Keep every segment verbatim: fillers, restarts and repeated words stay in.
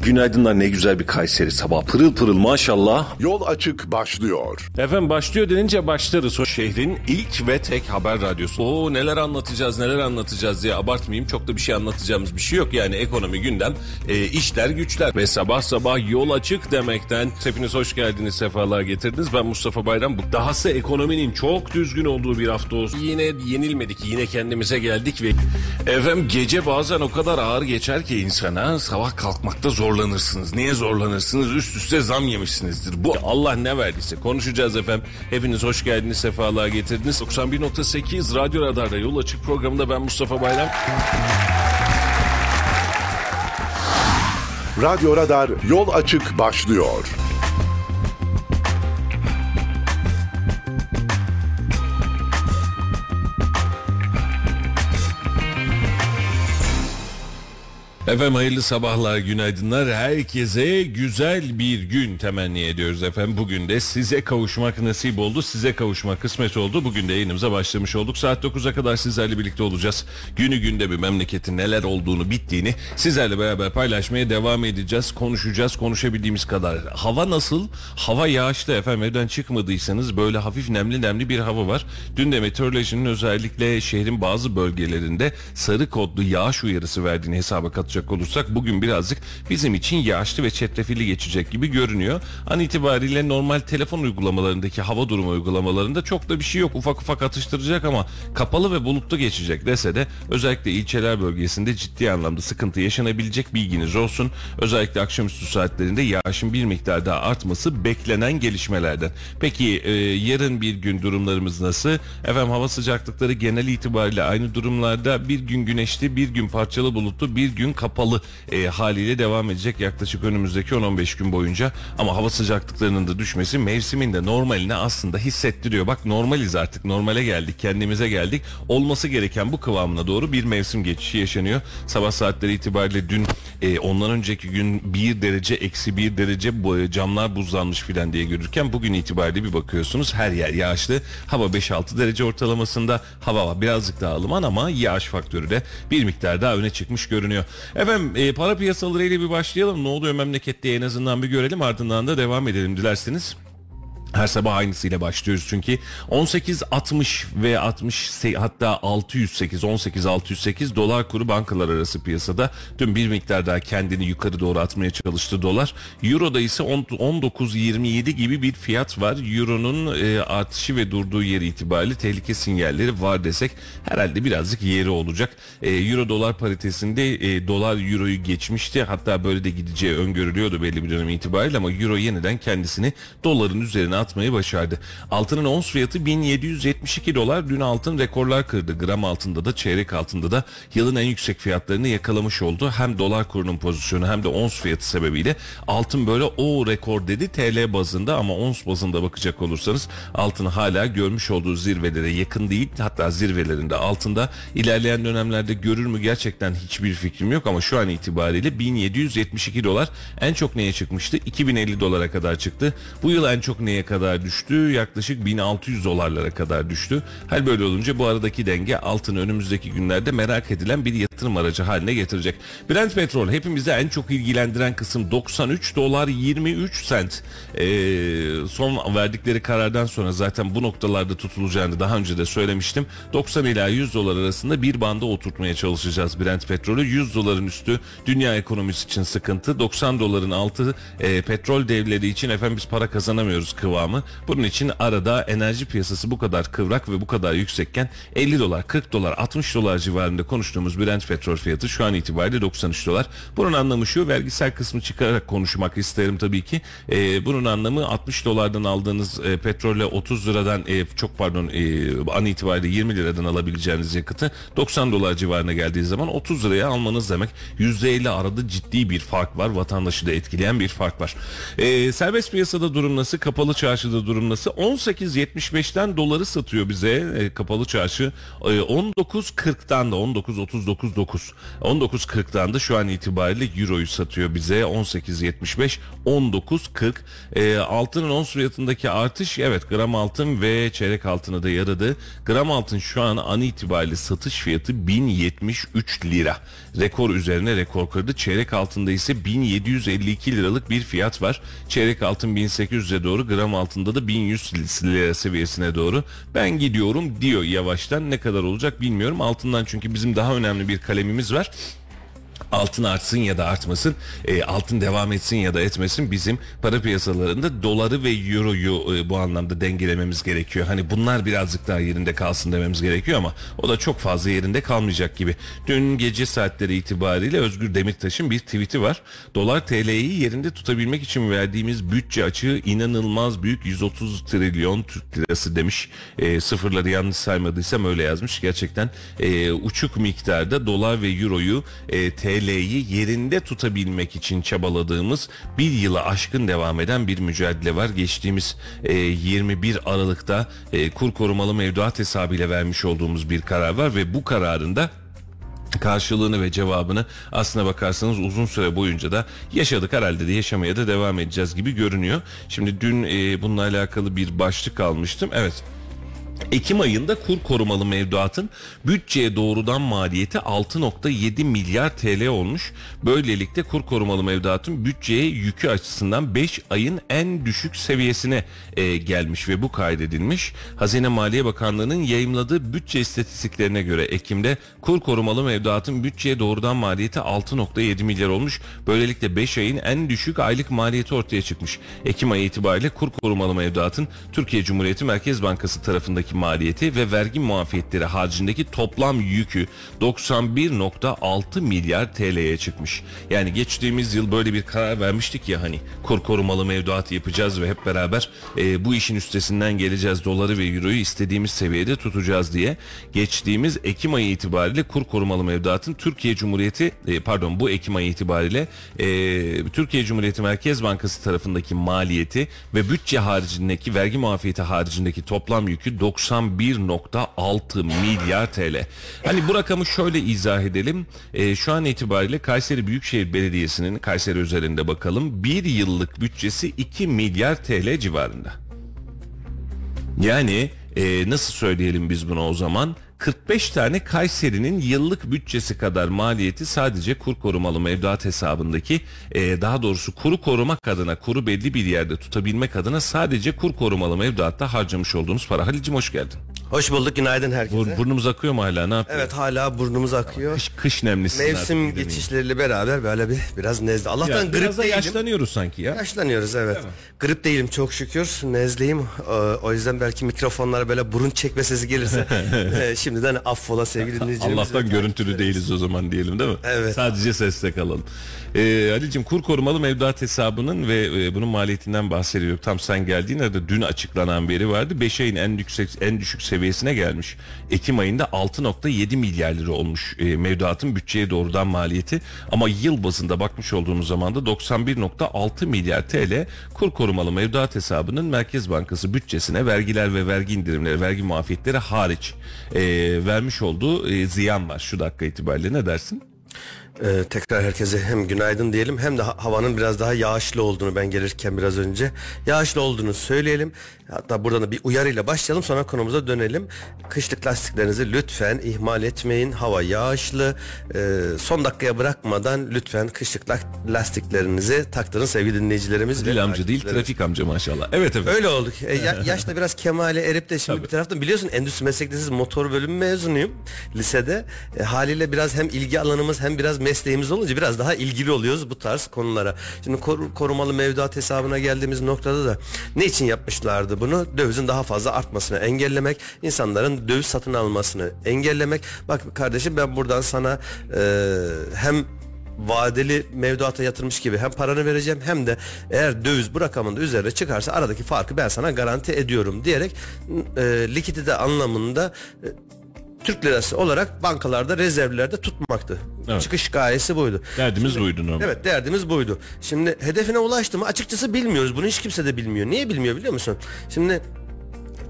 Günaydınlar, ne güzel bir Kayseri sabah. Pırıl pırıl maşallah. Yol Açık başlıyor. Efendim başlıyor denince başlarız. O Şehrin ilk ve tek haber radyosu. Oo, neler anlatacağız neler anlatacağız diye abartmayayım. Çok da bir şey anlatacağımız bir şey yok. Yani ekonomi, gündem, e, işler, güçler. Ve sabah sabah yol açık demekten hepiniz hoş geldiniz, sefalar getirdiniz. Ben Mustafa Bayram. Bu dahası ekonominin çok düzgün olduğu bir hafta olsun. Yine yenilmedik, yine kendimize geldik ve efendim gece bazen o kadar ağır geçer ki insana, sabah kalkmakta zorlanırsınız. Niye zorlanırsınız? Üst üste zam yemişsinizdir. Bu Allah ne verdiyse konuşacağız efendim. Hepiniz hoş geldiniz, sefalar getirdiniz. doksan bir nokta sekiz Radyo Radar'da Yol Açık programında ben Mustafa Bayram. Radyo Radar Yol Açık başlıyor. Efendim hayırlı sabahlar, günaydınlar. Herkese güzel bir gün temenni ediyoruz efendim. Bugün de size kavuşmak nasip oldu. Size kavuşmak kısmet oldu. Bugün de yayınımıza başlamış olduk. Saat dokuza kadar sizlerle birlikte olacağız. Günü günde bir memleketin neler olduğunu, bittiğini sizlerle beraber paylaşmaya devam edeceğiz. Konuşacağız, konuşabildiğimiz kadar. Hava nasıl? Hava yağışlı efendim. Evden çıkmadıysanız böyle hafif nemli nemli bir hava var. Dün de meteorolojinin özellikle şehrin bazı bölgelerinde sarı kodlu yağış uyarısı verdiğini hesaba katacak olursak bugün birazcık bizim için yağışlı ve çetrefilli geçecek gibi görünüyor. An itibariyle normal telefon uygulamalarındaki hava durumu uygulamalarında çok da bir şey yok. Ufak ufak atıştıracak ama kapalı ve bulutlu geçecek dese de özellikle ilçeler bölgesinde ciddi anlamda sıkıntı yaşanabilecek, bilginiz olsun. Özellikle akşamüstü saatlerinde yağışın bir miktar daha artması beklenen gelişmelerden. Peki e, yarın bir gün durumlarımız nasıl? Efendim hava sıcaklıkları genel itibariyle aynı durumlarda, bir gün güneşli, bir gün parçalı bulutlu, bir gün kapalı e, haliyle devam edecek yaklaşık önümüzdeki on on beş gün boyunca. Ama hava sıcaklıklarının da düşmesi mevsimin de normaline aslında hissettiriyor. Bak normaliz artık, normale geldik, kendimize geldik. Olması gereken bu kıvamına doğru bir mevsim geçişi yaşanıyor. Sabah saatleri itibariyle dün e, ondan önceki gün bir derece, eksi bir derece bu, camlar buzlanmış filan diye görürken bugün itibariyle bir bakıyorsunuz her yer yağışlı. Hava beş altı derece ortalamasında, hava birazcık daha ılıman ama yağış faktörü de bir miktar daha öne çıkmış görünüyor. Efendım e, para piyasalarıyla bir başlayalım. Ne oluyor memlekette en azından bir görelim, ardından da devam edelim dilerseniz. Her sabah aynısıyla başlıyoruz çünkü on sekiz altmış ve altmış, hatta altı yüz sekiz, on sekiz altı yüz sekiz dolar kuru bankalar arası piyasada. Dün bir miktar daha kendini yukarı doğru atmaya çalıştı dolar. Euro'da ise on dokuz yirmi yedi gibi bir fiyat var. Euro'nun e, artışı ve durduğu yeri itibariyle tehlike sinyalleri var desek herhalde birazcık yeri olacak. E, Euro dolar paritesinde e, dolar Euro'yu geçmişti. Hatta böyle de gideceği öngörülüyordu belli bir dönem itibariyle ama Euro yeniden kendisini doların üzerine atmayı başardı. Altının ons fiyatı bin yedi yüz yetmiş iki dolar. Dün altın rekorlar kırdı. Gram altında da çeyrek altında da yılın en yüksek fiyatlarını yakalamış oldu. Hem dolar kurunun pozisyonu hem de ons fiyatı sebebiyle altın böyle o rekor dedi T L bazında, ama ons bazında bakacak olursanız altın hala görmüş olduğu zirvelere yakın değil. Hatta zirvelerinde altında. İlerleyen dönemlerde görür mü gerçekten hiçbir fikrim yok ama şu an itibariyle bin yedi yüz yetmiş iki dolar. En çok neye çıkmıştı? iki bin elli dolara kadar çıktı. Bu yıl en çok neye kadar düştü? Yaklaşık bin altı yüz dolarlara kadar düştü. Hal böyle olunca bu aradaki denge altını önümüzdeki günlerde merak edilen bir yatırım aracı haline getirecek. Brent petrol hepimizi en çok ilgilendiren kısım doksan üç dolar yirmi üç sent. Ee, son verdikleri karardan sonra zaten bu noktalarda tutulacağını daha önce de söylemiştim. doksan ila yüz dolar arasında bir banda oturtmaya çalışacağız Brent petrolü. yüz doların üstü dünya ekonomisi için sıkıntı. doksan doların altı e, petrol devleri için efendim biz para kazanamıyoruz kıvamı. Bunun için arada enerji piyasası bu kadar kıvrak ve bu kadar yüksekken elli dolar, kırk dolar, altmış dolar civarında konuştuğumuz Brent petrol fiyatı şu an itibariyle doksan üç dolar. Bunun anlamı şu, vergisel kısmı çıkararak konuşmak isterim tabii ki. Ee, bunun anlamı altmış dolardan aldığınız e, petrolle otuz liradan e, çok pardon e, an itibariyle yirmi liradan alabileceğiniz yakıtı doksan dolar civarına geldiği zaman otuz liraya almanız demek. yüzde elli arada ciddi bir fark var. Vatandaşı da etkileyen bir fark var. E, serbest piyasada durum nasıl? Kapalı çarşıda durum nasıl? on sekiz yetmiş beşten doları satıyor bize e, kapalı çarşı. E, on dokuz kırktan da on dokuz otuz dokuz dokuz. on dokuz kırktan da şu an itibariyle Euro'yu satıyor bize on sekiz yetmiş beş, on dokuz kırk. E, altının ons fiyatındaki artış, evet, gram altın ve çeyrek altını da yaradı. Gram altın şu an an itibariyle satış fiyatı bin yetmiş üç lira. Rekor üzerine rekor kırdı. Çeyrek altında ise bin yedi yüz elli iki liralık bir fiyat var. Çeyrek altın bin sekiz yüze doğru, gram altında da bin yüz lira seviyesine doğru ben gidiyorum diyor yavaştan. Ne kadar olacak bilmiyorum. Altından çünkü bizim daha önemli bir kalemimiz var. Altın artsın ya da artmasın, e, altın devam etsin ya da etmesin, bizim para piyasalarında doları ve euroyu e, bu anlamda dengelememiz gerekiyor. Hani bunlar birazcık daha yerinde kalsın dememiz gerekiyor ama o da çok fazla yerinde kalmayacak gibi. Dün gece saatleri itibariyle Özgür Demirtaş'ın bir tweet'i var. Dolar T L'yi yerinde tutabilmek için verdiğimiz bütçe açığı inanılmaz büyük, yüz otuz trilyon Türk lirası demiş. E, sıfırları yanlış saymadıysam öyle yazmış. Gerçekten e, uçuk miktarda dolar ve euroyu e, T L'yi yerinde tutabilmek için çabaladığımız, bir yıla aşkın devam eden bir mücadele var. Geçtiğimiz e, yirmi bir Aralık'ta e, kur korumalı mevduat hesabıyla vermiş olduğumuz bir karar var ve bu kararın da karşılığını ve cevabını aslına bakarsanız uzun süre boyunca da yaşadık, herhalde de yaşamaya da devam edeceğiz gibi görünüyor. Şimdi dün e, bununla alakalı bir başlık almıştım. Evet. Ekim ayında kur korumalı mevduatın bütçeye doğrudan maliyeti altı nokta yedi milyar T L olmuş. Böylelikle kur korumalı mevduatın bütçeye yükü açısından beş ayın en düşük seviyesine e, gelmiş ve bu kaydedilmiş. Hazine Maliye Bakanlığı'nın yayımladığı bütçe istatistiklerine göre Ekim'de kur korumalı mevduatın bütçeye doğrudan maliyeti altı nokta yedi milyar olmuş. Böylelikle beş ayın en düşük aylık maliyeti ortaya çıkmış. Ekim ayı itibariyle kur korumalı mevduatın Türkiye Cumhuriyeti Merkez Bankası tarafındaki maliyeti ve vergi muafiyetleri haricindeki toplam yükü doksan bir nokta altı milyar T L'ye çıkmış. Yani geçtiğimiz yıl böyle bir karar vermiştik ya, hani kur korumalı mevduat yapacağız ve hep beraber e, bu işin üstesinden geleceğiz, doları ve euroyu istediğimiz seviyede tutacağız diye. Geçtiğimiz Ekim ayı itibariyle kur korumalı mevduatın Türkiye Cumhuriyeti e, pardon bu Ekim ayı itibariyle e, Türkiye Cumhuriyeti Merkez Bankası tarafındaki maliyeti ve bütçe haricindeki vergi muafiyeti haricindeki toplam yükü doksan bir nokta altı milyar T L. Hani bu rakamı şöyle izah edelim. E, şu an itibariyle Kayseri Büyükşehir Belediyesi'nin, Kayseri üzerinde bakalım, bir yıllık bütçesi iki milyar T L civarında. Yani e, nasıl söyleyelim biz bunu o zaman? kırk beş tane Kayseri'nin yıllık bütçesi kadar maliyeti sadece kur korumalı mevduat hesabındaki e, daha doğrusu kuru korumak adına, kuru belli bir yerde tutabilmek adına sadece kur korumalı mevduatta harcamış olduğunuz para. Halil'cim hoş geldin. Hoş bulduk, günaydın herkese. Bur, burnumuz akıyor mu hala, ne yapıyor? Evet, hala burnumuz akıyor. Kış, kış nemlisin. Mevsim geçişleriyle beraber böyle bir biraz nezle. Allah'tan ya, grip biraz da değilim. yaşlanıyoruz sanki ya. Yaşlanıyoruz evet. Grip değilim çok şükür. Nezleyim. O yüzden belki mikrofonlara böyle burun çekme sesi gelirse şimdiden affola sevgili dinleyicilerimiz. Allah'tan görüntülü değiliz o zaman diyelim, değil mi? Evet. Sadece sesle kalalım. Ee, Halil'cim, kur korumalı mevduat hesabının ve e, bunun maliyetinden bahsediyor. Tam sen geldiğinde de dün açıklanan veri vardı. beş ayın en yüksek en düşük seviyesine gelmiş. Ekim ayında altı nokta yedi milyar lira olmuş e, mevduatın bütçeye doğrudan maliyeti. Ama yıl bazında bakmış olduğumuz zaman da doksan bir nokta altı milyar T L kur korumalı mevduat hesabının Merkez Bankası bütçesine vergiler ve vergi indirimleri, vergi muafiyetleri hariç e, vermiş olduğu e, ziyan var şu dakika itibariyle. Ne dersin? Ee, tekrar herkese hem günaydın diyelim hem de havanın biraz daha yağışlı olduğunu, ben gelirken biraz önce yağışlı olduğunu söyleyelim. Hatta buradan da bir uyarıyla başlayalım, sonra konumuza dönelim. Kışlık lastiklerinizi lütfen ihmal etmeyin. Hava yağışlı. Ee, son dakikaya bırakmadan lütfen kışlık lastiklerinizi taktırın sevgili dinleyicilerimiz. Halil amca değil, trafik amca maşallah. Evet evet. Öyle olduk. E, ya, yaşta biraz kemale erip de şimdi bir taraftan biliyorsun endüstri meslek lisesi motor bölümü mezunuyum lisede. E, haliyle biraz hem ilgi alanımız hem biraz mesleğimiz olunca biraz daha ilgili oluyoruz bu tarz konulara. Şimdi kor- korumalı mevduat hesabına geldiğimiz noktada da ne için yapmışlardı bunu? Dövizin daha fazla artmasını engellemek, insanların döviz satın almasını engellemek. Bak kardeşim, ben buradan sana e, hem vadeli mevduata yatırmış gibi hem paranı vereceğim hem de eğer döviz bu rakamın da üzerine çıkarsa aradaki farkı ben sana garanti ediyorum diyerek e, likidite anlamında e, Türk lirası olarak bankalarda, rezervlerde tutmaktı. Evet. Çıkış gayesi buydu. Derdimiz Şimdi, buydu normal. Evet, derdimiz buydu. Şimdi hedefine ulaştı mı açıkçası bilmiyoruz. Bunu hiç kimse de bilmiyor. Niye bilmiyor biliyor musun? Şimdi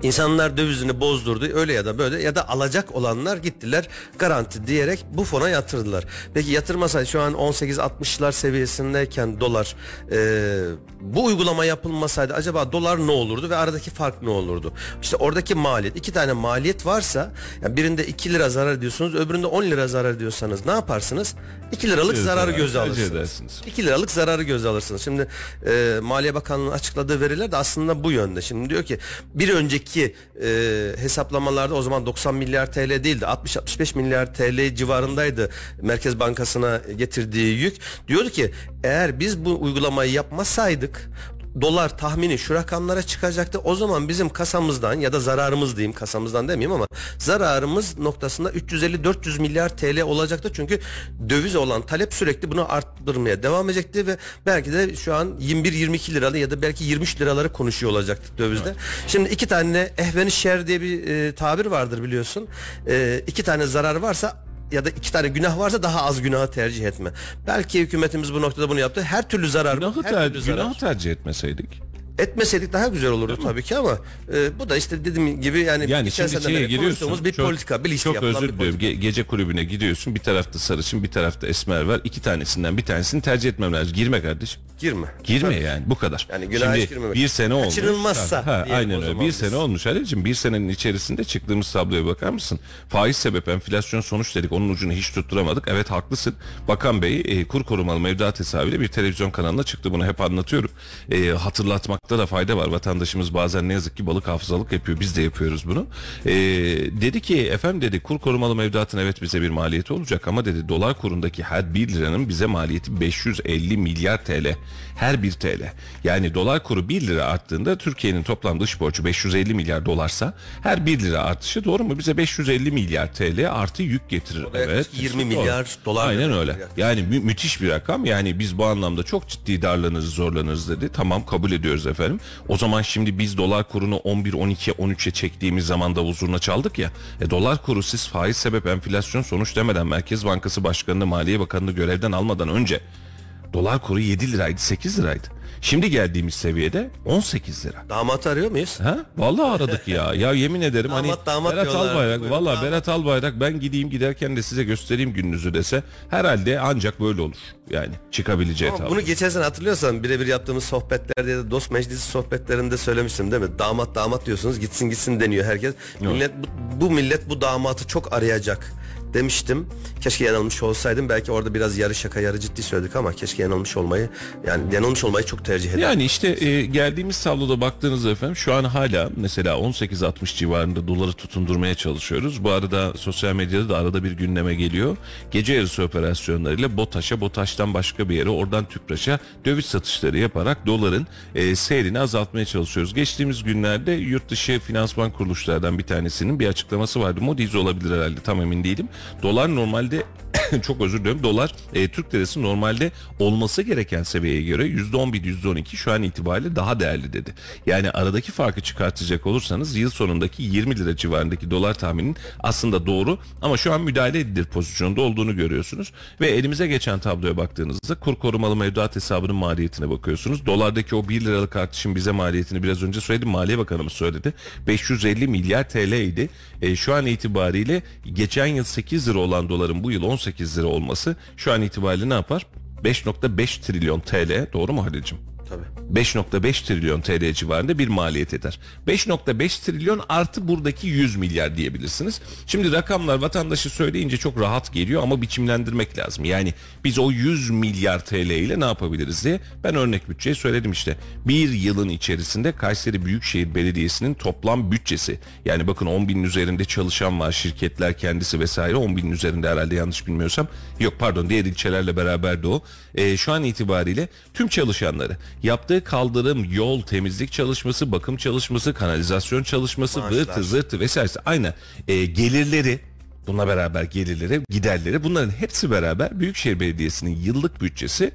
İnsanlar dövizini bozdurdu, öyle ya da böyle, ya da alacak olanlar gittiler garanti diyerek bu fona yatırdılar. Peki yatırmasaydı şu an on sekiz altmışlar seviyesindeyken dolar, e, bu uygulama yapılmasaydı acaba dolar ne olurdu ve aradaki fark ne olurdu? İşte oradaki maliyet, iki tane maliyet varsa, yani birinde iki lira zarar ediyorsunuz, öbüründe on lira zarar ediyorsanız ne yaparsınız? iki liralık Evet, zararı evet, göze tercih alırsınız. edersiniz. iki liralık zararı göze alırsınız. Şimdi e, Maliye Bakanlığı'nın açıkladığı veriler de aslında bu yönde. Şimdi diyor ki bir önceki e, hesaplamalarda o zaman doksan milyar T L değildi, altmış altmış beş milyar T L civarındaydı Merkez Bankası'na getirdiği yük. Diyordu ki eğer biz bu uygulamayı yapmasaydık dolar tahmini şu rakamlara çıkacaktı. O zaman bizim kasamızdan, ya da zararımız diyeyim, kasamızdan demeyeyim ama zararımız noktasında üç yüz elli dört yüz milyar T L olacaktı. Çünkü döviz olan talep sürekli bunu arttırmaya devam edecekti ve belki de şu an yirmi bir yirmi iki liralı ya da belki yirmi üç liraları konuşuyor olacaktık dövizde. Evet. Şimdi iki tane ehven-i şer diye bir e, tabir vardır biliyorsun. E, iki tane zarar varsa ya da iki tane günah varsa daha az günahı tercih etme. Belki hükümetimiz bu noktada bunu yaptı. Her türlü zarar. Günahı, her ter- türlü zarar. günahı tercih etmeseydik. Etmeseydik daha güzel olurdu tabii ki ama e, bu da işte dediğim gibi yani, Yani şimdi şeye giriyorsun, bir çok, politika, bilinçli çok yapılan özür bir diliyorum. politika. Ge- gece kulübüne gidiyorsun, bir tarafta sarışın, bir tarafta esmer var. İki tanesinden bir tanesini tercih etmem lazım. Girme kardeşim. Girme. Girme Tabii. yani, bu kadar. Yani günaha hiç Şimdi girmemek. bir sene olmuş. Kaçınılmazsa Ha, diyelim aynen o öyle. zaman Bir biz. sene olmuş Halil'ciğim. Bir senenin içerisinde çıktığımız tabloya bakar mısın? Faiz sebep enflasyon sonuç dedik. Onun ucunu hiç tutturamadık. Evet haklısın. Bakan Bey e, kur korumalı mevduat hesabıyla bir televizyon kanalına çıktı. Bunu hep anlatıyorum. E, hatırlatmakta da fayda var. Vatandaşımız bazen ne yazık ki balık hafızalık yapıyor. Biz de yapıyoruz bunu. E, dedi ki efendim dedi, kur korumalı mevduatın evet bize bir maliyeti olacak ama dedi dolar kurundaki her bir liranın bize maliyeti beş yüz elli milyar T L. Her bir T L. Yani dolar kuru bir lira arttığında Türkiye'nin toplam dış borcu beş yüz elli milyar dolarsa her bir lira artışı, doğru mu? Bize beş yüz elli milyar T L artı yük getirir. Evet. yirmi doğru. milyar dolar. Aynen öyle. Yani mü- müthiş bir rakam. Yani biz bu anlamda çok ciddi darlanırız, zorlanırız dedi. Tamam, kabul ediyoruz efendim. O zaman şimdi biz dolar kurunu on bir, on iki, on üçe çektiğimiz zaman da huzuruna çaldık ya. E, dolar kuru siz faiz sebep enflasyon sonuç demeden Merkez Bankası Başkanı'nı, Maliye Bakanı'nı görevden almadan önce dolar kuru yedi liraydı, sekiz liraydı. Şimdi geldiğimiz seviyede on sekiz lira. Damat arıyor muyuz? Ha? Vallahi aradık ya. Ya yemin ederim Damat, hani damat Berat diyorlar. Albayrak, Buyurun, vallahi damat. Berat Albayrak ben gideyim, giderken de size göstereyim gününüzü dese herhalde ancak böyle olur. Yani çıkabileceği Ama tablo. bunu geçen sene hatırlıyorsan birebir yaptığımız sohbetlerde ya da dost meclisi sohbetlerinde söylemiştim değil mi? Damat damat diyorsunuz, gitsin gitsin deniyor herkes. Evet. Millet bu, bu millet bu damatı çok arayacak demiştim. Keşke yanılmış olsaydım. Belki orada biraz yarı şaka yarı ciddi söyledik ama keşke yanılmış olmayı, yani yanılmış olmayı çok tercih ederim. Yani işte e, geldiğimiz tabloda baktığınızda efendim şu an hala mesela on sekiz altmış civarında doları tutundurmaya çalışıyoruz. Bu arada sosyal medyada da arada bir gündeme geliyor. Gece yarısı operasyonlarıyla BOTAŞ'a, BOTAŞ'tan başka bir yere, oradan TÜPRAŞ'a döviz satışları yaparak doların e, seyrini azaltmaya çalışıyoruz. Geçtiğimiz günlerde yurt dışı finansman kuruluşlardan bir tanesinin bir açıklaması vardı. Moody's olabilir herhalde, tam emin değilim. Dolar normalde çok özür diliyorum. Dolar e, Türk lirası normalde olması gereken seviyeye göre yüzde on bir yüzde on iki şu an itibariyle daha değerli dedi. Yani aradaki farkı çıkartacak olursanız yıl sonundaki yirmi lira civarındaki dolar tahminin aslında doğru ama şu an müdahale edilir pozisyonda olduğunu görüyorsunuz. Ve elimize geçen tabloya baktığınızda kur korumalı mevduat hesabının maliyetine bakıyorsunuz. Dolardaki o bir liralık artışın bize maliyetini biraz önce söyledim. Maliye Bakanımız söyledi. beş yüz elli milyar T L idi. E, şu an itibariyle geçen yıl sekiz lira olan doların bu yıl on sekiz lira olması şu an itibariyle ne yapar? beş nokta beş trilyon T L, doğru mu Halil'cim? Tabii. beş nokta beş trilyon T L civarında bir maliyet eder. beş nokta beş trilyon artı buradaki yüz milyar diyebilirsiniz. Şimdi rakamlar vatandaşı söyleyince çok rahat geliyor ama biçimlendirmek lazım. Yani biz o yüz milyar T L ile ne yapabiliriz diye ben örnek bütçeyi söyledim işte. Bir yılın içerisinde Kayseri Büyükşehir Belediyesi'nin toplam bütçesi, yani bakın on binin üzerinde çalışan var, şirketler kendisi vesaire, on binin üzerinde herhalde yanlış bilmiyorsam, yok pardon diğer ilçelerle beraber de o. E, şu an itibariyle tüm çalışanları yaptığı kaldırım, yol, temizlik çalışması, bakım çalışması, kanalizasyon çalışması, Maaşlar. vırtı zırtı vesairesi, aynı e, gelirleri, bununla beraber gelirleri, giderleri, bunların hepsi beraber Büyükşehir Belediyesi'nin yıllık bütçesi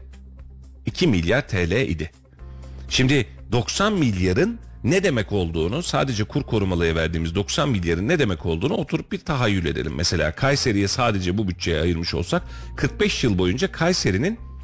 iki milyar T L idi. Şimdi doksan milyarın ne demek olduğunu, sadece kur korumalıya verdiğimiz doksan milyarın ne demek olduğunu oturup bir tahayyül edelim. Mesela Kayseri'ye sadece bu bütçeye ayırmış olsak kırk beş yıl boyunca Kayseri'nin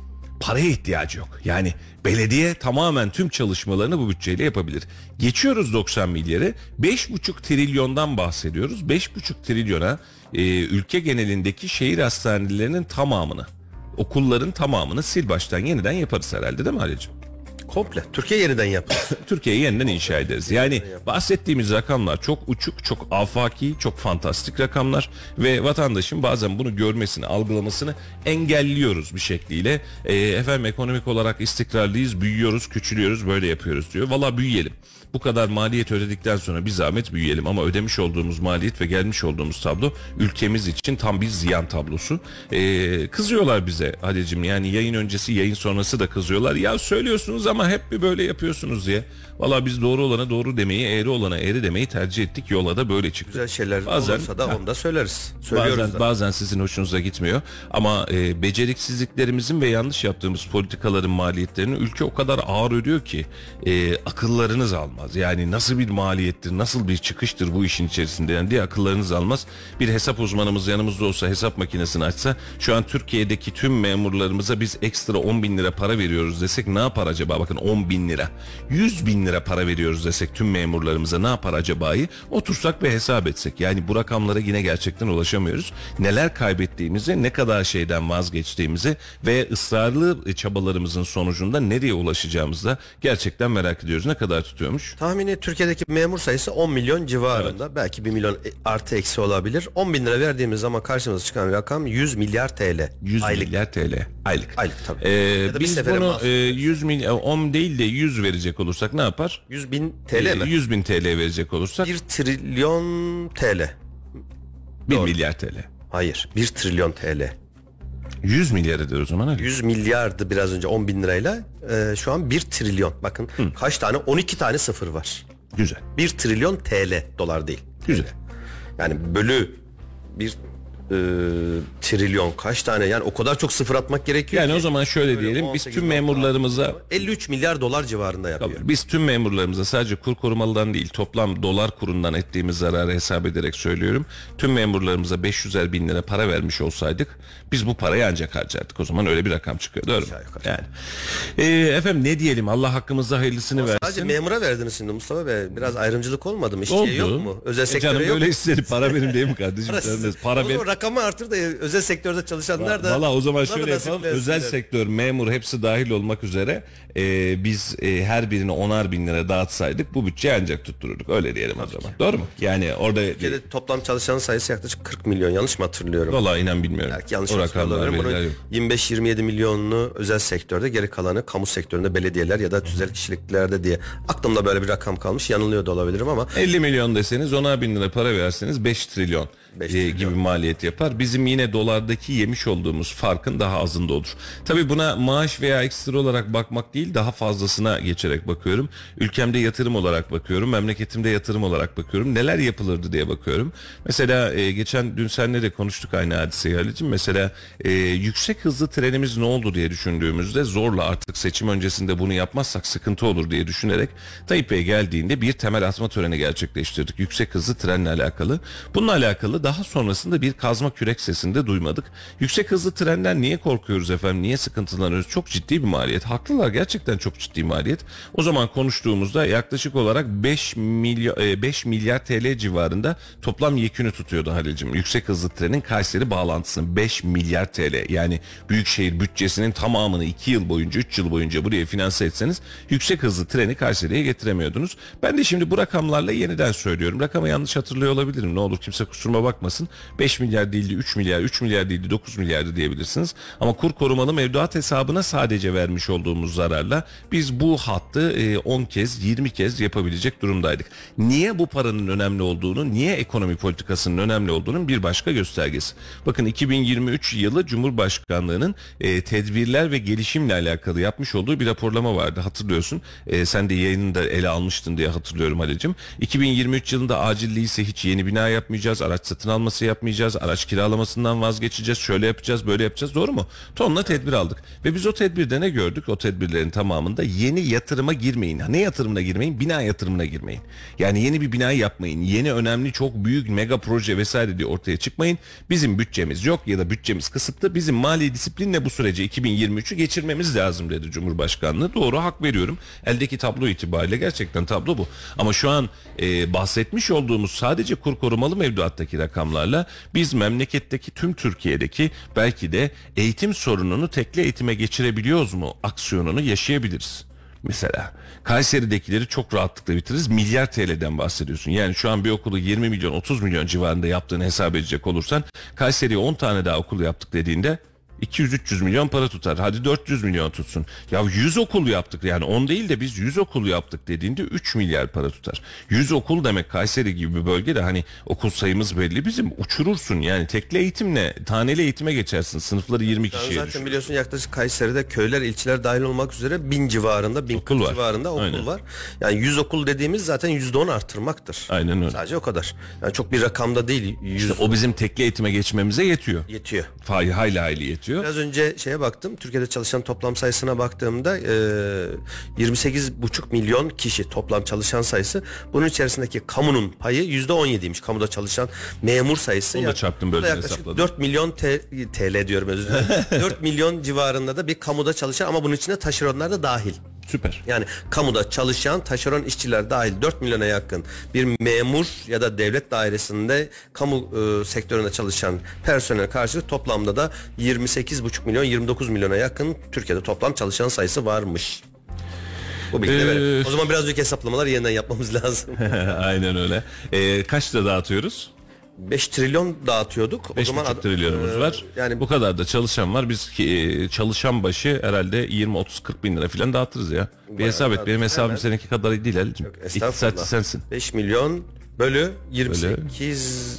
paraya ihtiyacı yok. Yani belediye tamamen tüm çalışmalarını bu bütçeyle yapabilir. Geçiyoruz doksan milyarı, beş buçuk trilyondan bahsediyoruz. beş buçuk trilyona e, ülke genelindeki şehir hastanelerinin tamamını, okulların tamamını sil baştan yeniden yaparız herhalde, değil mi Halicim? Komple. Türkiye yeniden yapar. Türkiye'yi yeniden inşa ederiz. Yani bahsettiğimiz rakamlar çok uçuk, çok afaki, çok fantastik rakamlar ve vatandaşın bazen bunu görmesini, algılamasını engelliyoruz bir şekliyle. E, efendim ekonomik olarak istikrarlıyız, büyüyoruz, küçülüyoruz, böyle yapıyoruz diyor. Valla büyüyelim. Bu kadar maliyet ödedikten sonra bir zahmet büyüyelim, ama ödemiş olduğumuz maliyet ve gelmiş olduğumuz tablo ülkemiz için tam bir ziyan tablosu. Ee, kızıyorlar bize Halicim, yani yayın öncesi yayın sonrası da kızıyorlar. Ya söylüyorsunuz ama hep mi böyle yapıyorsunuz diye. Valla biz doğru olana doğru demeyi, eğri olana eğri demeyi tercih ettik. Yola da böyle çıktık. Güzel şeyler bazen, olursa da ha, onu da söyleriz. Söylüyoruz bazen, da. bazen sizin hoşunuza gitmiyor. Ama e, beceriksizliklerimizin ve yanlış yaptığımız politikaların maliyetlerini ülke o kadar ağır ödüyor ki e, akıllarınız almaz. Yani nasıl bir maliyettir, nasıl bir çıkıştır bu işin içerisinde yani diye akıllarınız almaz. Bir hesap uzmanımız yanımızda olsa, hesap makinesini açsa, şu an Türkiye'deki tüm memurlarımıza biz ekstra on bin lira para veriyoruz desek ne yapar acaba? Bakın, on bin lira. yüz bin lira para veriyoruz desek tüm memurlarımıza ne yapar acaba'yı otursak ve hesap etsek. Yani bu rakamlara yine gerçekten ulaşamıyoruz. Neler kaybettiğimizi, ne kadar şeyden vazgeçtiğimizi ve ısrarlı çabalarımızın sonucunda nereye ulaşacağımızı da gerçekten merak ediyoruz. Ne kadar tutuyormuş? Tahmini Türkiye'deki memur sayısı on milyon civarında. Evet. Belki bir milyon artı eksi olabilir. on bin lira verdiğimiz zaman karşımıza çıkan rakam yüz milyar T L. yüz aylık. milyar T L. Aylık. Aylık tabii. Ee, biz bunu e, yüz milyar, on değil de yüz verecek olursak ne yapar? yüz bin T L mi? yüz bin T L verecek olursak? bir trilyon T L. bir Doğru. milyar T L. Hayır, bir trilyon T L. yüz milyar eder o zaman. yüz milyardı biraz önce on bin lirayla. Ee, şu an bir trilyon. Bakın Hı. kaç tane? on iki tane sıfır var. Güzel. bir trilyon T L, dolar değil. Güzel. Yani bölü bir e, trilyon kaç tane? Yani o kadar çok sıfır atmak gerekiyor Yani ki. o zaman şöyle diyelim, biz tüm memurlarımıza elli üç milyar dolar civarında yapıyor. Tabii, biz tüm memurlarımıza sadece kur korumalıdan değil, toplam dolar kurundan ettiğimiz zararı hesap ederek söylüyorum. Tüm memurlarımıza beş yüzer bin lira para vermiş olsaydık biz bu parayı ancak harcardık. O zaman öyle bir rakam çıkıyor. Doğru mu? Yani. Ee, efendim ne diyelim, Allah hakkımızda hayırlısını Ama versin. sadece memura verdiniz şimdi Mustafa Bey. Biraz ayrımcılık olmadı mı? İşçiye yok mu? Özel e sektöre canım, yok öyle mu? istedi, para verin değil mi kardeşim? Para, para ver. Rakamı artır da özel sektörde çalışanlar da. Valla o zaman Bunlar şöyle da yapalım. nasiplensinler. Özel sektör, memur hepsi dahil olmak üzere e, biz e, her birine onar bin lira dağıtsaydık bu bütçeyi ancak tuttururduk. Öyle diyelim o zaman. Doğru mu? Yani orada Türkiye'de toplam çalışan sayısı yaklaşık kırk milyon. Yanlış mı hatırlıyorum? Valla inan bilmiyorum. Belki yanlış o hatırlıyorum. rakamlar Bunun veriler yok. yirmi beş yirmi yedi milyonunu özel sektörde, geri kalanı kamu sektöründe, belediyeler ya da tüzel kişiliklerde diye. Aklımda böyle bir rakam kalmış. Yanılıyor da olabilirim ama. elli milyon deseniz, onar bin lira para verseniz beş trilyon. beş E, trilyon gibi maliyet yapar. Bizim yine dolardaki yemiş olduğumuz farkın daha azında olur. Tabii buna maaş veya ekstra olarak bakmak değil, daha fazlasına geçerek bakıyorum. Ülkemde yatırım olarak bakıyorum. Memleketimde yatırım olarak bakıyorum. Neler yapılırdı diye bakıyorum. Mesela e, geçen dün seninle de konuştuk aynı hadiseyi Halicim. Mesela e, yüksek hızlı trenimiz ne oldu diye düşündüğümüzde, zorla artık seçim öncesinde bunu yapmazsak sıkıntı olur diye düşünerek Tayyip Bey geldiğinde bir temel atma töreni gerçekleştirdik. Yüksek hızlı trenle alakalı. Bununla alakalı daha sonrasında bir kazma kürek sesini de duymadık. Yüksek hızlı trenden niye korkuyoruz efendim? Niye sıkıntılanıyoruz? Çok ciddi bir maliyet. Haklılar, gerçekten çok ciddi maliyet. O zaman konuştuğumuzda yaklaşık olarak beş milyar, beş milyar T L civarında toplam yekünü tutuyordu Halil'cim. Yüksek hızlı trenin Kayseri bağlantısının beş milyar T L. Yani büyükşehir bütçesinin tamamını iki yıl boyunca, üç yıl boyunca buraya finanse etseniz yüksek hızlı treni Kayseri'ye getiremiyordunuz. Ben de şimdi bu rakamlarla yeniden söylüyorum. Rakamı yanlış hatırlıyor olabilirim. Ne olur kimse kusuruma bakmasın. beş milyar değildi, üç milyar, üç milyar değildi, dokuz milyardı diyebilirsiniz. Ama kur korumalı mevduat hesabına sadece vermiş olduğumuz zararla biz bu hattı on kez, yirmi kez yapabilecek durumdaydık. Niye bu paranın önemli olduğunu, niye ekonomi politikasının önemli olduğunun bir başka göstergesi. Bakın iki bin yirmi üç yılı Cumhurbaşkanlığı'nın e, tedbirler ve gelişimle alakalı yapmış olduğu bir raporlama vardı. Hatırlıyorsun. E, sen de yayını da ele almıştın diye hatırlıyorum Halicim. iki bin yirmi üç yılında acilliği ise hiç yeni bina yapmayacağız. Araç satın satın alması yapmayacağız. Araç kiralamasından vazgeçeceğiz. Şöyle yapacağız, böyle yapacağız. Doğru mu? Tonla tedbir aldık. Ve biz o tedbirde ne gördük? O tedbirlerin tamamında yeni yatırıma girmeyin. Ne yatırımına girmeyin? Bina yatırımına girmeyin. Yani yeni bir binayı yapmayın. Yeni önemli çok büyük mega proje vesaire diye ortaya çıkmayın. Bizim bütçemiz yok ya da bütçemiz kısıtlı. Bizim mali disiplinle bu süreci iki bin yirmi üçü geçirmemiz lazım dedi Cumhurbaşkanlığı. Doğru, hak veriyorum. Eldeki tablo itibariyle gerçekten tablo bu. Ama şu an e, bahsetmiş olduğumuz sadece kur korumalı mevduattaki rakamlarla biz memleketteki tüm Türkiye'deki belki de eğitim sorununu tekli eğitime geçirebiliyoruz mu aksiyonunu yaşayabiliriz. Mesela Kayseri'dekileri çok rahatlıkla bitiririz. Milyar T L'den bahsediyorsun. Yani şu an bir okulu yirmi milyon otuz milyon civarında yaptığını hesap edecek olursan Kayseri'ye on tane daha okul yaptık dediğinde iki yüz üç yüz milyon para tutar. Hadi dört yüz milyon tutsun. Ya yüz okul yaptık, yani on değil de biz yüz okul yaptık dediğinde üç milyar para tutar. yüz okul demek Kayseri gibi bir bölgede, hani okul sayımız belli bizim, uçurursun yani. Tekli eğitimle taneli eğitime geçersin. Sınıfları yirmi Yani kişiye zaten düşür. biliyorsun yaklaşık Kayseri'de köyler, ilçeler dahil olmak üzere bin civarında, bin Okul var. civarında okul Aynen. var. Yani yüz okul dediğimiz zaten yüzde on artırmaktır. Aynen öyle. Sadece o kadar. Yani çok bir rakamda değil. yüz İşte o bizim tekli eğitime geçmemize yetiyor. yetiyor. Hayli hayli hayli yetiyor. Biraz önce şeye baktım. Türkiye'de çalışan toplam sayısına baktığımda e, yirmi sekiz buçuk milyon kişi toplam çalışan sayısı. Bunun içerisindeki kamunun payı yüzde on yediymiş. Kamuda çalışan memur sayısı. Onu da Yak- çarptım, bu da böyle yaklaşık hesapladım. dört milyon T- TL diyorum özür dilerim. dört milyon civarında da bir kamuda çalışan, ama bunun içinde taşeronlar da dahil. Süper. Yani kamuda çalışan taşeron işçiler dahil dört milyona yakın bir memur ya da devlet dairesinde kamu e, sektöründe çalışan personel karşılık toplamda da yirmi sekiz buçuk milyon yirmi dokuz milyona yakın Türkiye'de toplam çalışan sayısı varmış. Bu bilgi de Ee, verelim. O zaman biraz büyük hesaplamalar yeniden yapmamız lazım. Aynen öyle. Ee, kaç lira dağıtıyoruz? beş trilyon dağıtıyorduk. O beş zaman buçuk ad- trilyonumuz e, var. Yani Bu kadar da çalışan var. Biz e, çalışan başı herhalde yirmi otuz kırk bin lira falan dağıtırız ya. Bir Bayağı hesap et. Benim dağıtırız. hesabım Hemen. seninki kadar değil Halil'cim. estağfurullah. İktisatçı sensin. beş milyon bölü yirmi sekiz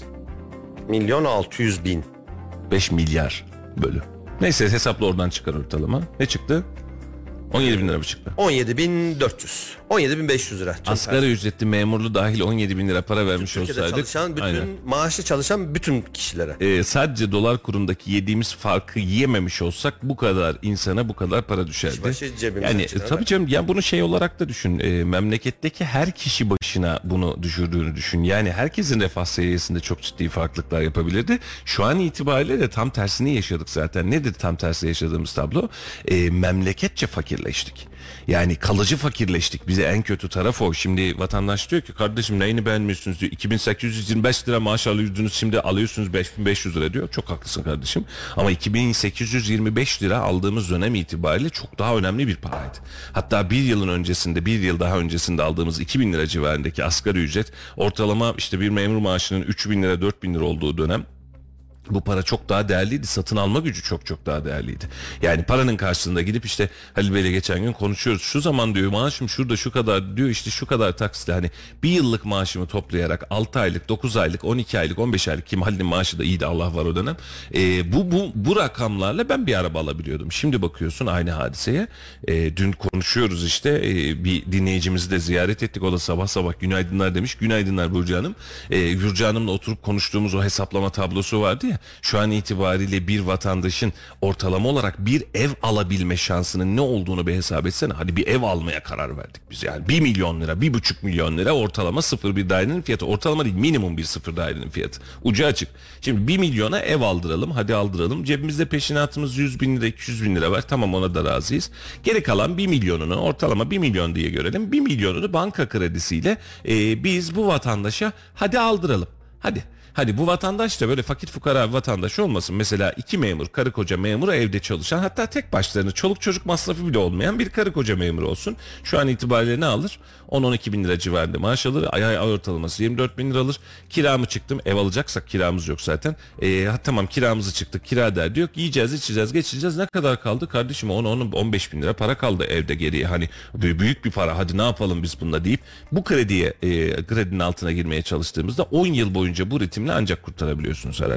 milyon altı yüz bin. beş milyar bölü. Neyse hesapla, oradan çıkar ortalama. Ne çıktı? on yedi bin lira mı çıktı? on yedi bin dört yüz. on yedi bin beş yüz lira. Tüm Asgari ücretli memurlu dahil on yedi bin lira para vermiş Türkiye'de olsaydık. çalışan bütün Aynen. maaşlı çalışan bütün kişilere. Ee, sadece dolar kurundaki yediğimiz farkı yiyememiş olsak bu kadar insana bu kadar para düşerdi. başı cebimize Yani çıkar. tabii canım, yani bunu şey olarak da düşün. E, memleketteki her kişi başına bunu düşürdüğünü düşün. Yani herkesin refah seviyesinde çok ciddi farklılıklar yapabilirdi. Şu an itibariyle de tam tersini yaşadık zaten. Nedir tam tersi yaşadığımız tablo? E, memleketçe fakirleştik. Yani kalıcı fakirleştik. Bize en kötü taraf o. Şimdi vatandaş diyor ki kardeşim neyini beğenmiyorsunuz diyor. iki bin sekiz yüz yirmi beş lira maaş alıyordunuz, şimdi alıyorsunuz beş bin beş yüz lira diyor. Çok haklısın kardeşim. Ama iki bin sekiz yüz yirmi beş lira aldığımız dönem itibariyle çok daha önemli bir paraydı. Hatta bir yılın öncesinde, bir yıl daha öncesinde aldığımız iki bin lira civarındaki asgari ücret, ortalama işte bir memur maaşının üç bin lira dört bin lira olduğu dönem, bu para çok daha değerliydi. Satın alma gücü çok çok daha değerliydi. Yani paranın karşılığında gidip işte Halil Bey'le geçen gün konuşuyoruz. Şu zaman diyor maaşım şurada şu kadar diyor, işte şu kadar taksitle, hani bir yıllık maaşımı toplayarak altı aylık, dokuz aylık, on iki aylık, on beş aylık, kim Halil'in maaşı da iyiydi Allah var o dönem. Ee, bu, bu, bu rakamlarla ben bir araba alabiliyordum. Şimdi bakıyorsun aynı hadiseye. Ee, dün konuşuyoruz işte ee, bir dinleyicimizi de ziyaret ettik. O da sabah sabah günaydınlar demiş. Günaydınlar Burcu Hanım. Ee, Burcu Hanım'la oturup konuştuğumuz o hesaplama tablosu vardı ya. Şu an itibariyle bir vatandaşın ortalama olarak bir ev alabilme şansının ne olduğunu bir hesap etsene. Hadi bir ev almaya karar verdik biz yani. Bir milyon lira, bir buçuk milyon lira ortalama sıfır bir dairenin fiyatı. Ortalama değil, minimum bir sıfır dairenin fiyatı. Ucu açık. Şimdi bir milyona ev aldıralım, hadi aldıralım. Cebimizde peşinatımız yüz bin lira, iki yüz bin lira var. Tamam, ona da razıyız. Geri kalan bir milyonunu, ortalama bir milyon diye görelim. Bir milyonunu banka kredisiyle e, biz bu vatandaşa hadi aldıralım. Hadi. Hadi bu vatandaş da böyle fakir fukara bir vatandaş olmasın. Mesela iki memur, karı koca memur, evde çalışan, hatta tek başlarına çoluk çocuk masrafı bile olmayan bir karı koca memur olsun. Şu an itibariyle ne alır? on on iki bin lira civarında maaş alır. Ay ay ortalaması yirmi dört bin lira alır. Kiramı çıktım. Ev alacaksak kiramız yok zaten. E, ha, tamam kiramızı çıktık. Kira derdi yok. Yiyeceğiz, içeceğiz, geçeceğiz. Ne kadar kaldı? Kardeşim on on beş bin lira para kaldı evde geriye. Hani büyük bir para. Hadi ne yapalım biz bununla deyip bu krediye, e, kredinin altına girmeye çalıştığımızda on yıl boyunca bu ritimle ancak kurtarabiliyorsunuz herhalde.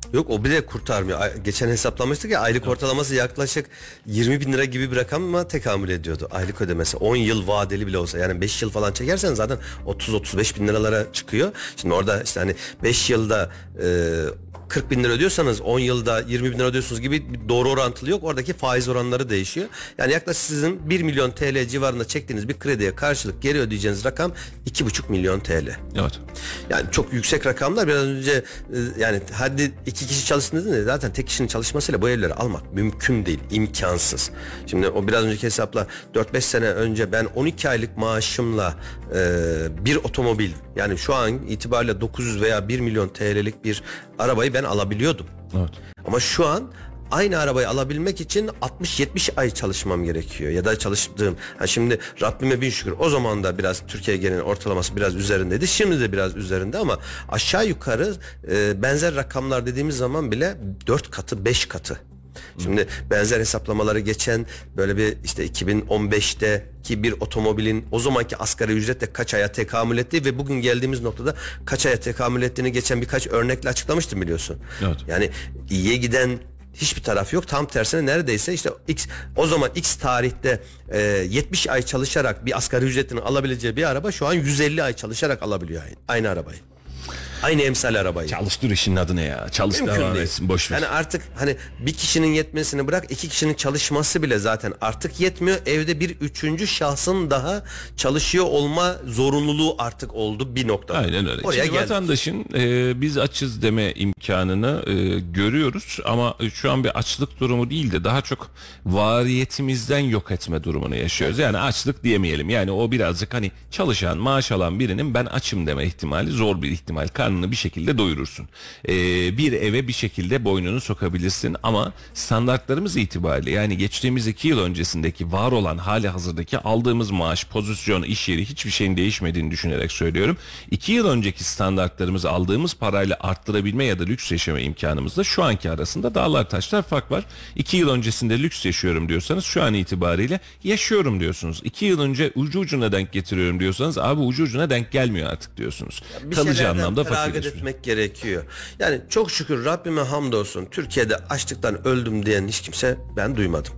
Yok, o bile kurtarmıyor. Ay- Geçen hesaplamıştık ya, aylık ortalaması yaklaşık yirmi bin lira gibi bir rakama tekamül ediyordu. Aylık ödemesi on yıl vadeli bile olsa, yani beş yıl falan çekersen zaten otuz otuz beş bin liralara çıkıyor. Şimdi orada işte hani beş yılda e, kırk bin lira ödüyorsanız on yılda yirmi bin lira ödüyorsunuz gibi bir doğru orantılı yok. Oradaki faiz oranları değişiyor. Yani yaklaşık sizin bir milyon T L civarında çektiğiniz bir krediye karşılık geri ödeyeceğiniz rakam iki buçuk milyon T L. Evet. Yani çok yüksek rakamlar. Biraz önce e, yani hadi iki kişi çalışsın dedin de zaten tek kişinin çalışmasıyla bu evleri almak mümkün değil, imkansız. Şimdi o biraz önceki hesapla dört beş sene önce ben on iki aylık maaşımla e, bir otomobil, yani şu an itibariyle dokuz yüz veya bir milyon T L'lik bir arabayı ben alabiliyordum. Evet. Ama şu an aynı arabayı alabilmek için altmış yetmiş ay çalışmam gerekiyor ya da çalıştığım. Ha şimdi Rabbime bin şükür, o zaman da biraz Türkiye genelinin ortalaması biraz üzerindeydi. Şimdi de biraz üzerinde ama aşağı yukarı e, benzer rakamlar dediğimiz zaman bile dört katı beş katı. Şimdi benzer hesaplamaları geçen böyle bir işte iki bin on beşteki bir otomobilin o zamanki asgari ücretle kaç aya tekamül ettiği ve bugün geldiğimiz noktada kaç aya tekamül ettiğini geçen birkaç örnekle açıklamıştım, biliyorsun. Evet. Yani iyiye giden hiçbir taraf yok. Tam tersine neredeyse işte X, o zaman X tarihte e, yetmiş ay çalışarak bir asgari ücretini alabileceği bir araba şu an yüz elli ay çalışarak alabiliyor aynı, aynı arabayı. Aynı emsal arabayı. Çalıştır işin adı ne ya? Çalış Mümkün devam değil. etsin, boş ver. Yani artık hani bir kişinin yetmesini bırak, iki kişinin çalışması bile zaten artık yetmiyor. Evde bir üçüncü şahsın daha çalışıyor olma zorunluluğu artık oldu bir noktada. Aynen öyle. Oraya Şimdi geldik. vatandaşın e, biz açız deme imkanını e, görüyoruz ama şu an bir açlık durumu değil de daha çok variyetimizden yok etme durumunu yaşıyoruz. Yani açlık diyemeyelim. Yani o birazcık hani çalışan, maaş alan birinin ben açım deme ihtimali zor bir ihtimal. Karnını bir şekilde doyurursun. Ee, bir eve bir şekilde boynunu sokabilirsin ama standartlarımız itibariyle, yani geçtiğimiz iki yıl öncesindeki var olan hali hazırdaki aldığımız maaş, pozisyon, iş yeri, hiçbir şeyin değişmediğini düşünerek söylüyorum. iki yıl önceki standartlarımızı aldığımız parayla arttırabilme ya da lüks yaşama imkanımızla şu anki arasında dağlar taşlar fark var. iki yıl öncesinde lüks yaşıyorum diyorsanız şu an itibariyle yaşıyorum diyorsunuz. iki yıl önce ucu ucuna denk getiriyorum diyorsanız abi ucu ucuna denk gelmiyor artık diyorsunuz. Bir Kalıcı şeylerden anlamda feragat fakirleşiyor. etmek gerekiyor. Yani çok şükür Rabbime hamdolsun, Türkiye'de açlıktan öldüm diyen hiç kimse ben duymadım.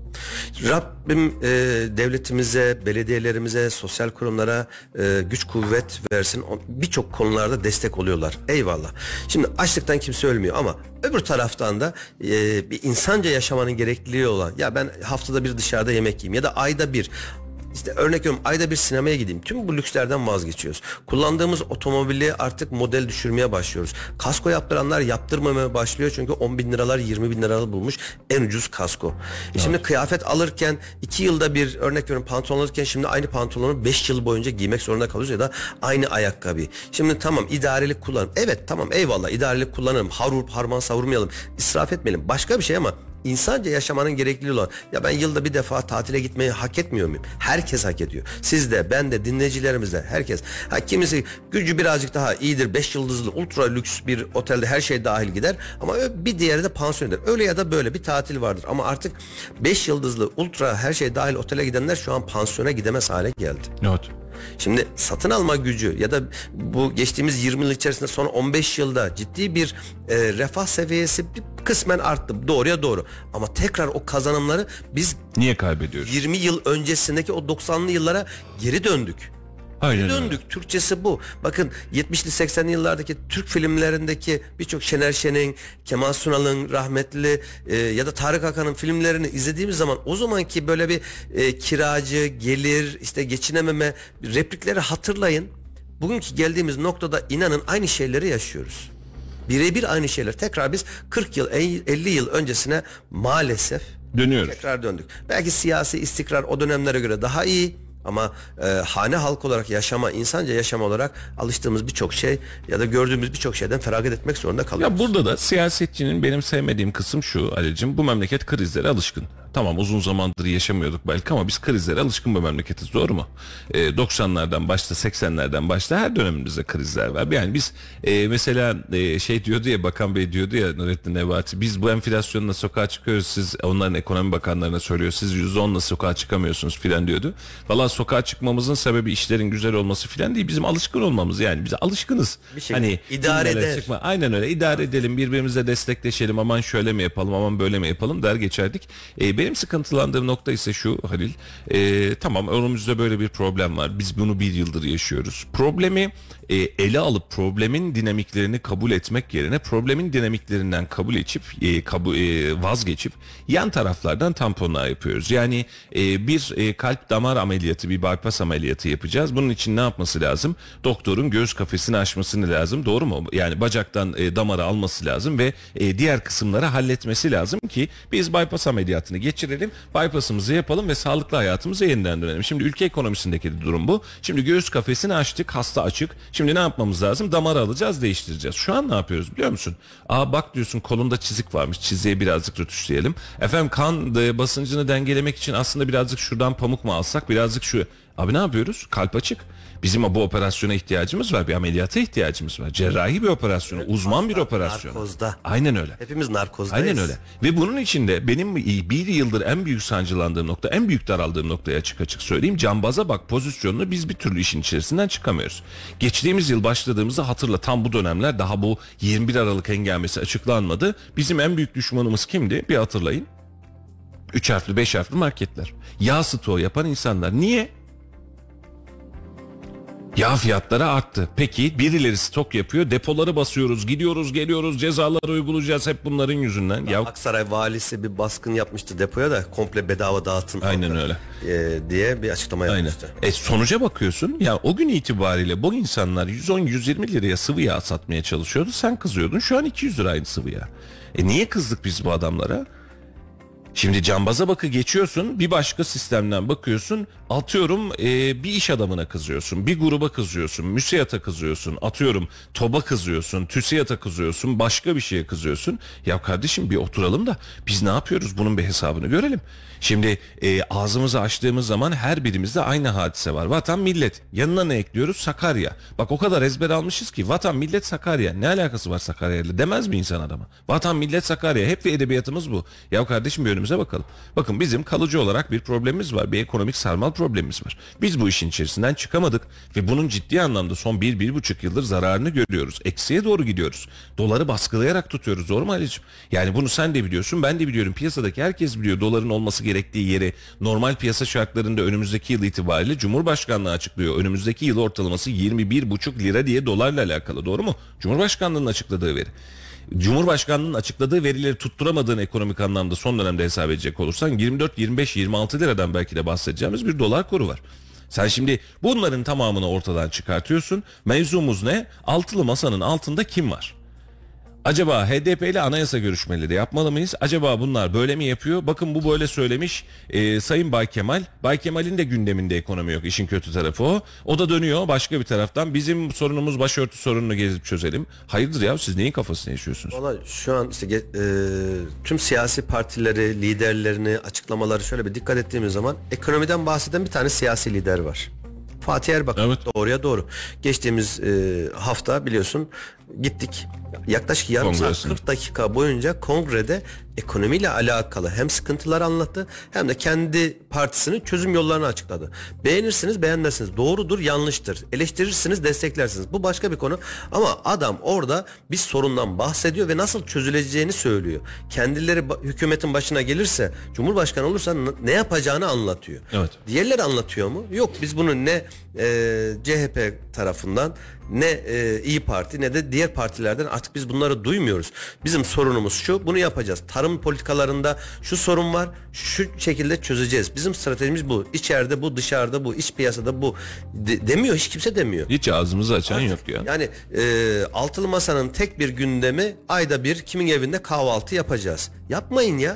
Rabbim e, devletimize, belediyelerimize, sosyal kurumlara e, güç kuvvet versin. Birçok konularda destek oluyorlar. Eyvallah. Şimdi açlıktan kimse ölmüyor ama öbür taraftan da e, bir insanca yaşamanın gerekliliği olan, ya ben haftada bir dışarıda yemek yiyeyim ya da ayda bir, İşte örnek veriyorum, ayda bir sinemaya gideyim. Tüm bu lükslerden vazgeçiyoruz. Kullandığımız otomobili artık model düşürmeye başlıyoruz. Kasko yaptıranlar yaptırmamaya başlıyor çünkü on bin liralar yirmi bin liralar bulmuş en ucuz kasko. E şimdi kıyafet alırken iki yılda bir, örnek veriyorum, pantolon alırken şimdi aynı pantolonu beş yıl boyunca giymek zorunda kalıyoruz ya da aynı ayakkabı. Şimdi tamam, idarelik kullanım. Evet tamam, eyvallah, idarelik kullanalım. Harur harman savurmayalım. İsraf etmeyelim. Başka bir şey ama İnsanca yaşamanın gerekliliği olan, ya ben yılda bir defa tatile gitmeyi hak etmiyor muyum? Herkes hak ediyor. Siz de, ben de, dinleyicilerimiz de, herkes. Ha, kimisi gücü birazcık daha iyidir. Beş yıldızlı ultra lüks bir otelde her şey dahil gider. Ama bir diğeri de pansiyon eder. Öyle ya da böyle bir tatil vardır. Ama artık beş yıldızlı ultra her şey dahil otele gidenler şu an pansiyona gidemez hale geldi. Evet. Şimdi satın alma gücü ya da bu geçtiğimiz yirmi yıl içerisinde son on beş yılda ciddi bir e, refah seviyesi bir kısmen arttı. Doğruya doğru. Ama tekrar o kazanımları biz Niye kaybediyoruz? yirmi yıl öncesindeki o doksanlı yıllara geri döndük. Aynen öyle. Döndük. Türkçesi bu. Bakın yetmişli seksenli yıllardaki Türk filmlerindeki birçok Şener Şen'in, Kemal Sunal'ın rahmetli e, ya da Tarık Akan'ın filmlerini izlediğimiz zaman o zamanki böyle bir e, kiracı, gelir, işte geçinememe replikleri hatırlayın. Bugünkü geldiğimiz noktada inanın aynı şeyleri yaşıyoruz. Birebir aynı şeyler. Tekrar biz kırk yıl, elli yıl öncesine maalesef Dönüyoruz. tekrar döndük. Belki siyasi istikrar o dönemlere göre daha iyi. Ama e, hane halkı olarak yaşama, insanca yaşama olarak alıştığımız birçok şey ya da gördüğümüz birçok şeyden feragat etmek zorunda kalıyoruz. Ya burada da siyasetçinin benim sevmediğim kısım şu Ali'cim, bu memleket krizlere alışkın. Tamam, uzun zamandır yaşamıyorduk belki ama biz krizlere alışkın bir memleketiz, doğru mu? E, doksanlardan başta, seksenlerden başta her dönemimizde krizler var. Yani biz e, mesela e, şey diyordu ya, Bakan Bey diyordu ya, Nurettin Nebati, biz bu enflasyonla sokağa çıkıyoruz, siz onların ekonomi bakanlarına söylüyor, siz yüzde onla sokağa çıkamıyorsunuz filan diyordu. Valla sokağa çıkmamızın sebebi işlerin güzel olması filan değil, bizim alışkın olmamız. Yani biz alışkınız. Şey, hani idare eder. Çıkma. Aynen öyle, idare edelim, birbirimize destekleşelim, aman şöyle mi yapalım, aman böyle mi yapalım der geçerdik. E, benim sıkıntılandığım nokta ise şu Halil, e, tamam önümüzde böyle bir problem var, biz bunu bir yıldır yaşıyoruz. Problemi e, ele alıp problemin dinamiklerini kabul etmek yerine problemin dinamiklerinden kabul edip e, kabul, e, vazgeçip yan taraflardan tamponlar yapıyoruz. Yani e, bir e, kalp damar ameliyatı, bir bypass ameliyatı yapacağız. Bunun için ne yapması lazım? Doktorun göğüs kafesini açmasını lazım, doğru mu? Yani bacaktan e, damarı alması lazım ve e, diğer kısımları halletmesi lazım ki biz bypass ameliyatını geçirelim, bypass'ımızı yapalım ve sağlıklı hayatımıza yeniden dönelim. Şimdi ülke ekonomisindeki durum bu. Şimdi göğüs kafesini açtık, hasta açık. Şimdi ne yapmamız lazım? Damarı alacağız, değiştireceğiz. Şu an ne yapıyoruz biliyor musun? Aa bak diyorsun, kolunda çizik varmış, çiziğe birazcık rötuşlayalım. Efendim kan e, basıncını dengelemek için aslında birazcık şuradan pamuk mu alsak, birazcık şu. Abi ne yapıyoruz? Kalp açık. Bizim bu operasyona ihtiyacımız var. Bir ameliyata ihtiyacımız var. Cerrahi bir operasyonu, uzman bir operasyon. Narkozda. Aynen öyle. Hepimiz narkozdayız. Aynen öyle. Ve bunun içinde benim bir yıldır en büyük sancılandığım nokta, en büyük daraldığım noktaya açık açık söyleyeyim. Cambaza bak pozisyonunu biz bir türlü işin içerisinden çıkamıyoruz. Geçtiğimiz yıl başladığımızda hatırla, tam bu dönemler, daha bu yirmi bir Aralık hengamesi açıklanmadı. Bizim en büyük düşmanımız kimdi? Bir hatırlayın. Üç harfli, beş harfli marketler. Yağ stoğu yapan insanlar. Niye? Yağ fiyatları arttı. Peki birileri stok yapıyor, depoları basıyoruz, gidiyoruz geliyoruz, cezaları uygulayacağız hep bunların yüzünden. Ya, Aksaray valisi bir baskın yapmıştı depoya da, komple bedava dağıtın. aynen öyle. E, diye bir açıklama Aynen. yapmıştı. E sonuca bakıyorsun ya, o gün itibariyle bu insanlar yüz on yüz yirmi liraya sıvı yağ satmaya çalışıyordu. Sen kızıyordun, şu an iki yüz lira aynı sıvı yağ. E niye kızdık biz bu adamlara? Şimdi cambaza bakı geçiyorsun, bir başka sistemden bakıyorsun, atıyorum e, bir iş adamına kızıyorsun, bir gruba kızıyorsun, MÜSİAD'a kızıyorsun, atıyorum TOB'a kızıyorsun, TÜSİAD'a kızıyorsun, başka bir şeye kızıyorsun. Ya kardeşim bir oturalım da biz ne yapıyoruz, bunun bir hesabını görelim. Şimdi e, ağzımızı açtığımız zaman her birimizde aynı hadise var. Vatan millet, yanına ne ekliyoruz? Sakarya. Bak o kadar ezber almışız ki vatan millet Sakarya. Ne alakası var Sakarya'yla demez mi insan adama? Vatan millet Sakarya, hep bir edebiyatımız bu. Ya kardeşim bir önümüze bakalım. Bakın bizim kalıcı olarak bir problemimiz var. Bir ekonomik sarmal problemimiz var. Biz bu işin içerisinden çıkamadık ve bunun ciddi anlamda son bir, bir buçuk yıldır zararını görüyoruz. Eksiye doğru gidiyoruz. Doları baskılayarak tutuyoruz, doğru mu Ali'ciğim? Yani bunu sen de biliyorsun, ben de biliyorum. Piyasadaki herkes biliyor doların olması gerektiği yeri. Normal piyasa şartlarında önümüzdeki yıl itibariyle Cumhurbaşkanlığı açıklıyor. Önümüzdeki yıl ortalaması yirmi bir buçuk lira diye dolarla alakalı, doğru mu? Cumhurbaşkanlığının açıkladığı veri. Cumhurbaşkanlığının açıkladığı verileri tutturamadığın ekonomik anlamda son dönemde hesap edecek olursan yirmi dört, yirmi beş, yirmi altı liradan belki de bahsedeceğimiz bir dolar kuru var. Sen şimdi bunların tamamını ortadan çıkartıyorsun. Mevzumuz ne? Altılı masanın altında kim var? Acaba H D P ile anayasa görüşmeleri yapmalı mıyız? Acaba bunlar böyle mi yapıyor? Bakın bu böyle söylemiş e, Sayın Bay Kemal. Bay Kemal'in de gündeminde ekonomi yok. İşin kötü tarafı o. O da dönüyor başka bir taraftan. Bizim sorunumuz başörtü sorununu gezip çözelim. Hayırdır ya, siz neyin kafasını yaşıyorsunuz? Valla şu an işte e, tüm siyasi partileri, liderlerini, açıklamaları şöyle bir dikkat ettiğimiz zaman ekonomiden bahseden bir tane siyasi lider var. Fatih Erbakan. Evet. Doğruya doğru. Geçtiğimiz e, hafta biliyorsun gittik. Yaklaşık yarım saat kırk dakika boyunca kongrede ekonomiyle alakalı hem sıkıntılar anlattı hem de kendi partisinin çözüm yollarını açıkladı. Beğenirsiniz, beğenmezsiniz. Doğrudur, yanlıştır. Eleştirirsiniz, desteklersiniz. Bu başka bir konu. Ama adam orada bir sorundan bahsediyor ve nasıl çözüleceğini söylüyor. Kendileri hükümetin başına gelirse, Cumhurbaşkanı olursa ne yapacağını anlatıyor. Evet. Diğerleri anlatıyor mu? Yok, biz bunu ne e, C H P tarafından, ne e, İyi Parti, ne de diğer partilerden artık biz bunları duymuyoruz. Bizim sorunumuz şu, bunu yapacağız. Tarım politikalarında şu sorun var, şu şekilde çözeceğiz. Bizim stratejimiz bu. İçeride bu, dışarıda bu, iç piyasada bu de, demiyor. Hiç kimse demiyor. Hiç ağzımızı açan artık yok ya. Yani e, altılı masanın tek bir gündemi ayda bir kimin evinde kahvaltı yapacağız. Yapmayın ya.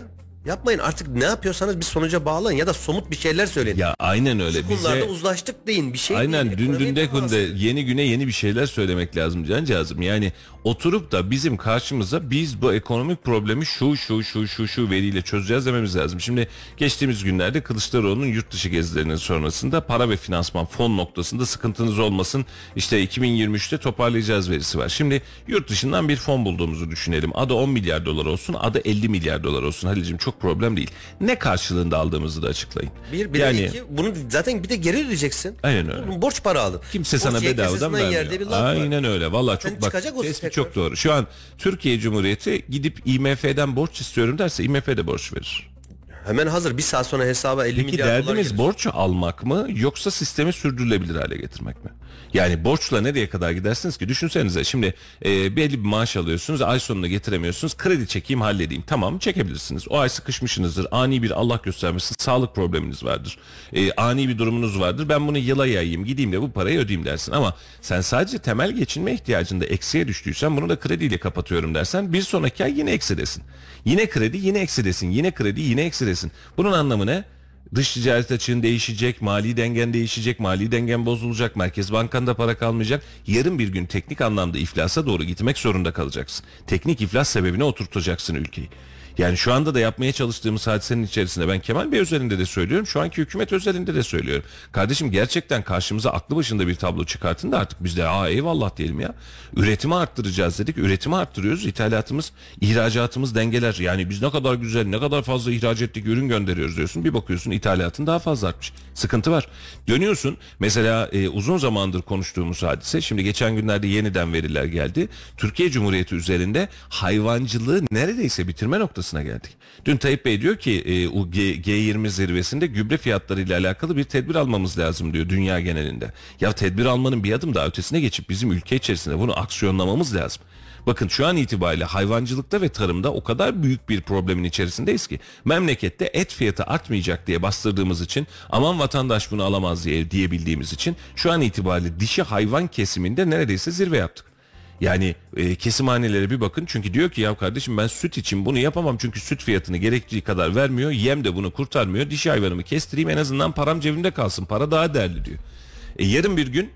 Yapmayın artık, ne yapıyorsanız bir sonuca bağlayın ya da somut bir şeyler söyleyin. Ya aynen öyle. Şu konularda Bize uzlaştık deyin, bir şey aynen deyin. dün Ekonomiye dünde bakın kunde aslında. yeni güne yeni bir şeyler söylemek lazım cancağızım. Yani oturup da bizim karşımıza biz bu ekonomik problemi şu şu şu şu şu veriyle çözeceğiz dememiz lazım. Şimdi geçtiğimiz günlerde Kılıçdaroğlu'nun yurt dışı gezilerinin sonrasında para ve finansman fon noktasında sıkıntınız olmasın, İşte iki bin yirmi üçte toparlayacağız verisi var. Şimdi yurt dışından bir fon bulduğumuzu düşünelim. Adı on milyar dolar olsun, adı elli milyar dolar olsun. Halil'cim çok problem değil. Ne karşılığında aldığımızı da açıklayın. Bir, bir yani, de iki, bunu zaten bir de geri ödeyeceksin. Aynen öyle. Bunu borç para aldın. Kimse Borç sana Y K bedavadan S'sinden vermiyor. yerde bir laf var. Aynen öyle. Vallahi çok Sen bak çıkacak o tespit tekrar. çok doğru. Şu an Türkiye Cumhuriyeti gidip I M F'den borç istiyorum derse I M F de borç verir. Hemen hazır, bir saat sonra hesaba elli Peki milyar dolar derdimiz gelir. borç almak mı yoksa sistemi sürdürülebilir hale getirmek mi? Yani borçla nereye kadar gidersiniz ki? Düşünsenize şimdi e, belli bir maaş alıyorsunuz, ay sonuna getiremiyorsunuz, kredi çekeyim halledeyim. Tamam, çekebilirsiniz. O ay sıkışmışsınızdır, ani bir Allah göstermesin sağlık probleminiz vardır. E, ani bir durumunuz vardır. Ben bunu yıla yayayım, gideyim de bu parayı ödeyeyim dersin. Ama sen sadece temel geçinme ihtiyacında eksiye düştüysen bunu da krediyle kapatıyorum dersen bir sonraki ay yine eksidesin. Yine kredi yine eksidesin, yine kredi yine eksidesin. Bunun anlamı ne? Dış ticaret açığın değişecek, mali dengen değişecek, mali dengen bozulacak, Merkez Bankanda para kalmayacak. Yarın bir gün teknik anlamda iflasa doğru gitmek zorunda kalacaksın. Teknik iflas sebebine oturtacaksın ülkeyi. Yani şu anda da yapmaya çalıştığımız hadisenin içerisinde ben Kemal Bey özelinde de söylüyorum, şu anki hükümet özelinde de söylüyorum. Kardeşim gerçekten karşımıza aklı başında bir tablo çıkartın da artık biz de aa eyvallah diyelim ya. Üretimi arttıracağız dedik, üretimi arttırıyoruz, ithalatımız, ihracatımız dengeler. Yani biz ne kadar güzel, ne kadar fazla ihraç ettik, ürün gönderiyoruz diyorsun. Bir bakıyorsun ithalatın daha fazla artmış. Sıkıntı var. Dönüyorsun mesela e, uzun zamandır konuştuğumuz hadise, şimdi geçen günlerde yeniden veriler geldi. Türkiye Cumhuriyeti üzerinde hayvancılığı neredeyse bitirme noktası geldik. Dün Tayyip Bey diyor ki e, o G yirmi zirvesinde gübre fiyatları ile alakalı bir tedbir almamız lazım diyor dünya genelinde. Ya tedbir almanın bir adım daha ötesine geçip bizim ülke içerisinde bunu aksiyonlamamız lazım. Bakın şu an itibariyle hayvancılıkta ve tarımda o kadar büyük bir problemin içerisindeyiz ki memlekette et fiyatı artmayacak diye bastırdığımız için, aman vatandaş bunu alamaz diye diyebildiğimiz için şu an itibariyle dişi hayvan kesiminde neredeyse zirve yaptık. Yani e, kesimhanelere bir bakın, çünkü diyor ki ya kardeşim ben süt için bunu yapamam çünkü süt fiyatını gerektiği kadar vermiyor, yem de bunu kurtarmıyor, dişi hayvanımı kestireyim en azından param cebimde kalsın, para daha değerli diyor. E, yarın bir gün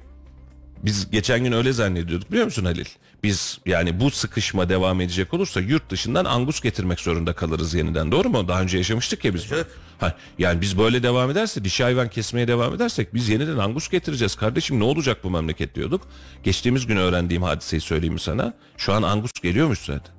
biz geçen gün öyle zannediyorduk, biliyor musun Halil? Biz yani bu sıkışma devam edecek olursa yurt dışından angus getirmek zorunda kalırız yeniden, doğru mu? Daha önce yaşamıştık ya biz bunu. Ha, yani biz böyle devam ederse, dişi hayvan kesmeye devam edersek biz yeniden angus getireceğiz kardeşim, ne olacak bu memleket diyorduk. Geçtiğimiz gün öğrendiğim hadiseyi söyleyeyim mi sana? Şu an angus geliyormuş zaten.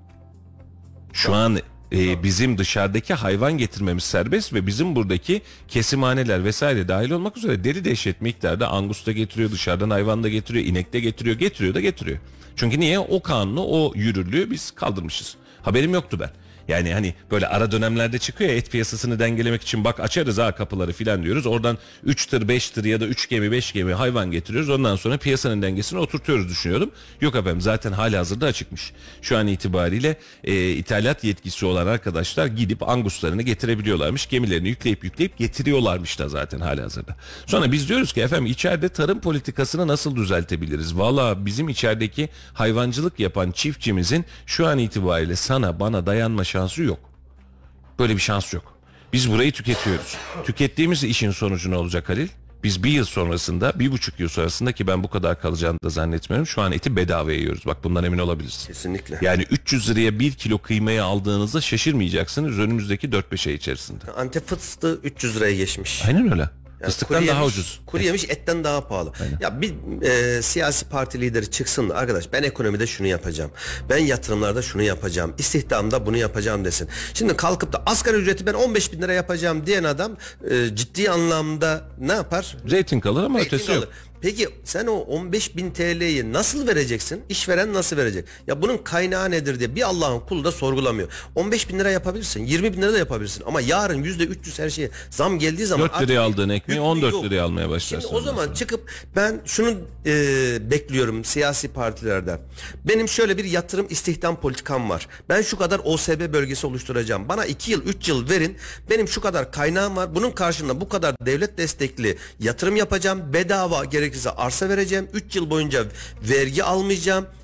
Şu an e, bizim dışarıdaki hayvan getirmemiz serbest ve bizim buradaki kesimhaneler vesaire dahil olmak üzere deli dehşet miktarda angus da getiriyor, dışarıdan hayvan da getiriyor, inek de getiriyor, getiriyor da getiriyor. Çünkü niye? O kanunu, o yürürlüğü biz kaldırmışız. Haberim yoktu ben. Yani hani böyle ara dönemlerde çıkıyor ya, et piyasasını dengelemek için bak açarız ha kapıları filan diyoruz. Oradan üç tır beş tır ya da üç gemi beş gemi hayvan getiriyoruz. Ondan sonra piyasanın dengesini oturtuyoruz düşünüyordum. Yok efendim, zaten halihazırda açıkmış. Şu an itibariyle e, ithalat yetkisi olan arkadaşlar gidip anguslarını getirebiliyorlarmış. Gemilerini yükleyip yükleyip getiriyorlarmış da zaten halihazırda. Sonra biz diyoruz ki efendim içeride tarım politikasını nasıl düzeltebiliriz? Valla bizim içerideki hayvancılık yapan çiftçimizin şu an itibariyle sana bana dayanma şansı yok. Böyle bir şans yok. Biz burayı tüketiyoruz. Tükettiğimiz işin sonucu ne olacak Halil? Biz bir yıl sonrasında, bir buçuk yıl sonrasında, ki ben bu kadar kalacağını da zannetmiyorum, şu an eti bedava yiyoruz. Bak bundan emin olabilirsin. Kesinlikle. Yani üç yüz liraya bir kilo kıymayı aldığınızda şaşırmayacaksınız önümüzdeki dört beş ay içerisinde. Antep fıstığı üç yüz liraya geçmiş. Aynen öyle. Yani Fıstıktan kuru daha yemiş, ucuz. Kuru yemiş etten daha pahalı. Aynen. Ya bir e, siyasi parti lideri çıksın da arkadaş ben ekonomide şunu yapacağım, ben yatırımlarda şunu yapacağım, istihdamda bunu yapacağım desin. Şimdi kalkıp da asgari ücreti ben on beş bin lira yapacağım diyen adam e, ciddi anlamda ne yapar? Reyting alır ama Reyting ötesi alır. yok. Peki sen o on beş bin T L'yi nasıl vereceksin? İşveren nasıl verecek? Ya bunun kaynağı nedir diye bir Allah'ın kulu da sorgulamıyor. on beş bin lira yapabilirsin, yirmi bin lira da yapabilirsin ama yarın yüzde üç yüz her şeye zam geldiği zaman dört liraya aldığın ekmeği on dört yok. liraya almaya başlarsın. Şimdi o zaman çıkıp ben şunu e, bekliyorum siyasi partilerden. Benim şöyle bir yatırım istihdam politikam var. Ben şu kadar O S B bölgesi oluşturacağım. Bana iki yıl üç yıl verin. Benim şu kadar kaynağım var. Bunun karşılığında bu kadar devlet destekli yatırım yapacağım. Bedava gerekirse arsa vereceğim. üç yıl boyunca vergi almayacağım.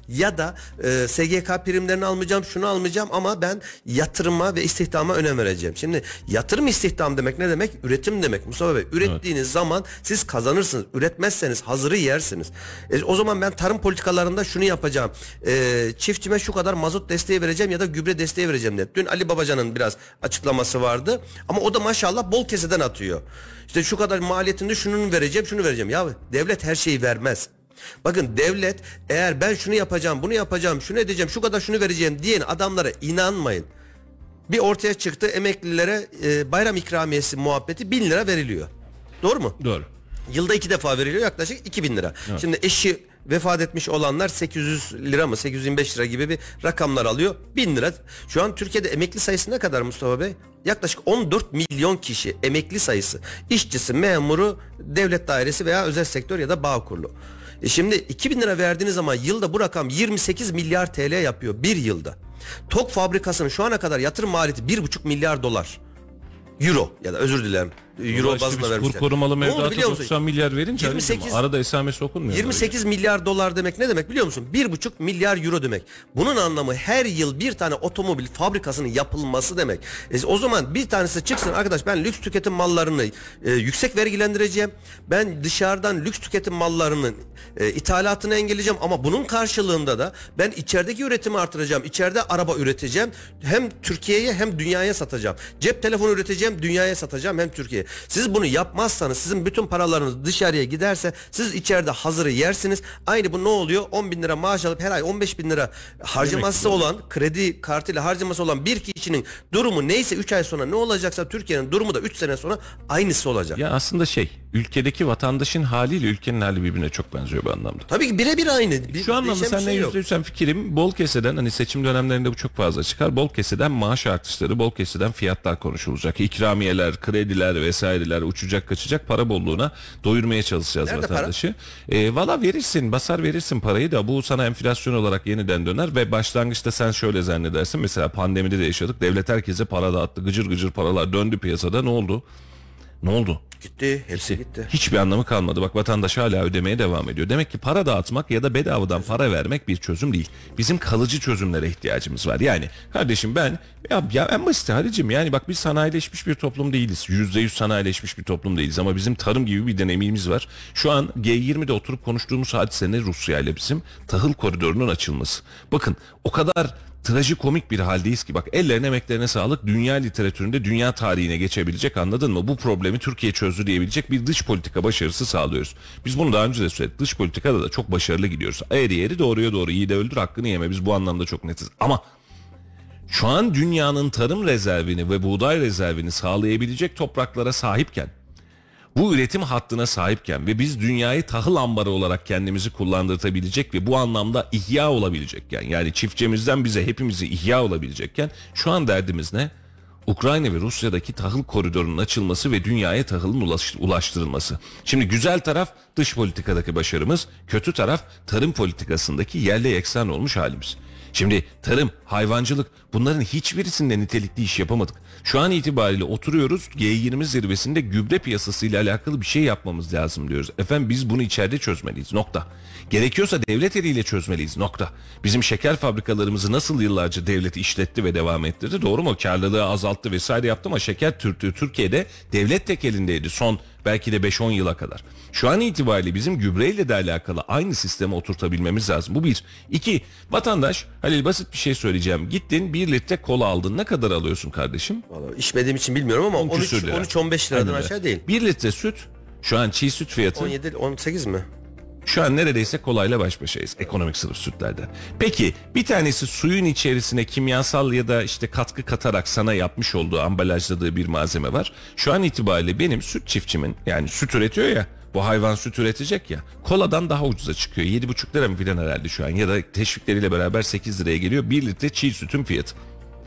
ya da e, S G K primlerini almayacağım, şunu almayacağım ama ben yatırıma ve istihdama önem vereceğim. Şimdi yatırım istihdam demek ne demek? Üretim demek Mustafa Bey. Ürettiğiniz evet. zaman siz kazanırsınız. Üretmezseniz hazırı yersiniz. E, o zaman ben tarım politikalarında şunu yapacağım. E, çiftçime şu kadar mazot desteği vereceğim ya da gübre desteği vereceğim diye. Dün Ali Babacan'ın biraz açıklaması vardı. Ama o da maşallah bol keseden atıyor. İşte şu kadar maliyetinde şunu vereceğim, şunu vereceğim. Ya devlet her şeyi vermez. Bakın devlet eğer ben şunu yapacağım, bunu yapacağım, şunu edeceğim, şu kadar şunu vereceğim diyen adamlara inanmayın. Bir ortaya çıktı, emeklilere e, bayram ikramiyesi muhabbeti bin lira veriliyor. Doğru mu? Doğru. Yılda iki defa veriliyor, yaklaşık iki bin lira. Evet. Şimdi eşi vefat etmiş olanlar sekiz yüz lira mı sekiz yüz yirmi beş lira gibi bir rakamlar alıyor. bin lira. Şu an Türkiye'de emekli sayısı ne kadar Mustafa Bey? Yaklaşık on dört milyon kişi emekli sayısı. İşçisi, memuru, devlet dairesi veya özel sektör ya da Bağkurlu. E şimdi iki bin lira verdiğiniz zaman yılda bu rakam yirmi sekiz milyar T L yapıyor bir yılda. Tok fabrikasının şu ana kadar yatırım maliyeti bir buçuk milyar dolar. Euro ya da özür dilerim. Euro işte bazında vermişler. Kur korumalı mevduata doksan milyar verince yirmi sekiz, arada esamesi okunmuyor. yirmi sekiz milyar dolar demek ne demek biliyor musun? bir buçuk milyar euro demek. Bunun anlamı her yıl bir tane otomobil fabrikasının yapılması demek. E, o zaman bir tanesi çıksın arkadaş ben lüks tüketim mallarını e, yüksek vergilendireceğim. Ben dışarıdan lüks tüketim mallarının e, ithalatını engelleyeceğim ama bunun karşılığında da ben içerideki üretimi artıracağım. İçeride araba üreteceğim. Hem Türkiye'ye hem dünyaya satacağım. Cep telefonu üreteceğim, dünyaya satacağım hem Türkiye'ye. Siz bunu yapmazsanız sizin bütün paralarınız dışarıya giderse siz içeride hazırı yersiniz. Aynı bu ne oluyor? on bin lira maaş alıp her ay on beş bin lira harcaması olan, kredi kartıyla harcaması olan bir kişinin durumu neyse üç ay sonra ne olacaksa Türkiye'nin durumu da üç sene sonra aynısı olacak. Ya aslında şey, ülkedeki vatandaşın haliyle ülkenin hali birbirine çok benziyor bu anlamda. Tabii ki birebir aynı. Bir, Şu anlamda seninle şey yüzde yüz sen fikrim bol keseden, hani seçim dönemlerinde bu çok fazla çıkar. Bol keseden maaş artışları, bol keseden fiyatlar konuşulacak. İkramiyeler, krediler vesaireler uçacak kaçacak, para bolluğuna doyurmaya çalışacağız nerede vatandaşı. E, Valla verirsin, basar verirsin parayı da bu sana enflasyon olarak yeniden döner ve başlangıçta sen şöyle zannedersin. Mesela pandemide de yaşadık. Devlet herkese para dağıttı. Gıcır gıcır paralar döndü piyasada. Ne oldu? Ne oldu? Gitti. Hepsi gitti. Hiçbir anlamı kalmadı. Bak vatandaş hala ödemeye devam ediyor. Demek ki para dağıtmak ya da bedavadan para vermek bir çözüm değil. Bizim kalıcı çözümlere ihtiyacımız var. Yani kardeşim ben ya, ya en basit Halicim yani bak biz sanayileşmiş bir toplum değiliz. yüzde yüz sanayileşmiş bir toplum değiliz ama bizim tarım gibi bir deneyimimiz var. Şu an G yirmide oturup konuştuğumuz hadise ne? Rusya ile bizim tahıl koridorunun açılması. Bakın o kadar trajikomik bir haldeyiz ki bak ellerine emeklerine sağlık, dünya literatüründe dünya tarihine geçebilecek, anladın mı? Bu problemi Türkiye çözdü diyebilecek bir dış politika başarısı sağlıyoruz. Biz bunu daha önce de söyledik. Dış politikada da çok başarılı gidiyoruz. Eğri yeri doğruya doğru, iyi de öldür hakkını yeme, biz bu anlamda çok netiz. Ama şu an dünyanın tarım rezervini ve buğday rezervini sağlayabilecek topraklara sahipken, bu üretim hattına sahipken ve biz dünyayı tahıl ambarı olarak kendimizi kullandırtabilecek ve bu anlamda ihya olabilecekken, yani çiftçimizden bize hepimizi ihya olabilecekken şu an derdimiz ne? Ukrayna ve Rusya'daki tahıl koridorunun açılması ve dünyaya tahılın ulaş, ulaştırılması. Şimdi güzel taraf dış politikadaki başarımız, kötü taraf tarım politikasındaki yerle yeksan olmuş halimiz. Şimdi tarım, hayvancılık, bunların hiçbirisinde nitelikli iş yapamadık. Şu an itibariyle oturuyoruz, G yirmi zirvesinde gübre piyasasıyla alakalı bir şey yapmamız lazım diyoruz. Efendim biz bunu içeride çözmeliyiz, nokta. Gerekiyorsa devlet eliyle çözmeliyiz, nokta. Bizim şeker fabrikalarımızı nasıl yıllarca devlet işletti ve devam ettirdi, doğru mu? Karlılığı azalttı vesaire yaptı ama şeker Türkiye'de devlet tek elindeydi son belki de beş on yıla kadar. Şu an itibariyle bizim gübreyle de alakalı aynı sisteme oturtabilmemiz lazım. Bu bir. İki, vatandaş, Halil basit bir şey söyleyeceğim. Gittin bir litre kola aldın. Ne kadar alıyorsun kardeşim? Vallahi içmediğim için bilmiyorum ama on üç on beş liradan aşağı değil. Bir litre süt, şu an çiğ süt fiyatı on yedi on sekiz mi? Şu an neredeyse kolayla baş başayız ekonomik sınıf sütlerden. Peki bir tanesi suyun içerisine kimyasal ya da işte katkı katarak sana yapmış olduğu, ambalajladığı bir malzeme var. Şu an itibariyle benim süt çiftçimin, yani süt üretiyor ya, bu hayvan süt üretecek ya, koladan daha ucuza çıkıyor. yedi buçuk lira mı filan herhalde şu an, ya da teşvikleriyle beraber sekiz liraya geliyor bir litre çiğ sütün fiyatı.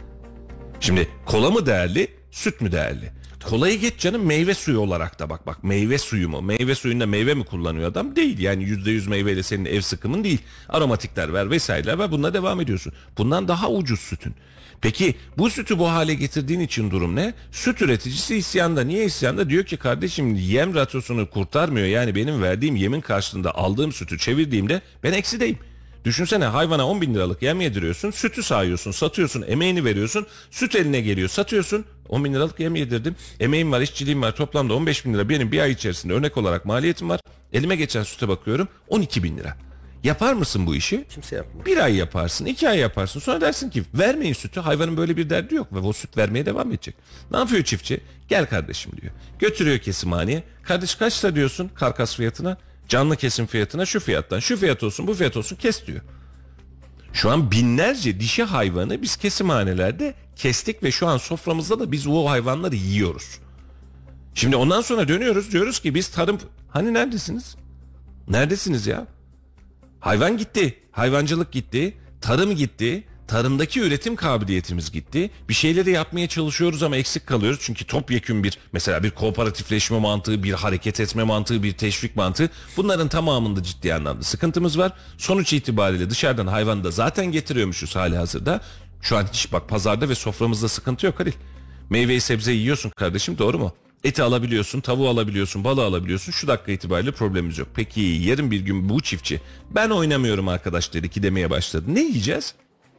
Şimdi kola mı değerli, süt mü değerli? Kolayı geç canım, meyve suyu olarak da bak bak meyve suyu mu? Meyve suyunda meyve mi kullanıyor adam? Değil yani, yüzde yüz meyveyle senin ev sıkımın değil. Aromatikler ver vesaireler ver, bununla devam ediyorsun. Bundan daha ucuz sütün. Peki bu sütü bu hale getirdiğin için durum ne? Süt üreticisi isyanda. Niye isyanda? Diyor ki kardeşim yem rasyosunu kurtarmıyor. Yani benim verdiğim yemin karşılığında aldığım sütü çevirdiğimde ben eksideyim. Düşünsene, hayvana on bin liralık yem yediriyorsun, sütü sağıyorsun, satıyorsun, emeğini veriyorsun, süt eline geliyor, satıyorsun, on bin liralık yem yedirdim, emeğim var, işçiliğim var, toplamda on beş bin lira benim bir ay içerisinde örnek olarak maliyetim var, elime geçen süte bakıyorum on iki bin lira. Yapar mısın bu işi? Kimse yapmıyor. Bir ay yaparsın, iki ay yaparsın, sonra dersin ki vermeyin sütü, hayvanın böyle bir derdi yok ve o süt vermeye devam edecek. Ne yapıyor çiftçi? Gel kardeşim diyor. Götürüyor kesimhaneye, kardeş kaç lira diyorsun karkas fiyatına? Canlı kesim fiyatına şu fiyattan, şu fiyat olsun, bu fiyat olsun, kes diyor. Şu an binlerce dişi hayvanı biz kesimhanelerde kestik ve şu an soframızda da biz o hayvanları yiyoruz. Şimdi ondan sonra dönüyoruz, diyoruz ki biz tarım... Hani neredesiniz? Neredesiniz ya? Hayvan gitti, hayvancılık gitti, tarım gitti, tarımdaki üretim kabiliyetimiz gitti. Bir şeyleri yapmaya çalışıyoruz ama eksik kalıyoruz. Çünkü topyekün bir, mesela bir kooperatifleşme mantığı, bir hareket etme mantığı, bir teşvik mantığı, bunların tamamında ciddi anlamda sıkıntımız var. Sonuç itibariyle dışarıdan hayvanı da zaten getiriyormuşuz hali hazırda. Şu an hiç bak pazarda ve soframızda sıkıntı yok Halil. Meyveyi sebzeyi yiyorsun kardeşim, doğru mu? Eti alabiliyorsun, tavuğu alabiliyorsun, balığı alabiliyorsun. Şu dakika itibariyle problemimiz yok. Peki yarın bir gün bu çiftçi ben oynamıyorum arkadaş dedi ki demeye başladı. Ne yiyeceğiz?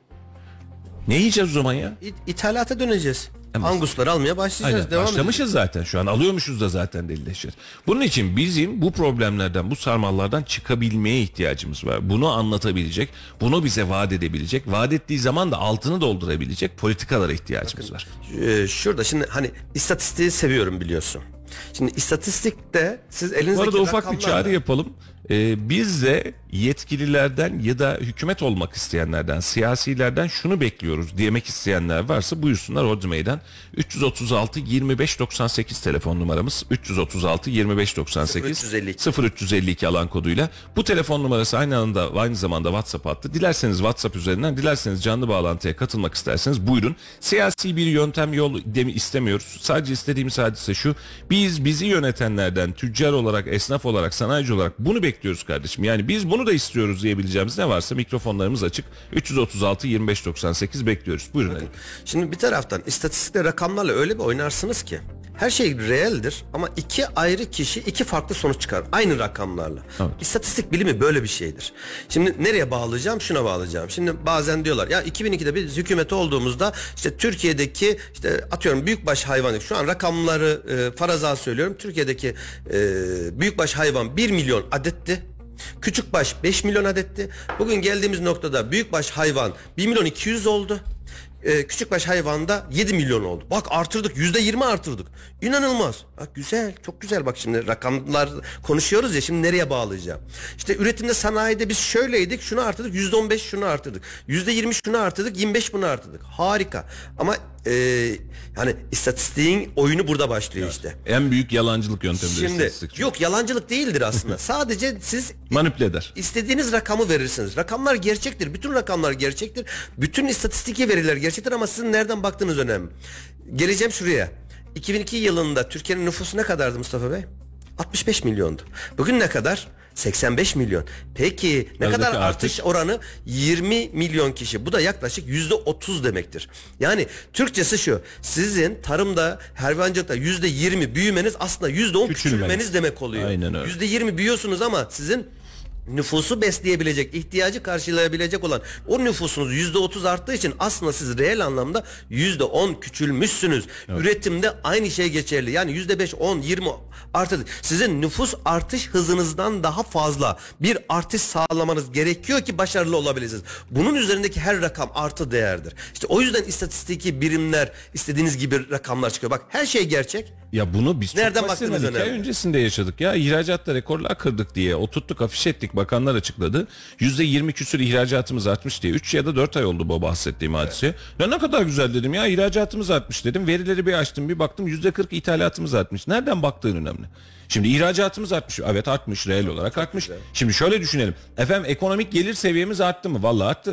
Ne yiyeceğiz o zaman ya? İ- İthalata döneceğiz. Ama- Angusları almaya başlayacağız. Aynen, Devam başlamışız edeceğiz. zaten, şu an alıyormuşuz da zaten delileşeceğiz. Bunun için bizim bu problemlerden, bu sarmallardan çıkabilmeye ihtiyacımız var. Bunu anlatabilecek, bunu bize vaat edebilecek, vaat ettiği zaman da altını doldurabilecek politikalara ihtiyacımız var. Ee, şurada şimdi hani istatistiği seviyorum biliyorsun. Şimdi istatistikte siz Bu elinizdeki arada ufak bir rakamlarla- çağrı yapalım. Ee, biz de yetkililerden ya da hükümet olmak isteyenlerden, siyasilerden şunu bekliyoruz demek isteyenler varsa buyursunlar Hodri Meydan. üç yüz otuz altı yirmi beş doksan sekiz telefon numaramız. üç yüz otuz altı yirmi beş doksan sekiz sıfır üç elli iki alan koduyla. Bu telefon numarası aynı anda aynı zamanda WhatsApp hattı. Dilerseniz WhatsApp üzerinden, dilerseniz canlı bağlantıya katılmak isterseniz buyurun. Siyasi bir yöntem, yol demi istemiyoruz. Sadece istediğimiz hadise şu: biz bizi yönetenlerden, tüccar olarak, esnaf olarak, sanayici olarak bunu bekliyoruz kardeşim. Yani biz bunu da istiyoruz diyebileceğimiz ne varsa mikrofonlarımız açık. üç yüz otuz altı yirmi beş doksan sekiz bekliyoruz. Buyurun Ali. Şimdi bir taraftan istatistikle, rakamlarla öyle bir oynarsınız ki her şey reeldir ama iki ayrı kişi iki farklı sonuç çıkar aynı rakamlarla. Evet. İstatistik bilimi böyle bir şeydir. Şimdi nereye bağlayacağım? Şuna bağlayacağım. Şimdi bazen diyorlar ya iki bin ikide biz hükümet olduğumuzda işte Türkiye'deki işte atıyorum büyükbaş hayvan, şu an rakamları e, faraza söylüyorum. Türkiye'deki e, büyükbaş hayvan bir milyon adetti. Küçükbaş beş milyon adetti. Bugün geldiğimiz noktada büyükbaş hayvan bir milyon iki yüz oldu. Ee, küçükbaş hayvanda yedi milyon oldu. Bak artırdık, yüzde yirmi artırdık. İnanılmaz. Bak güzel, çok güzel. Bak şimdi rakamlar konuşuyoruz ya, şimdi nereye bağlayacağım? İşte üretimde, sanayide biz şöyleydik, şunu artırdık, yüzde on beş şunu artırdık. yüzde yirmi şunu artırdık, yirmi beş bunu artırdık. Harika. Ama e, yani istatistiğin oyunu burada başlıyor işte. En büyük yalancılık yöntemidir Şimdi istatistik. yok, yalancılık değildir aslında. Sadece siz Manipüle eder. İstediğiniz rakamı verirsiniz. Rakamlar gerçektir. Bütün rakamlar gerçektir. Bütün istatistiki veriler gerçektir ama sizin nereden baktığınız önemli. Geleceğim şuraya. iki bin iki yılında Türkiye'nin nüfusu ne kadardı Mustafa Bey? altmış beş milyondu. Bugün ne kadar? seksen beş milyon. Peki ne Aradaki kadar artış artış? oranı? yirmi milyon kişi. Bu da yaklaşık yüzde otuz demektir. Yani Türkçesi şu: sizin tarımda, hayvancılıkta yüzde yirmi büyümeniz aslında yüzde on Küçülmeniz. küçülmeniz demek oluyor. Aynen öyle. yüzde yirmi büyüyorsunuz ama sizin nüfusu besleyebilecek, ihtiyacı karşılayabilecek olan o nüfusunuz yüzde otuz arttığı için aslında siz reel anlamda yüzde on küçülmüşsünüz. Evet. Üretimde aynı şey geçerli. Yani yüzde beş, on, yirmi arttı. Sizin nüfus artış hızınızdan daha fazla bir artış sağlamanız gerekiyor ki başarılı olabilirsiniz. Bunun üzerindeki her rakam artı değerdir. İşte o yüzden istatistiki birimler istediğiniz gibi rakamlar çıkıyor. Bak her şey gerçek. Ya bunu biz Nereden çok baktığınız basit, iki ay önemli. öncesinde yaşadık ya. İhracatta rekorlar kırdık diye oturttuk, afiş ettik, bakanlar açıkladı. yüzde yirmi küsür ihracatımız artmış diye. üç ya da dört ay oldu bu bahsettiğim hadise. Evet. Ya ne kadar güzel dedim ya, ihracatımız artmış dedim. Verileri bir açtım, bir baktım yüzde kırk ithalatımız artmış. Nereden baktığın önemli. Şimdi ihracatımız artmış. Evet artmış, reel olarak artmış. Şimdi şöyle düşünelim. Efendim ekonomik gelir seviyemiz arttı mı? Vallahi arttı.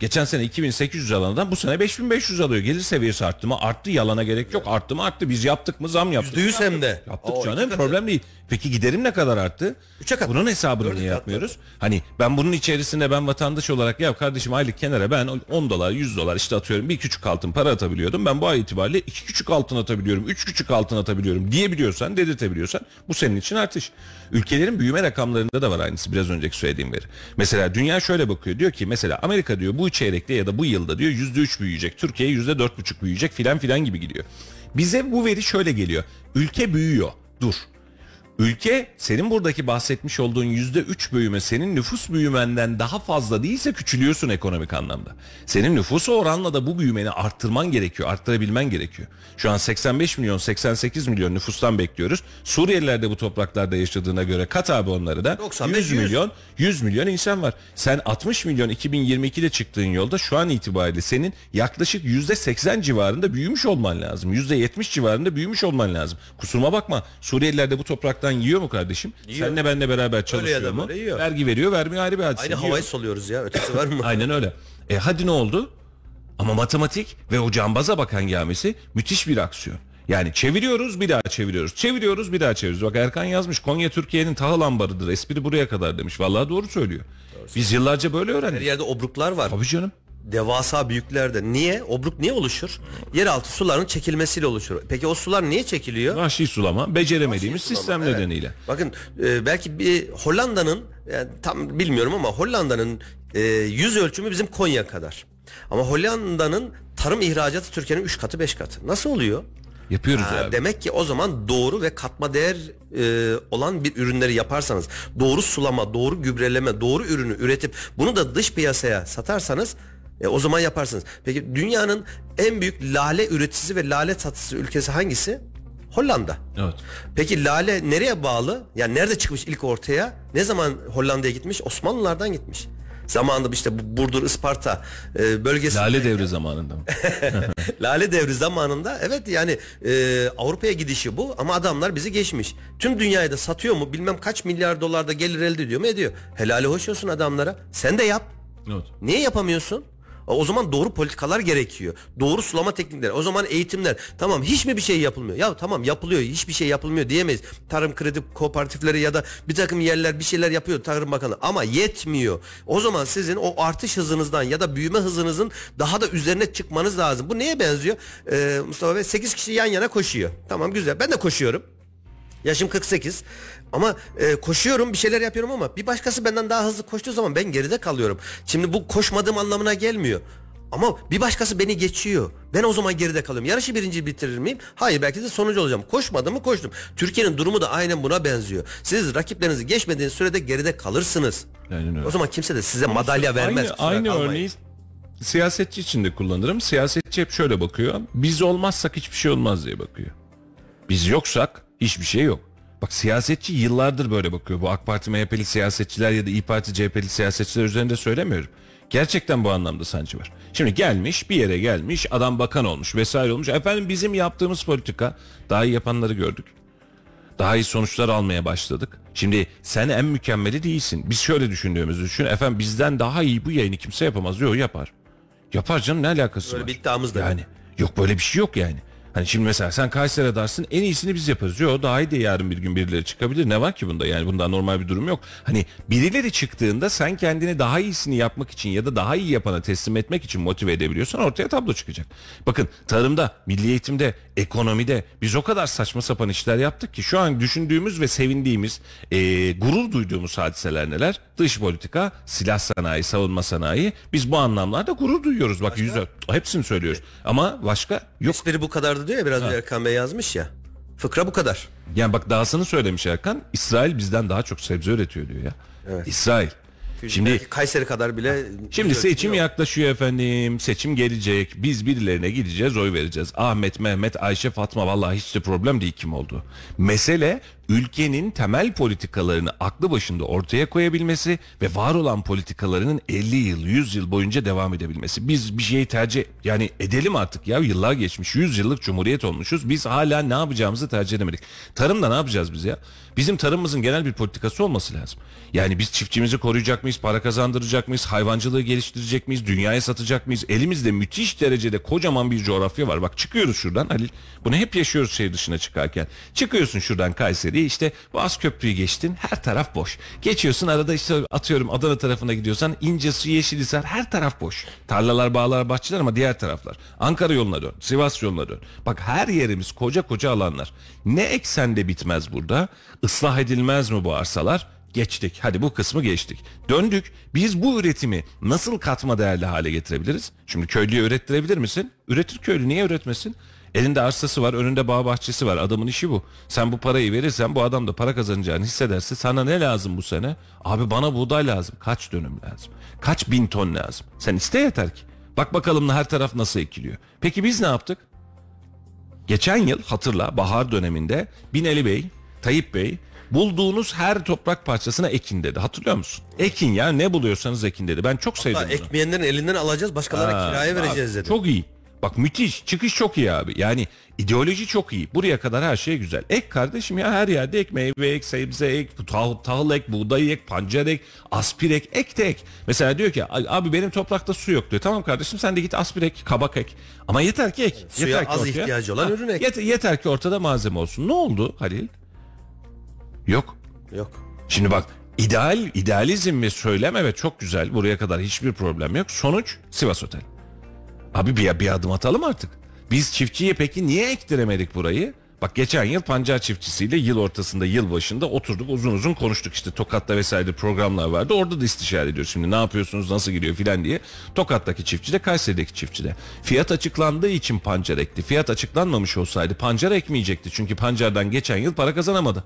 Geçen sene iki bin sekiz yüz alan adam bu sene beş bin beş yüz alıyor. Gelir seviyesi arttı mı? Arttı, yalana gerek yok. Arttı mı? Arttı. Biz yaptık mı? Zam yaptık. yüzde yüz hem de. Yaptık Oo, canım, iki problem değil. Peki giderim ne kadar arttı? Üçe katladı. Bunun hesabını Dörde niye katladı. yapmıyoruz? Hani ben bunun içerisinde ben vatandaş olarak ya kardeşim aylık kenara ben on dolar yüz dolar işte atıyorum bir küçük altın para atabiliyordum. Ben bu ay itibariyle iki küçük altın atabiliyorum. Üç küçük altın atabiliyorum diyebiliyorsan, dedirtebiliyorsan bu senin için artış. Ülkelerin büyüme rakamlarında da var aynısı biraz önceki söylediğim veri. Mesela dünya şöyle bakıyor, diyor ki mesela Amerika diyor bu çeyrekte ya da bu yılda diyor yüzde üç büyüyecek. Türkiye yüzde dört buçuk büyüyecek filan filan gibi gidiyor. Bize bu veri şöyle geliyor. Ülke büyüyor. Dur. Ülke senin buradaki bahsetmiş olduğun yüzde üç büyüme senin nüfus büyümenden daha fazla değilse küçülüyorsun ekonomik anlamda. Senin nüfusu oranla da bu büyümeni arttırman gerekiyor, arttırabilmen gerekiyor. Şu an seksen beş milyon seksen sekiz milyon nüfustan bekliyoruz. Suriyeliler de bu topraklarda yaşadığına göre kat abi onları da doksan beş, yüz milyon yüz milyon insan var. Sen altmış milyon iki bin yirmi ikide çıktığın yolda şu an itibariyle senin yaklaşık yüzde seksen civarında büyümüş olman lazım. yüzde yetmiş civarında büyümüş olman lazım. Kusuruma bakma, Suriyeliler de bu topraktan yiyor mu kardeşim? Yiyor. Senle benle beraber çalışıyor ya da mu? böyle yiyor. Vergi veriyor, vermiyor ayrı bir hadise. Aynı Yiyor. havayı soluyoruz ya. Ötesi var mı? Aynen öyle. E hadi ne oldu? Ama matematik ve o cambaza bakan gelmesi müthiş bir aksiyon. Yani çeviriyoruz bir daha çeviriyoruz. Çeviriyoruz bir daha çeviriyoruz. Bak Erkan yazmış, Konya Türkiye'nin tahıl ambarıdır. Espri buraya kadar demiş. Vallahi doğru söylüyor. Doğru. Biz yıllarca böyle Her öğrendik. yerde obruklar var. Tabii canım. Devasa büyüklerde. Niye? Obruk niye oluşur? Yeraltı suların çekilmesiyle oluşur. Peki o sular niye çekiliyor? Vahşi sulama beceremediğimiz Vahşi sistem sulama, evet. nedeniyle. Bakın e, belki bir Hollanda'nın yani tam bilmiyorum ama Hollanda'nın e, yüz ölçümü bizim Konya kadar. Ama Hollanda'nın tarım ihracatı Türkiye'nin üç katı beş katı. Nasıl oluyor? Yapıyoruz Ha, abi. demek ki o zaman doğru ve katma değer e, olan bir ürünleri yaparsanız, doğru sulama, doğru gübreleme, doğru ürünü üretip bunu da dış piyasaya satarsanız e, o zaman yaparsınız. Peki dünyanın en büyük lale üreticisi ve lale satıcısı ülkesi hangisi? Hollanda. Evet. Peki lale nereye bağlı? Yani nerede çıkmış ilk ortaya? Ne zaman Hollanda'ya gitmiş? Osmanlılardan gitmiş. Zamanında işte bu Burdur, Isparta e, bölgesinde. Lale devri zamanında mı? Lale devri zamanında evet yani e, Avrupa'ya gidişi bu ama adamlar bizi geçmiş. Tüm dünyayı da satıyor mu? Bilmem kaç milyar dolarda gelir elde ediyor mu? Ediyor. Helali hoş olsun adamlara. Sen de yap. Evet. Niye yapamıyorsun? O zaman doğru politikalar gerekiyor. Doğru sulama teknikleri. O zaman eğitimler. Tamam hiç mi bir şey yapılmıyor? Ya tamam yapılıyor. Hiçbir şey yapılmıyor diyemeyiz. Tarım kredi kooperatifleri ya da bir takım yerler bir şeyler yapıyor Tarım Bakanı. Ama yetmiyor. O zaman sizin o artış hızınızdan ya da büyüme hızınızın daha da üzerine çıkmanız lazım. Bu neye benziyor? Ee, Mustafa Bey sekiz kişi yan yana koşuyor. Tamam güzel. Ben de koşuyorum. Yaşım kırk sekiz ama e, koşuyorum bir şeyler yapıyorum ama bir başkası benden daha hızlı koştuğu zaman ben geride kalıyorum. Şimdi bu koşmadığım anlamına gelmiyor. Ama bir başkası beni geçiyor. Ben o zaman geride kalıyorum. Yarışı birinci bitirir miyim? Hayır belki de sonuncu olacağım. Koşmadım mı koştum. Türkiye'nin durumu da aynen buna benziyor. Siz rakiplerinizi geçmediğiniz sürede geride kalırsınız. Aynen öyle. O zaman kimse de size madalya vermez. Aynı, aynı örneği siyasetçi için de kullanırım. Siyasetçi hep şöyle bakıyor. Biz olmazsak hiçbir şey olmaz diye bakıyor. Biz yoksak hiçbir şey yok. Bak siyasetçi yıllardır böyle bakıyor. Bu AK Parti M H P'li siyasetçiler ya da İYİ Parti C H P'li siyasetçiler üzerinde söylemiyorum. Gerçekten bu anlamda sancı var. Şimdi gelmiş bir yere gelmiş adam bakan olmuş vesaire olmuş. Efendim bizim yaptığımız politika daha iyi yapanları gördük. Daha iyi sonuçlar almaya başladık. Şimdi sen en mükemmeli değilsin. Biz şöyle düşündüğümüzü düşün. Efendim bizden daha iyi bu yayını kimse yapamaz. Yok yapar. Yapar canım ne alakası Böyle var? bir iddiamız da yok. Yani yok böyle bir şey yok yani. Hani şimdi mesela sen Kayseri'de dersin en iyisini biz yaparız. Yok daha iyi de yarın bir gün birileri çıkabilir. Ne var ki bunda? Yani bundan normal bir durum yok. Hani birileri çıktığında sen kendini daha iyisini yapmak için ya da daha iyi yapana teslim etmek için motive edebiliyorsan ortaya tablo çıkacak. Bakın tarımda, milli eğitimde, ekonomide biz o kadar saçma sapan işler yaptık ki şu an düşündüğümüz ve sevindiğimiz, e, gurur duyduğumuz hadiseler neler? Dış politika, silah sanayi, savunma sanayi. Biz bu anlamlarda gurur duyuyoruz. Bak yüzde hepsini söylüyoruz. Ama başka yok. Espri bu kadardı diyor ya biraz önce Erkan Bey yazmış ya. Fıkra bu kadar. Yani bak dahasını söylemiş Erkan. İsrail bizden daha çok sebze üretiyor diyor ya. Evet. İsrail. Şimdi Belki Kayseri kadar bile. şimdi seçim yaklaşıyor efendim. Seçim gelecek. Biz birilerine gideceğiz, oy vereceğiz. Ahmet, Mehmet, Ayşe, Fatma vallahi hiç de problem değil kim oldu. Mesele ülkenin temel politikalarını aklı başında ortaya koyabilmesi ve var olan politikalarının elli yıl, yüz yıl boyunca devam edebilmesi. Biz bir şeyi tercih yani edelim artık ya, yıllar geçmiş, yüz yıllık cumhuriyet olmuşuz. Biz hala ne yapacağımızı tercih edemedik. Tarımda ne yapacağız biz ya? Bizim tarımımızın genel bir politikası olması lazım. Yani biz çiftçimizi koruyacak mıyız, para kazandıracak mıyız, hayvancılığı geliştirecek miyiz, dünyaya satacak mıyız? Elimizde müthiş derecede kocaman bir coğrafya var. Bak çıkıyoruz şuradan Halil, bunu hep yaşıyoruz şehir dışına çıkarken. Çıkıyorsun şuradan Kayseri'ye, işte Boğaz Köprü'yü geçtin, her taraf boş. Geçiyorsun arada işte atıyorum Adana tarafına gidiyorsan İncesu, Yeşilhisar, her taraf boş. Tarlalar, bağlar, bahçeler ama diğer taraflar. Ankara yoluna dön, Sivas yoluna dön. Bak her yerimiz koca koca alanlar. Ne eksen de bitmez burada. Islah edilmez mi bu arsalar? Geçtik. Hadi bu kısmı geçtik. Döndük. Biz bu üretimi nasıl katma değerli hale getirebiliriz? Şimdi köylüye ürettirebilir misin? Üretir köylü. Niye üretmesin? Elinde arsası var, önünde bağ bahçesi var. Adamın işi bu. Sen bu parayı verirsen bu adam da para kazanacağını hissederse sana ne lazım bu sene? Abi bana buğday lazım. Kaç dönüm lazım? Kaç bin ton lazım? Sen iste yeter ki. Bak bakalım her taraf nasıl ekiliyor. Peki biz ne yaptık? Geçen yıl hatırla bahar döneminde Binali Bey, Tayyip Bey bulduğunuz her toprak parçasına ekin dedi. Hatırlıyor musun? Ekin ya, ne buluyorsanız ekin dedi. Ben çok sevdim bunu. Ekmeyenlerin elinden alacağız, başkalarına Aa, kiraya vereceğiz dedi. Çok iyi. Bak müthiş. Çıkış çok iyi abi. Yani ideoloji çok iyi. Buraya kadar her şey güzel. Ek kardeşim ya, her yerde ek, meyve ek, sebze ek, tahıl, tahıl ek, buğday ek, pancar ek, aspir ek, ek de ek. Mesela diyor ki abi benim toprakta su yok diyor. Tamam kardeşim sen de git aspir ek, kabak ek. Ama yeter ki ek. Evet, suya yeter ki az ortaya, ihtiyacı olan ha, ürün ek. Yeter, yeter ki ortada malzeme olsun. Ne oldu Halil? Yok. Yok. Şimdi bak ideal, idealizm ve söylem evet çok güzel. Buraya kadar hiçbir problem yok. Sonuç Sivas Otel. Abi bir, bir adım atalım artık. Biz çiftçiye peki niye ektiremedik burayı? Bak geçen yıl pancar çiftçisiyle yıl ortasında, yıl başında oturduk, uzun uzun konuştuk. İşte Tokat'ta vesaire programlar vardı. Orada da istişare ediyoruz. Şimdi ne yapıyorsunuz, nasıl gidiyor filan diye. Tokat'taki çiftçi de, Kayseri'deki çiftçi de. Fiyat açıklandığı için pancar ekti. Fiyat açıklanmamış olsaydı pancar ekmeyecekti. Çünkü pancardan geçen yıl para kazanamadı.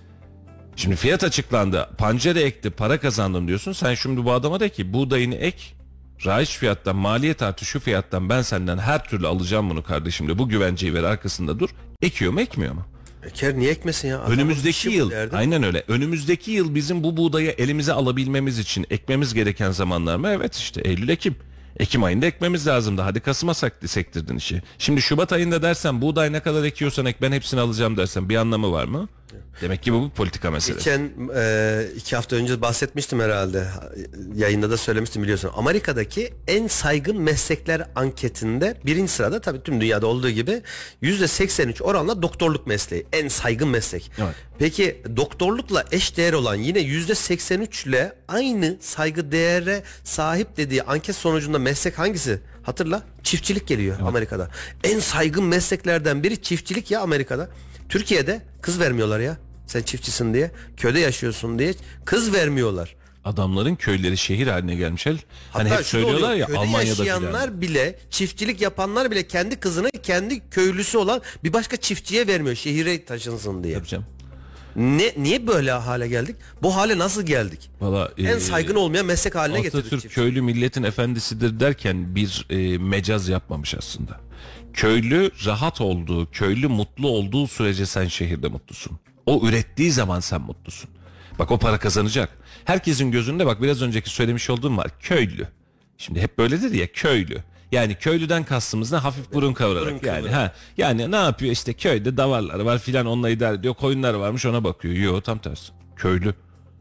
Şimdi fiyat açıklandı, pancarı ekti, para kazandım diyorsun. Sen şimdi bu adama de ki buğdayını ek, raiç fiyattan, maliyet artı şu fiyattan ben senden her türlü alacağım bunu kardeşim de, bu güvenceyi ver, arkasında dur. Ekiyor mu, ekmiyor mu? Eker niye ekmesin ya? Adamın Önümüzdeki yıl derdi. aynen öyle. Önümüzdeki yıl bizim bu buğdayı elimize alabilmemiz için ekmemiz gereken zamanlar mı? Evet işte Eylül, Ekim. Ekim ayında ekmemiz lazımdı. Hadi Kasım'a sektirdin işi. Şimdi Şubat ayında dersen buğday ne kadar ekiyorsan ek, ben hepsini alacağım dersen bir anlamı var mı? Demek ki bu bir politika meselesi. Geçen e, iki hafta önce bahsetmiştim herhalde. Yayında da söylemiştim biliyorsun. Amerika'daki en saygın meslekler anketinde birinci sırada, tabii tüm dünyada olduğu gibi, yüzde seksen üç oranla doktorluk mesleği. En saygın meslek. Evet. Peki doktorlukla eş değer olan yine yüzde seksen üç ile aynı saygı değere sahip dediği anket sonucunda meslek hangisi? Hatırla, çiftçilik geliyor evet. Amerika'da. En saygın mesleklerden biri çiftçilik ya Amerika'da. Türkiye'de kız vermiyorlar ya. Sen çiftçisin diye, köyde yaşıyorsun diye kız vermiyorlar. Adamların köyleri şehir haline gelmiş. Hani hatta hep söylüyorlar oluyor, ya köyde Almanya'da yaşayanlar filan. bile, çiftçilik yapanlar bile kendi kızını kendi köylüsü olan bir başka çiftçiye vermiyor, şehire taşınsın diye. Yapacağım. Ne, niye böyle hale geldik? Bu hale nasıl geldik? Vallahi, en e, saygın olmayan meslek haline getirdik. Atatürk çiftçi. köylü milletin efendisidir derken bir e, mecaz yapmamış aslında. Köylü rahat olduğu, köylü mutlu olduğu sürece sen şehirde mutlusun. O ürettiği zaman sen mutlusun. Bak o para kazanacak. Herkesin gözünde bak biraz önceki söylemiş olduğum var. Köylü. Şimdi hep böyledir ya, köylü. Yani köylüden kastımız ne? Hafif burun kavrarak. Burun yani kıvırarak. ha yani ne yapıyor işte, köyde davarlar var filan, onunla idare ediyor. Koyunlar varmış, ona bakıyor. Yok, tam tersi. Köylü.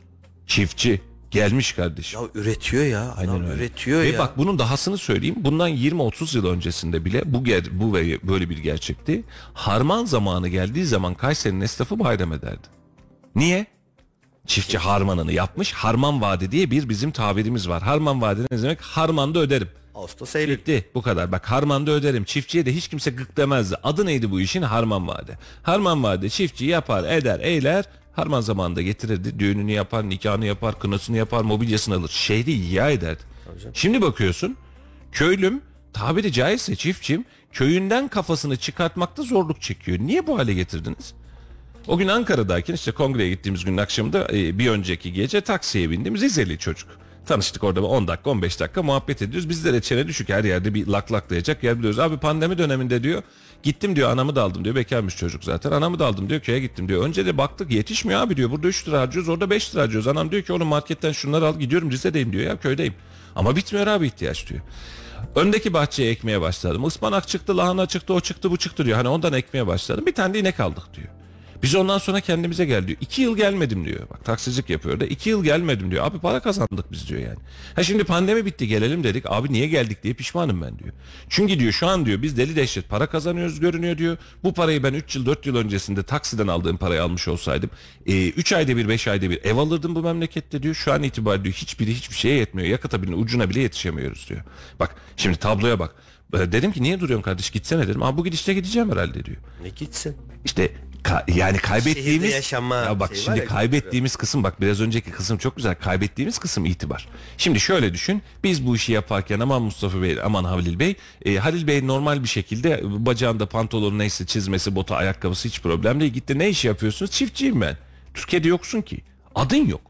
Çiftçi. Gelmiş kardeşim. Ya üretiyor ya. Aynen Adam öyle. üretiyor ve ya. bak bunun dahasını söyleyeyim. Bundan yirmi otuz yıl öncesinde bile bu ger- bu ve böyle bir gerçekti. Harman zamanı geldiği zaman Kayseri'nin esnafı bayram ederdi. Niye? Çiftçi harmanını yapmış. Harman vade diye bir bizim tabirimiz var. Harman vade ne demek? Harmanda öderim. Ağustos, Eylül. Bitti, bu kadar. Bak harmanda öderim. Çiftçiye de hiç kimse gık demezdi. Adı neydi bu işin? Harman vade. Harman vade çiftçi yapar, eder, eyler. Harman zamanında getirirdi. Düğününü yapar, nikahını yapar, kınasını yapar, mobilyasını alır. Şehri ihya ederdi. Şimdi bakıyorsun, köylüm, tabiri caizse çiftçim, köyünden kafasını çıkartmakta zorluk çekiyor. Niye bu hale getirdiniz? O gün Ankara'dayken, işte kongreye gittiğimiz günün akşamında, bir önceki gece taksiye bindim. Rizeli çocuk. Tanıştık orada on dakika on beş dakika muhabbet ediyoruz. Bizde de çene düşük, her yerde bir lak laklayacak yer biliyoruz. Abi pandemi döneminde diyor gittim diyor, anamı da aldım diyor, bekarmış çocuk zaten, anamı da aldım diyor, köye gittim diyor. Önce de baktık yetişmiyor abi diyor, burada üç lira harcıyoruz, orada beş lira harcıyoruz. Anam diyor ki oğlum marketten şunları al, gidiyorum Rize'deyim diyor ya, köydeyim. Ama bitmiyor abi ihtiyaç diyor. Öndeki bahçeye ekmeye başladım. Ispanak çıktı, lahana çıktı, o çıktı, bu çıktı diyor. Hani ondan ekmeye başladım. Bir tane de inek aldık diyor. Biz ondan sonra kendimize gel diyor. İki yıl gelmedim diyor. Bak taksicilik yapıyor da. İki yıl gelmedim diyor. Abi para kazandık biz diyor yani. Ha şimdi pandemi bitti gelelim dedik. Abi niye geldik diye pişmanım ben diyor. Çünkü diyor şu an diyor biz deli dehşet para kazanıyoruz görünüyor diyor. Bu parayı ben üç yıl dört yıl öncesinde taksiden aldığım parayı almış olsaydım. üç ayda bir beş ayda bir ev alırdım bu memlekette diyor. Şu an itibariyle diyor hiçbiri hiçbir şeye yetmiyor. Yakıta birinin ucuna bile yetişemiyoruz diyor. Bak şimdi tabloya bak. Dedim ki niye duruyorsun kardeş, gitsene dedim. Ama bu gidişte gideceğim herhalde diyor. Ne gitsin? İşte ka- yani kaybettiğimiz yaşama ya bak şey şimdi var ya, kaybettiğimiz kısım, bak biraz önceki kısım çok güzel, kaybettiğimiz kısım itibar. Şimdi şöyle düşün, biz bu işi yaparken aman Mustafa Bey aman Halil Bey e, Halil Bey normal bir şekilde bacağında pantolonu neyse çizmesi botu ayakkabısı hiç problem değil, gitti ne iş yapıyorsunuz, çiftçiyim ben. Türkiye'de yoksun ki, adın yok.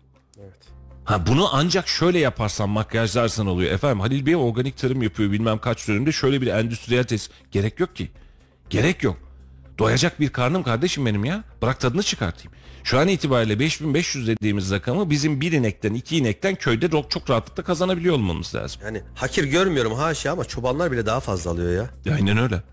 Ha bunu ancak şöyle yaparsan makyajlarsan oluyor. Efendim Halil Bey organik tarım yapıyor bilmem kaç dönemde, şöyle bir endüstriyel tesis. Gerek yok ki. Gerek yok. Doyacak bir karnım kardeşim benim ya. Bırak tadını çıkartayım. Şu an itibariyle beş bin beş yüz dediğimiz rakamı bizim bir inekten iki inekten köyde çok rahatlıkla kazanabiliyor olmamız lazım. Yani hakir görmüyorum haşa ama çobanlar bile daha fazla alıyor ya. Aynen öyle.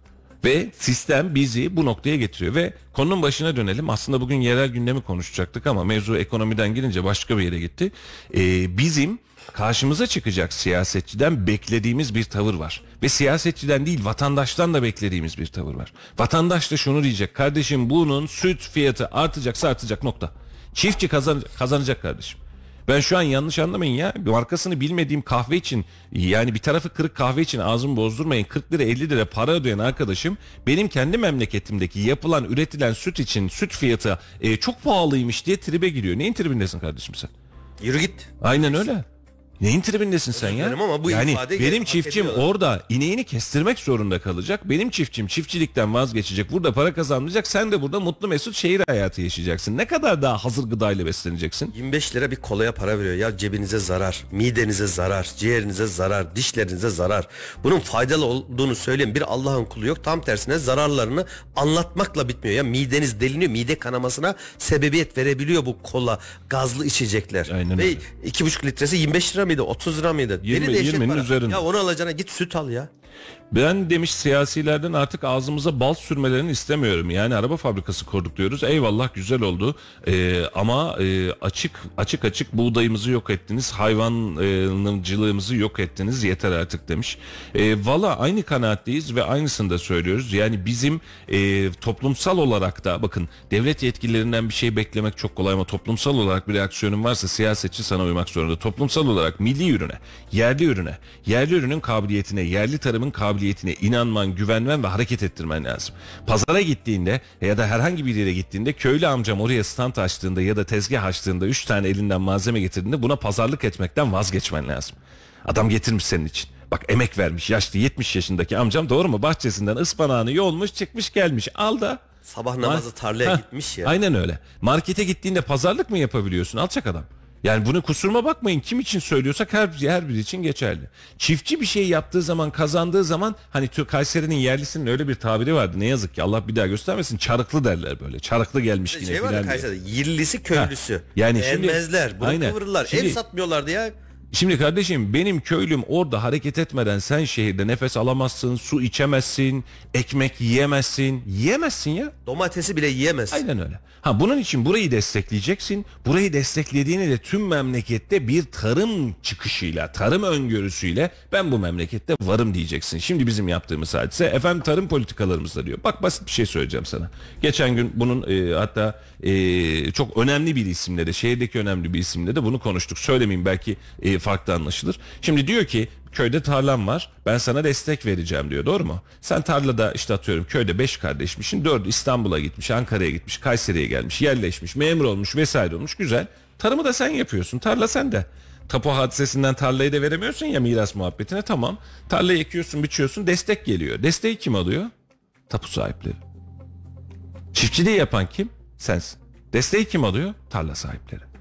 Ve sistem bizi bu noktaya getiriyor ve konunun başına dönelim. Aslında bugün yerel gündemi konuşacaktık ama mevzu ekonomiden girince başka bir yere gitti. Ee, bizim karşımıza çıkacak siyasetçiden beklediğimiz bir tavır var. Ve siyasetçiden değil vatandaştan da beklediğimiz bir tavır var. Vatandaş da şunu diyecek: kardeşim bunun süt fiyatı artacaksa artacak, nokta. Çiftçi kazan, kazanacak kardeşim. Ben şu an yanlış anlamayın ya, markasını bilmediğim kahve için, yani bir tarafı kırık kahve için ağzımı bozdurmayın, kırk lira elli lira para ödeyen arkadaşım benim kendi memleketimdeki yapılan üretilen süt için süt fiyatı e, çok pahalıymış diye tribe giriyor. Neyin tribindesin kardeşim sen? Yürü git. Aynen öyle. Neyin tribindesin sen ya? Ama bu yani ifade benim hak çiftçim ediyorlar. orada ineğini kestirmek zorunda kalacak. Benim çiftçim çiftçilikten vazgeçecek. Burada para kazanmayacak. Sen de burada mutlu mesut şehir hayatı yaşayacaksın. Ne kadar daha hazır gıdayla besleneceksin? yirmi beş lira bir kolaya para veriyor. Ya cebinize zarar, midenize zarar, ciğerinize zarar, dişlerinize zarar. Bunun faydalı olduğunu söyleyen bir Allah'ın kulu yok. Tam tersine zararlarını anlatmakla bitmiyor. Ya mideniz deliniyor. Mide kanamasına sebebiyet verebiliyor bu kola, gazlı içecekler. Aynen Ve öyle. iki buçuk litresi yirmi beş lira mıydı? otuz lira mıydı? yirmi, Deli dehşet yirminin para. üzerinde. Ya onu alacağına git süt al ya. Ben demiş siyasilerden artık ağzımıza bal sürmelerini istemiyorum. Yani araba fabrikası kurduk diyoruz. Eyvallah güzel oldu. Ee, ama e, açık açık açık buğdayımızı yok ettiniz. Hayvancılığımızı yok ettiniz. Yeter artık demiş. E, Valla aynı kanaatteyiz ve aynısını da söylüyoruz. Yani bizim e, toplumsal olarak da bakın, devlet yetkililerinden bir şey beklemek çok kolay ama toplumsal olarak bir reaksiyonun varsa siyasetçi sana uymak zorunda. Toplumsal olarak milli ürüne, yerli ürüne, yerli ürünün kabiliyetine, yerli tarımın kabiliyetine inanman, güvenmen ve hareket ettirmen lazım. Pazara gittiğinde ya da herhangi bir yere gittiğinde, köylü amcam oraya stand açtığında ya da tezgah açtığında üç tane elinden malzeme getirdiğinde buna pazarlık etmekten vazgeçmen lazım. Adam getirmiş senin için. Bak emek vermiş, yaşlı yetmiş yaşındaki amcam, doğru mu? Bahçesinden ıspanağını yolmuş, çıkmış gelmiş. Al da. Sabah namazı tarlaya Heh, gitmiş ya. Aynen öyle. Markete gittiğinde pazarlık mı yapabiliyorsun? Alçak adam. Yani bunu kusuruma bakmayın, kim için söylüyorsak her, her biri için geçerli. Çiftçi bir şey yaptığı zaman, kazandığı zaman, hani Kayseri'nin yerlisinin öyle bir tabiri vardı, ne yazık ki Allah bir daha göstermesin, çarıklı derler böyle. Çarıklı gelmiş yine Şey var ya filan diye. Kayseri'de, yerlisi köylüsü. Ha, yani şimdi- Beğenmezler, bunu Aynen. kıvırırlar. Şimdi- Ev satmıyorlardı ya. Şimdi kardeşim benim köylüm orada hareket etmeden sen şehirde nefes alamazsın, su içemezsin, ekmek yiyemezsin, yiyemezsin ya. Domatesi bile yiyemez. Aynen öyle. Ha bunun için burayı destekleyeceksin. Burayı desteklediğini de tüm memlekette bir tarım çıkışıyla, tarım öngörüsüyle ben bu memlekette varım diyeceksin. Şimdi bizim yaptığımız hadise efendim tarım politikalarımızda diyor. Bak basit bir şey söyleyeceğim sana. Geçen gün bunun e, hatta e, çok önemli bir isimle de, şehirdeki önemli bir isimle de bunu konuştuk. Söylemeyeyim belki e, farklı anlaşılır. Şimdi diyor ki köyde tarlam var, ben sana destek vereceğim diyor, doğru mu? Sen tarlada işte atıyorum köyde beş kardeşmişsin, dördü İstanbul'a gitmiş, Ankara'ya gitmiş, Kayseri'ye gelmiş, yerleşmiş, memur olmuş vesaire olmuş, güzel. Tarımı da sen yapıyorsun, tarla sende. Tapu hadisesinden tarlayı da veremiyorsun ya miras muhabbetine, tamam. Tarlayı ekiyorsun, biçiyorsun, destek geliyor. Desteği kim alıyor? Tapu sahipleri. Çiftçiliği yapan kim? Sensin. Desteği kim alıyor? Tarla sahipleri.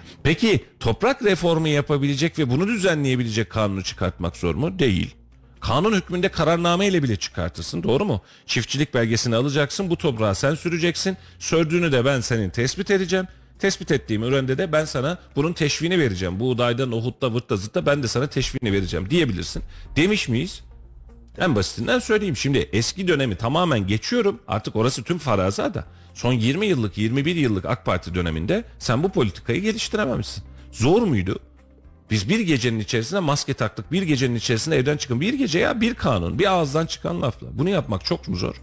Peki toprak reformu yapabilecek ve bunu düzenleyebilecek kanunu çıkartmak zor mu? Değil. Kanun hükmünde kararnameyle bile çıkartırsın, doğru mu? Çiftçilik belgesini alacaksın, bu toprağı sen süreceksin. Sördüğünü de ben senin tespit edeceğim. Tespit ettiğim üründe de ben sana bunun teşviğini vereceğim. Buğdayda, nohutta, vırtta, zıtta ben de sana teşviğini vereceğim diyebilirsin. Demiş miyiz? En basitinden söyleyeyim. Şimdi eski dönemi tamamen geçiyorum. Artık orası tüm faraza da. Son yirmi yıllık, yirmi bir yıllık AK Parti döneminde sen bu politikayı geliştirememişsin. Zor muydu? Biz bir gecenin içerisinde maske taktık. Bir gecenin içerisinde evden çıkın. Bir gece ya bir kanun. Bir ağızdan çıkan lafla. Bunu yapmak çok mu zor?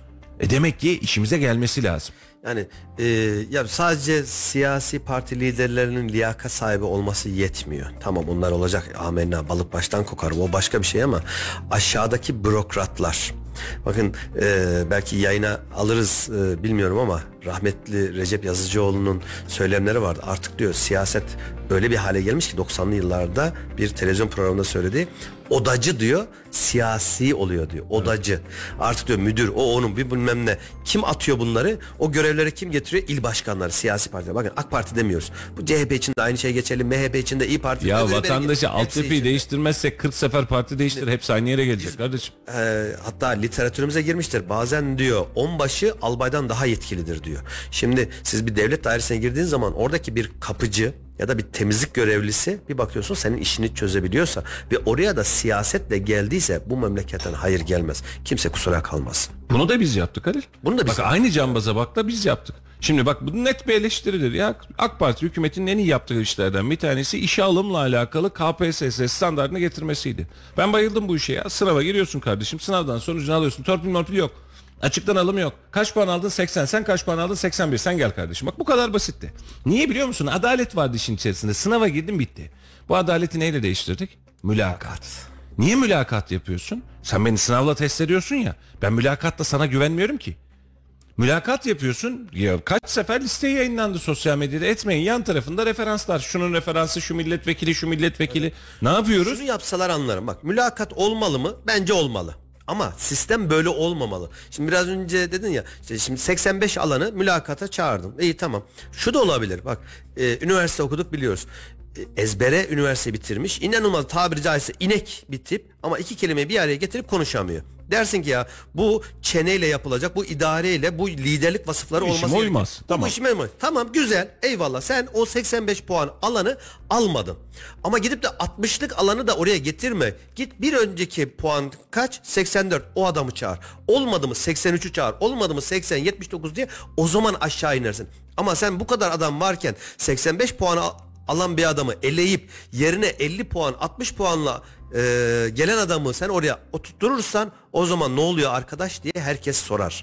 E demek ki işimize gelmesi lazım. Yani e, ya sadece siyasi parti liderlerinin liyakat sahibi olması yetmiyor. Tamam, onlar olacak. Amenna, balık baştan kokar. O başka bir şey ama aşağıdaki bürokratlar. Bakın e, belki yayına alırız e, bilmiyorum ama rahmetli Recep Yazıcıoğlu'nun söylemleri vardı. Artık diyor siyaset öyle bir hale gelmiş ki doksanlı yıllarda bir televizyon programında söyledi. Odacı diyor, siyasi oluyor diyor. Odacı. Artık diyor müdür, o onun bir bilmem ne. Kim atıyor bunları? O görevleri kim getiriyor? İl başkanları, siyasi partiler. Bakın AK Parti demiyoruz. Bu C H P için de aynı şey geçerli. M H P için de İYİ Parti. Ya vatandaşı altyapıyı değiştirmezsek kırk sefer parti değiştir. Hepsi aynı yere gelecek kardeşim. E, hatta literatürümüze girmiştir. Bazen diyor onbaşı albaydan daha yetkilidir diyor. Şimdi siz bir devlet dairesine girdiğiniz zaman oradaki bir kapıcı ya da bir temizlik görevlisi bir bakıyorsun senin işini çözebiliyorsa ve oraya da siyasetle geldiyse bu memleketten hayır gelmez. Kimse kusura kalmaz. Bunu da biz yaptık Halil. Bunu da biz bak aynı cambaza bak da biz yaptık. Şimdi bak bu net bir eleştiridir ya. AK Parti hükümetinin en iyi yaptığı işlerden bir tanesi işe alımla alakalı K P S S standartını getirmesiydi. Ben bayıldım bu işe ya. Sınava giriyorsun kardeşim. Sınavdan sonucunu alıyorsun. Torpil morpil yok. Açıktan alım yok. Kaç puan aldın? seksen. Sen kaç puan aldın? seksen bir. Sen gel kardeşim. Bak bu kadar basitti. Niye biliyor musun? Adalet vardı işin içerisinde. Sınava girdin bitti. Bu adaleti neyle değiştirdik? Mülakat. Niye mülakat yapıyorsun? Sen beni sınavla test ediyorsun ya. Ben mülakatla sana güvenmiyorum ki. Mülakat yapıyorsun. Ya kaç sefer liste yayınlandı sosyal medyada. Etmeyin, yan tarafında referanslar. Şunun referansı şu milletvekili, şu milletvekili. Evet. Ne yapıyoruz? Şunu yapsalar anlarım. Bak mülakat olmalı mı? Bence olmalı. Ama sistem böyle olmamalı. Şimdi biraz önce dedin ya, işte şimdi seksen beş alanı mülakata çağırdım. İyi tamam. Şu da olabilir. Bak e, üniversite okuduk biliyoruz. E, ezbere üniversite bitirmiş. İnanılmaz, tabiri caizse inek bir tip ama iki kelimeyi bir araya getirip konuşamıyor. Dersin ki ya bu çeneyle yapılacak, bu idareyle, bu liderlik vasıfları bu olması işime uymaz. Tamam. Bu işime uymaz. Tamam güzel, eyvallah, sen o seksen beş puan alanı almadın. Ama gidip de altmışlık alanı da oraya getirme. Git bir önceki puan kaç? seksen dört, o adamı çağır. Olmadı mı seksen üçü çağır. Olmadı mı seksen, yetmiş dokuz diye o zaman aşağı inersin. Ama sen bu kadar adam varken seksen beş puan al alan bir adamı eleyip yerine elli puan altmış puanla e, gelen adamı sen oraya oturturursan o zaman ne oluyor arkadaş diye herkes sorar.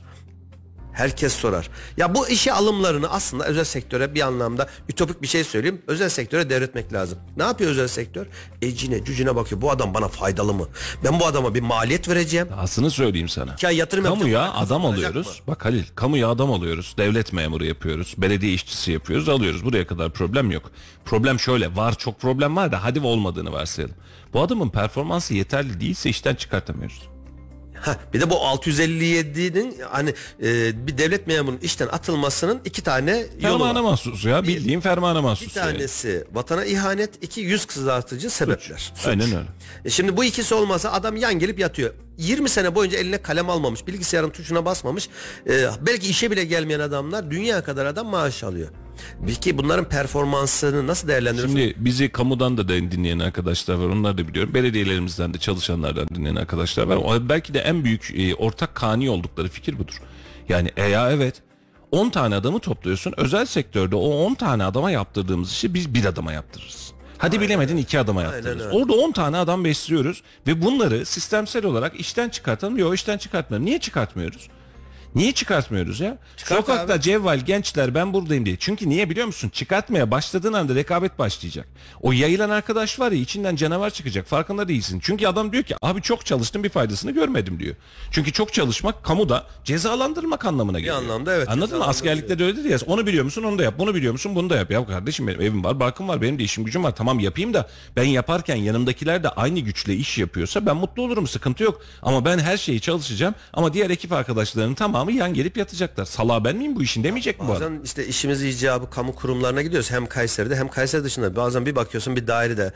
Herkes sorar. Ya bu işe alımlarını aslında özel sektöre bir anlamda ütopik bir şey söyleyeyim. Özel sektöre devretmek lazım. Ne yapıyor özel sektör? Ecine cücüne bakıyor. Bu adam bana faydalı mı? Ben bu adama bir maliyet vereceğim. Aslını söyleyeyim sana. Ya yatırım kamuya adam alıyoruz. Mı? Bak Halil, kamuya adam alıyoruz. Devlet memuru yapıyoruz. Belediye işçisi yapıyoruz. Alıyoruz. Buraya kadar problem yok. Problem şöyle. Var, çok problem var da hadi olmadığını varsayalım. Bu adamın performansı yeterli değilse işten çıkartamıyoruz. Ha, bir de bu altı yüz elli yedinin hani e, bir devlet memurunun işten atılmasının iki tane yolu var. Fermana mahsus ya, bildiğin fermana mahsus. Bir tanesi yani vatana ihanet, iki yüz kızartıcı sebepler. Suç. Aynen öyle. E şimdi bu ikisi olmasa adam yan gelip yatıyor. yirmi sene boyunca eline kalem almamış, bilgisayarın tuşuna basmamış. E, belki işe bile gelmeyen adamlar dünya kadar adam maaş alıyor. Peki bunların performansını nasıl değerlendiriyorsun? Şimdi bizi kamudan da dinleyen arkadaşlar var, onlar da biliyorum. Belediyelerimizden de çalışanlardan dinleyen arkadaşlar var. O belki de en büyük e, ortak kani oldukları fikir budur. Yani e ya evet on tane adamı topluyorsun. Özel sektörde o on tane adama yaptırdığımız işi biz bir adama yaptırırız. Hadi aynen, bilemedin iki adama yaptırırız. Orada on tane adam besliyoruz ve bunları sistemsel olarak işten çıkartalım. Yok, işten çıkartmayalım. Niye çıkartmıyoruz? Niye çıkartmıyoruz ya? Çıkart Sokakta abi. Cevval gençler ben buradayım diye. Çünkü niye biliyor musun? Çıkartmaya başladığın anda rekabet başlayacak. O yayılan arkadaş var ya, içinden canavar çıkacak. Farkında değilsin. Çünkü adam diyor ki abi çok çalıştım, bir faydasını görmedim diyor. Çünkü çok çalışmak kamuda cezalandırmak anlamına geliyor. Bir anlamda evet. Anladın mı? Askerlikte de öyledir ya. Onu biliyor musun? Onu da yap. Bunu biliyor musun? Bunu da yap. Ya kardeşim benim evim var, barkım var. Benim de işim gücüm var. Tamam yapayım da ben yaparken yanımdakiler de aynı güçle iş yapıyorsa ben mutlu olurum. Sıkıntı yok. Ama ben her şeyi çalışacağım. Ama diğer ekip arkadaşlarının tamam tamamı yan gelip yatacaklar. Salağa ben miyim bu işin demeyecek mi bu adam? Bazen işte işimiz icabı kamu kurumlarına gidiyoruz. Hem Kayseri'de hem Kayseri dışında. Bazen bir bakıyorsun bir dairede,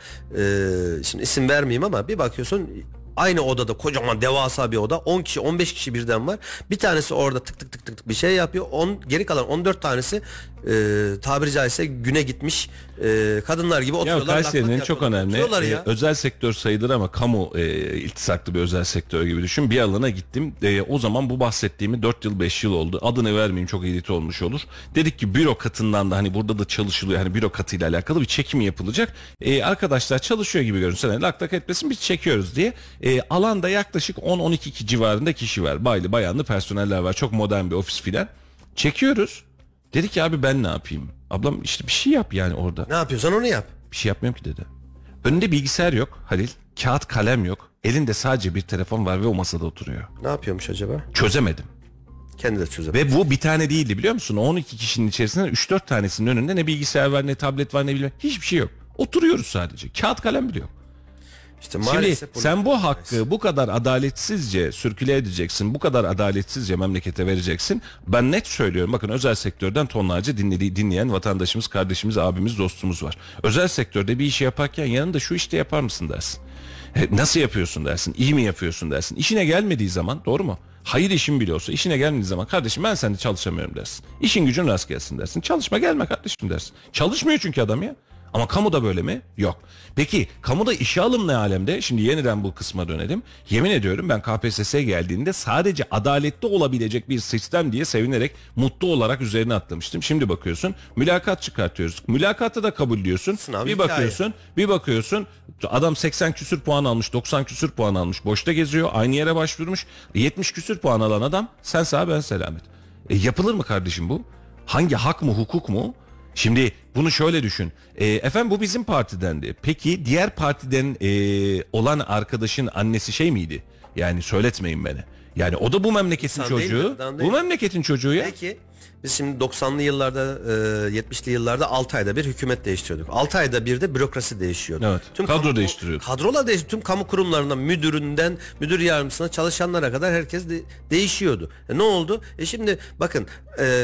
e, şimdi isim vermeyeyim ama bir bakıyorsun aynı odada kocaman devasa bir oda, on kişi on beş kişi birden var. Bir tanesi orada tık tık tık tık tık bir şey yapıyor. on geri kalan on dört tanesi e, tabiri caizse güne gitmiş e, kadınlar gibi Ya oturuyorlar. Kayseri'nin lak lak çok yapıyorlar. önemli Oturuyorlar e, ya. özel sektör sayılır ama kamu e, iltisaklı bir özel sektör gibi düşün. Bir alana gittim. E, o zaman bu bahsettiğimi dört yıl beş yıl oldu. Adını vermeyeyim, çok irite olmuş olur. Dedik ki büro katından da hani burada da çalışılıyor. Hani büro katıyla alakalı bir çekim yapılacak. E, arkadaşlar çalışıyor gibi görünse hani lak tak etmesin biz çekiyoruz diye. E, alanda yaklaşık on on iki civarında kişi var. Baylı bayanlı personeller var. Çok modern bir ofis filan. Çekiyoruz. Dedik ki abi ben ne yapayım? Ablam işte bir şey yap yani orada. Ne yapıyorsan onu yap. Bir şey yapmıyorum ki dedi. Önünde bilgisayar yok Halil. Kağıt kalem yok. Elinde sadece bir telefon var ve o masada oturuyor. Ne yapıyormuş acaba? Çözemedim. Kendi de çözemez. Ve bu bir tane değildi biliyor musun? on iki kişinin içerisinden üç dört tanesinin önünde ne bilgisayar var, ne tablet var, ne bilmem. Hiçbir şey yok. Oturuyoruz sadece. Kağıt kalem bile yok. İşte Şimdi maalesef sen bu hakkı bu kadar adaletsizce sürküle edeceksin, bu kadar adaletsizce memlekete vereceksin. Ben net söylüyorum, bakın özel sektörden tonlarca dinlediği, dinleyen vatandaşımız, kardeşimiz, abimiz, dostumuz var. Özel sektörde bir işi yaparken yanında şu işte yapar mısın dersin. Nasıl yapıyorsun dersin, iyi mi yapıyorsun dersin. İşine gelmediği zaman, doğru mu? Hayır işin bile olsa işine gelmediği zaman kardeşim ben seninle çalışamıyorum dersin. İşin gücün rast gelsin dersin. Çalışma gelme kardeşim dersin. Çalışmıyor çünkü adam ya. Ama kamuda böyle mi? Yok. Peki kamuda işe alım ne alemde? Şimdi yeniden bu kısma dönelim. Yemin ediyorum ben K P S S geldiğinde sadece adaletli olabilecek bir sistem diye sevinerek mutlu olarak üzerine atlamıştım. Şimdi bakıyorsun mülakat çıkartıyoruz. Mülakatta da kabul diyorsun. Sınav bir hikaye. bakıyorsun, bir bakıyorsun adam seksen küsür puan almış, doksan küsür puan almış. Boşta geziyor, aynı yere başvurmuş. yetmiş küsür puan alan adam sen sağ ben selamet. E, yapılır mı kardeşim bu? Hangi hak mı hukuk mu? Şimdi bunu şöyle düşün. E, efendim bu bizim partidendi. Peki diğer partiden e, olan arkadaşın annesi şey miydi? Yani söyletmeyin beni. Yani o da bu memleketin İnsan değil çocuğu. mi? Adam değil Bu mi? memleketin çocuğu ya. Peki biz şimdi doksanlı yıllarda, e, yetmişli yıllarda altı ayda bir hükümet değiştiriyorduk. altı ayda bir de bürokrasi değişiyordu. Evet, kadro değiştiriyordu. Kadrolar değişti. Tüm kamu kurumlarından müdüründen müdür yardımcısına çalışanlara kadar herkes de, değişiyordu. E, ne oldu? E şimdi bakın e,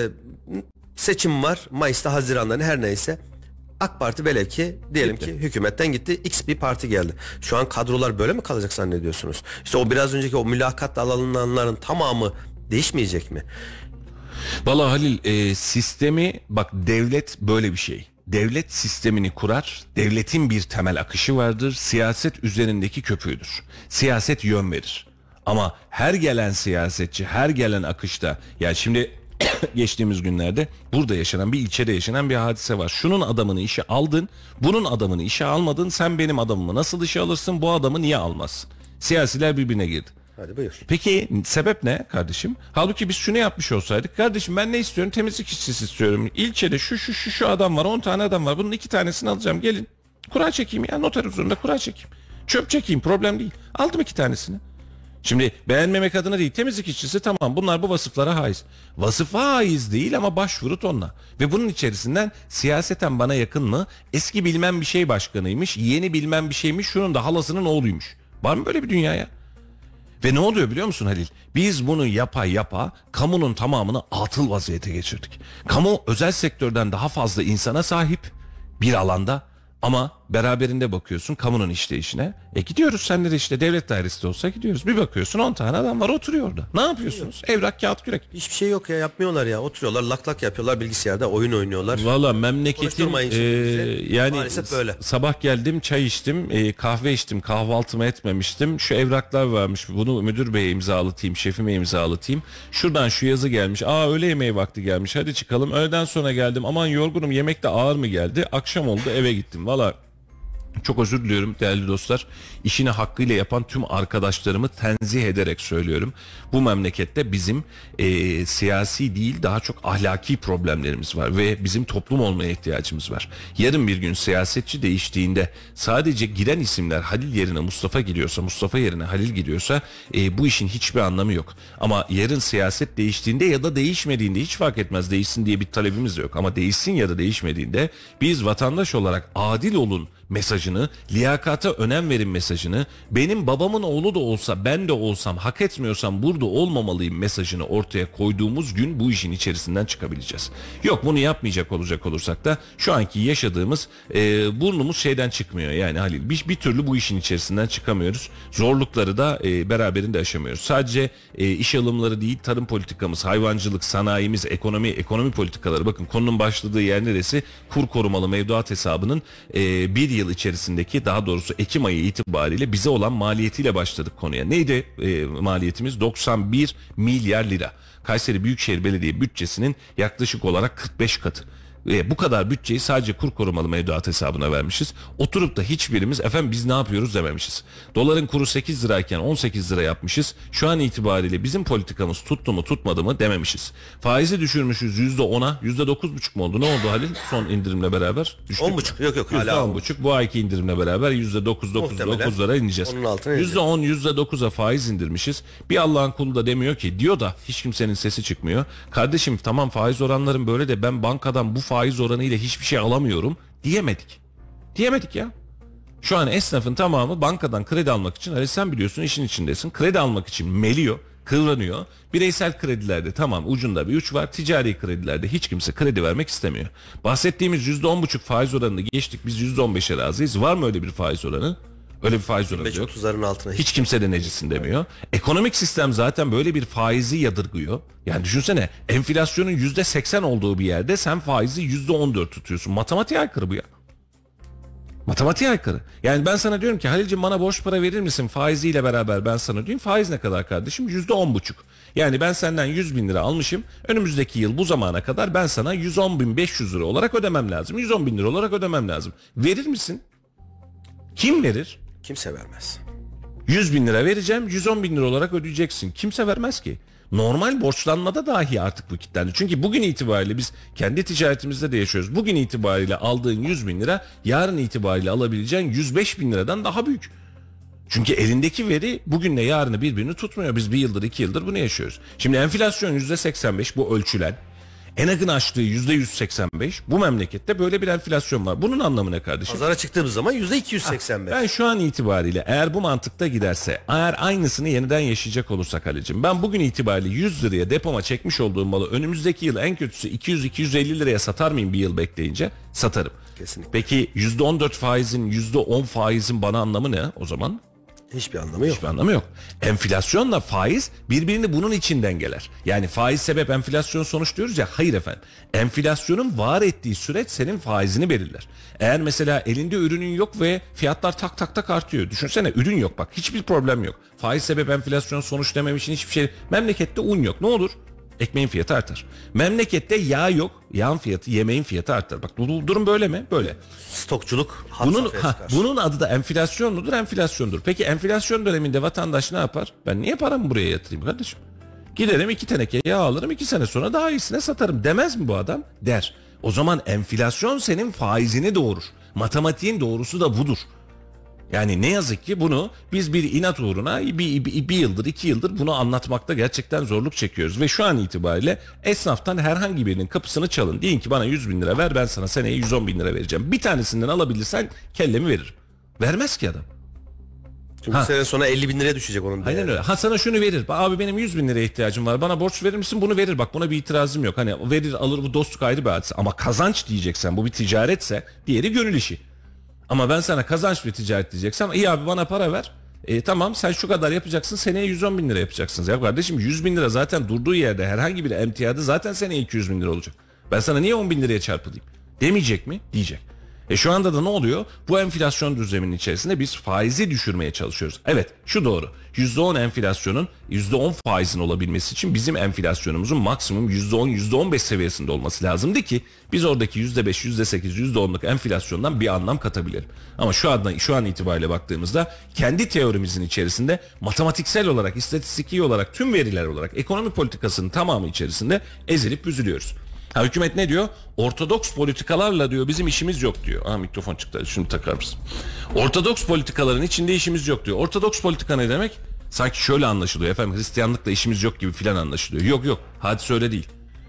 seçim var Mayıs'ta, Haziran'da her neyse. AK Parti velev ki diyelim Gitti. ki hükümetten gitti, X bir parti geldi. Şu an kadrolar böyle mi kalacak zannediyorsunuz? İşte o biraz önceki o mülakatla alınanların tamamı değişmeyecek mi? Vallahi Halil e, sistemi bak devlet böyle bir şey. Devlet sistemini kurar, devletin bir temel akışı vardır, siyaset üzerindeki köpüğüdür. Siyaset yön verir. Ama her gelen siyasetçi, her gelen akışta, yani şimdi geçtiğimiz günlerde burada yaşanan bir ilçede yaşanan bir hadise var. Şunun adamını işe aldın, bunun adamını işe almadın, sen benim adamımı nasıl işe alırsın, bu adamı niye almazsın? Siyasiler birbirine girdi. Hadi buyur. Peki sebep ne kardeşim? Halbuki biz şunu yapmış olsaydık, kardeşim ben ne istiyorum? Temizlik işçisi istiyorum. İlçede şu şu şu şu adam var, on tane adam var. Bunun iki tanesini alacağım. Gelin. Kura çekeyim ya, noter huzurunda kura çekeyim. Çöp çekeyim, problem değil. Aldım iki tanesini. Şimdi beğenmemek adına değil, temizlik işçisi tamam, bunlar bu vasıflara haiz. Vasıfa haiz değil ama başvuru tonla. Ve bunun içerisinden siyaseten bana yakın mı? Eski bilmem bir şey başkanıymış, yeni bilmem bir şeymiş, şunun da halasının oğluymuş. Var mı böyle bir dünya ya? Ve ne oluyor biliyor musun Halil? Biz bunu yapa yapa kamunun tamamını atıl vaziyete geçirdik. Kamu özel sektörden daha fazla insana sahip bir alanda ama beraberinde bakıyorsun kamunun işleyişine. E gidiyoruz senle de işte devlet dairesi de olsa gidiyoruz. Bir bakıyorsun on tane adam var oturuyor orada. Ne yapıyorsunuz? Evrak, kağıt, kürek. Hiçbir şey yok ya, yapmıyorlar ya. Oturuyorlar lak lak yapıyorlar, bilgisayarda oyun oynuyorlar. Valla memleketin Konuşturmayın e, şimdi bizi. yani Maalesef böyle. sabah geldim çay içtim e, kahve içtim kahvaltımı etmemiştim, şu evraklar varmış bunu müdür beye imzalatayım, şefime imzalatayım, şuradan şu yazı gelmiş, aa öğle yemeği vakti gelmiş hadi çıkalım, öğleden sonra geldim aman yorgunum yemek de ağır mı geldi, akşam oldu eve gittim. Valla çok özür diliyorum değerli dostlar. İşini hakkıyla yapan tüm arkadaşlarımı tenzih ederek söylüyorum. Bu memlekette bizim e, siyasi değil daha çok ahlaki problemlerimiz var ve bizim toplum olmaya ihtiyacımız var. Yarın bir gün siyasetçi değiştiğinde sadece giren isimler Halil yerine Mustafa giriyorsa, Mustafa yerine Halil giriyorsa e, bu işin hiçbir anlamı yok. Ama yarın siyaset değiştiğinde ya da değişmediğinde hiç fark etmez, değişsin diye bir talebimiz de yok. Ama değişsin ya da değişmediğinde biz vatandaş olarak adil olun mesajını, liyakata önem verin mesajını, benim babamın oğlu da olsa ben de olsam hak etmiyorsam burada olmamalıyım mesajını ortaya koyduğumuz gün bu işin içerisinden çıkabileceğiz. Yok, bunu yapmayacak olacak olursak da şu anki yaşadığımız e, burnumuz şeyden çıkmıyor yani Halil. Bir, bir türlü bu işin içerisinden çıkamıyoruz. Zorlukları da e, beraberinde aşamıyoruz. Sadece e, iş alımları değil, tarım politikamız, hayvancılık, sanayimiz, ekonomi, ekonomi politikaları. Bakın konunun başladığı yer neresi? Kur korumalı mevduat hesabının e, bir yıl içerisindeki, daha doğrusu Ekim ayı itibariyle bize olan maliyetiyle başladık konuya. Neydi e, maliyetimiz? doksan bir milyar lira. Kayseri Büyükşehir Belediye bütçesinin yaklaşık olarak kırk beş katı. Ve bu kadar bütçeyi sadece kur korumalı mevduat hesabına vermişiz. Oturup da hiçbirimiz efendim biz ne yapıyoruz dememişiz. Doların kuru sekiz lirayken on sekiz lira yapmışız. Şu an itibariyle bizim politikamız tuttu mu tutmadı mı dememişiz. Faizi düşürmüşüz yüzde ona, yüzde dokuz buçuk mu oldu? Ne oldu Halil? Son indirimle beraber. on buçuk yok yok hala on buçuk. Bu ayki indirimle beraber yüzde dokuz dokuz dokuzlara ineceğiz. yüzde on yüzde dokuza faiz indirmişiz. Bir Allah'ın kulu da demiyor ki, diyor da hiç kimsenin sesi çıkmıyor. Kardeşim tamam faiz oranların böyle de ben bankadan bu faiz faiz oranıyla hiçbir şey alamıyorum diyemedik. Diyemedik ya. Şu an esnafın tamamı bankadan kredi almak için, hani sen biliyorsun işin içindesin, kredi almak için meliyor, kıvranıyor. Bireysel kredilerde tamam ucunda bir uç var. Ticari kredilerde hiç kimse kredi vermek istemiyor. Bahsettiğimiz yüzde on buçuk faiz oranını geçtik. Biz yüzde on beşe razıyız. Var mı öyle bir faiz oranı? Öyle bir faiz oranı yok. Altına hiç kimse de necisin demiyor. Ekonomik sistem zaten böyle bir faizi yadırgıyor. Yani düşünsene, enflasyonun yüzde seksen olduğu bir yerde sen faizi yüzde on dört tutuyorsun. Matematiğe aykırı bu ya. Matematiğe aykırı. Yani ben sana diyorum ki Halil'cim bana borç para verir misin? Faiziyle beraber ben sana diyorum. Faiz ne kadar kardeşim? yüzde on buçuk. Yani ben senden yüz bin lira almışım. Önümüzdeki yıl bu zamana kadar ben sana yüz on bin beş yüz lira olarak ödemem lazım. yüz on bin lira olarak ödemem lazım. Verir misin? Kim verir? Kimse vermez. yüz bin lira vereceğim, yüz on bin lira olarak ödeyeceksin. Kimse vermez ki. Normal borçlanmada dahi artık bu kilitlendi. Çünkü bugün itibariyle biz kendi ticaretimizde de yaşıyoruz. Bugün itibariyle aldığın yüz bin lira yarın itibariyle alabileceğin yüz beş bin liradan daha büyük. Çünkü elindeki veri bugünle yarını birbirini tutmuyor. Biz bir yıldır iki yıldır bunu yaşıyoruz. Şimdi enflasyon yüzde seksen beş bu ölçülen. ENAG'ın açtığı yüzde yüz seksen beş, bu memlekette böyle bir enflasyon var. Bunun anlamı ne kardeşim? Pazara çıktığımız zaman yüzde iki yüz seksen beş. Ben şu an itibariyle eğer bu mantıkta giderse, eğer aynısını yeniden yaşayacak olursak Halicim, ben bugün itibariyle yüz liraya depoma çekmiş olduğum malı önümüzdeki yıl en kötüsü iki yüz iki yüz elli liraya satar mıyım bir yıl bekleyince? Satarım. Kesinlikle. Peki yüzde on dört faizin, yüzde on faizin bana anlamı ne o zaman? Hiçbir anlamı yok. Hiçbir anlamı yok. Enflasyonla faiz birbirini bunun için dengeler. Yani faiz sebep enflasyon sonuç diyoruz ya, hayır efendim. Enflasyonun var ettiği süreç senin faizini belirler. Eğer mesela elinde ürünün yok ve fiyatlar tak tak tak artıyor. Düşünsene, ürün yok bak, hiçbir problem yok. Faiz sebep enflasyon sonuç demem için hiçbir şey. Memlekette un yok, ne olur? Ekmeğin fiyatı artar. Memlekette yağ yok, yağın fiyatı, yemeğin fiyatı artar. Bak durum böyle mi? Böyle. Stokçuluk bunun, ha, bunun adı da enflasyon mudur? Enflasyondur. Peki enflasyon döneminde vatandaş ne yapar? Ben niye paramı buraya yatırayım kardeşim? Giderim iki teneke yağ alırım, iki sene sonra daha iyisine satarım demez mi bu adam? Der. O zaman enflasyon senin faizini doğurur. Matematiğin doğrusu da budur. Yani ne yazık ki bunu biz bir inat uğruna bir, bir, bir yıldır iki yıldır bunu anlatmakta gerçekten zorluk çekiyoruz. Ve şu an itibariyle esnaftan herhangi birinin kapısını çalın. Deyin ki bana yüz bin lira ver, ben sana seneye yüz on bin lira vereceğim. Bir tanesinden alabilirsen kellemi veririm. Vermez ki adam. Çünkü sene sonra elli bin liraya düşecek onun değeri. Aynen öyle. Ha sana şunu verir. Abi benim yüz bin liraya ihtiyacım var. Bana borç verir misin? Bunu verir. Bak buna bir itirazım yok. Hani verir alır, bu dostluk ayrı bir hadise. Ama kazanç diyeceksen, bu bir ticaretse, diğeri gönül işi. Ama ben sana kazanç ve ticaret diyeceksem, iyi abi bana para ver. E, tamam sen şu kadar yapacaksın, seneye yüz on bin lira yapacaksınız. Ya kardeşim yüz bin lira zaten durduğu yerde herhangi bir emtiadı zaten seneye iki yüz bin lira olacak. Ben sana niye on bin liraya çarpılayım? Demeyecek mi? Diyecek. E şu anda da ne oluyor? Bu enflasyon düzleminin içerisinde biz faizi düşürmeye çalışıyoruz. Evet, şu doğru. yüzde on enflasyonun yüzde on faizin olabilmesi için bizim enflasyonumuzun maksimum yüzde on yüzde on beş seviyesinde olması lazımdı ki biz oradaki yüzde beş yüzde sekiz yüzde onluk enflasyondan bir anlam katabilelim. Ama şu anda şu an itibariyle baktığımızda kendi teorimizin içerisinde matematiksel olarak, istatistiki olarak, tüm veriler olarak ekonomi politikasının tamamı içerisinde ezilip büzülüyoruz. Ha, hükümet ne diyor? Ortodoks politikalarla diyor bizim işimiz yok diyor. Aha mikrofon çıktı, şunu takar mısın? Ortodoks politikaların içinde işimiz yok diyor. Ortodoks politika ne demek? Sanki şöyle anlaşılıyor efendim, Hristiyanlıkla işimiz yok gibi filan anlaşılıyor. Yok yok, hadise öyle değil.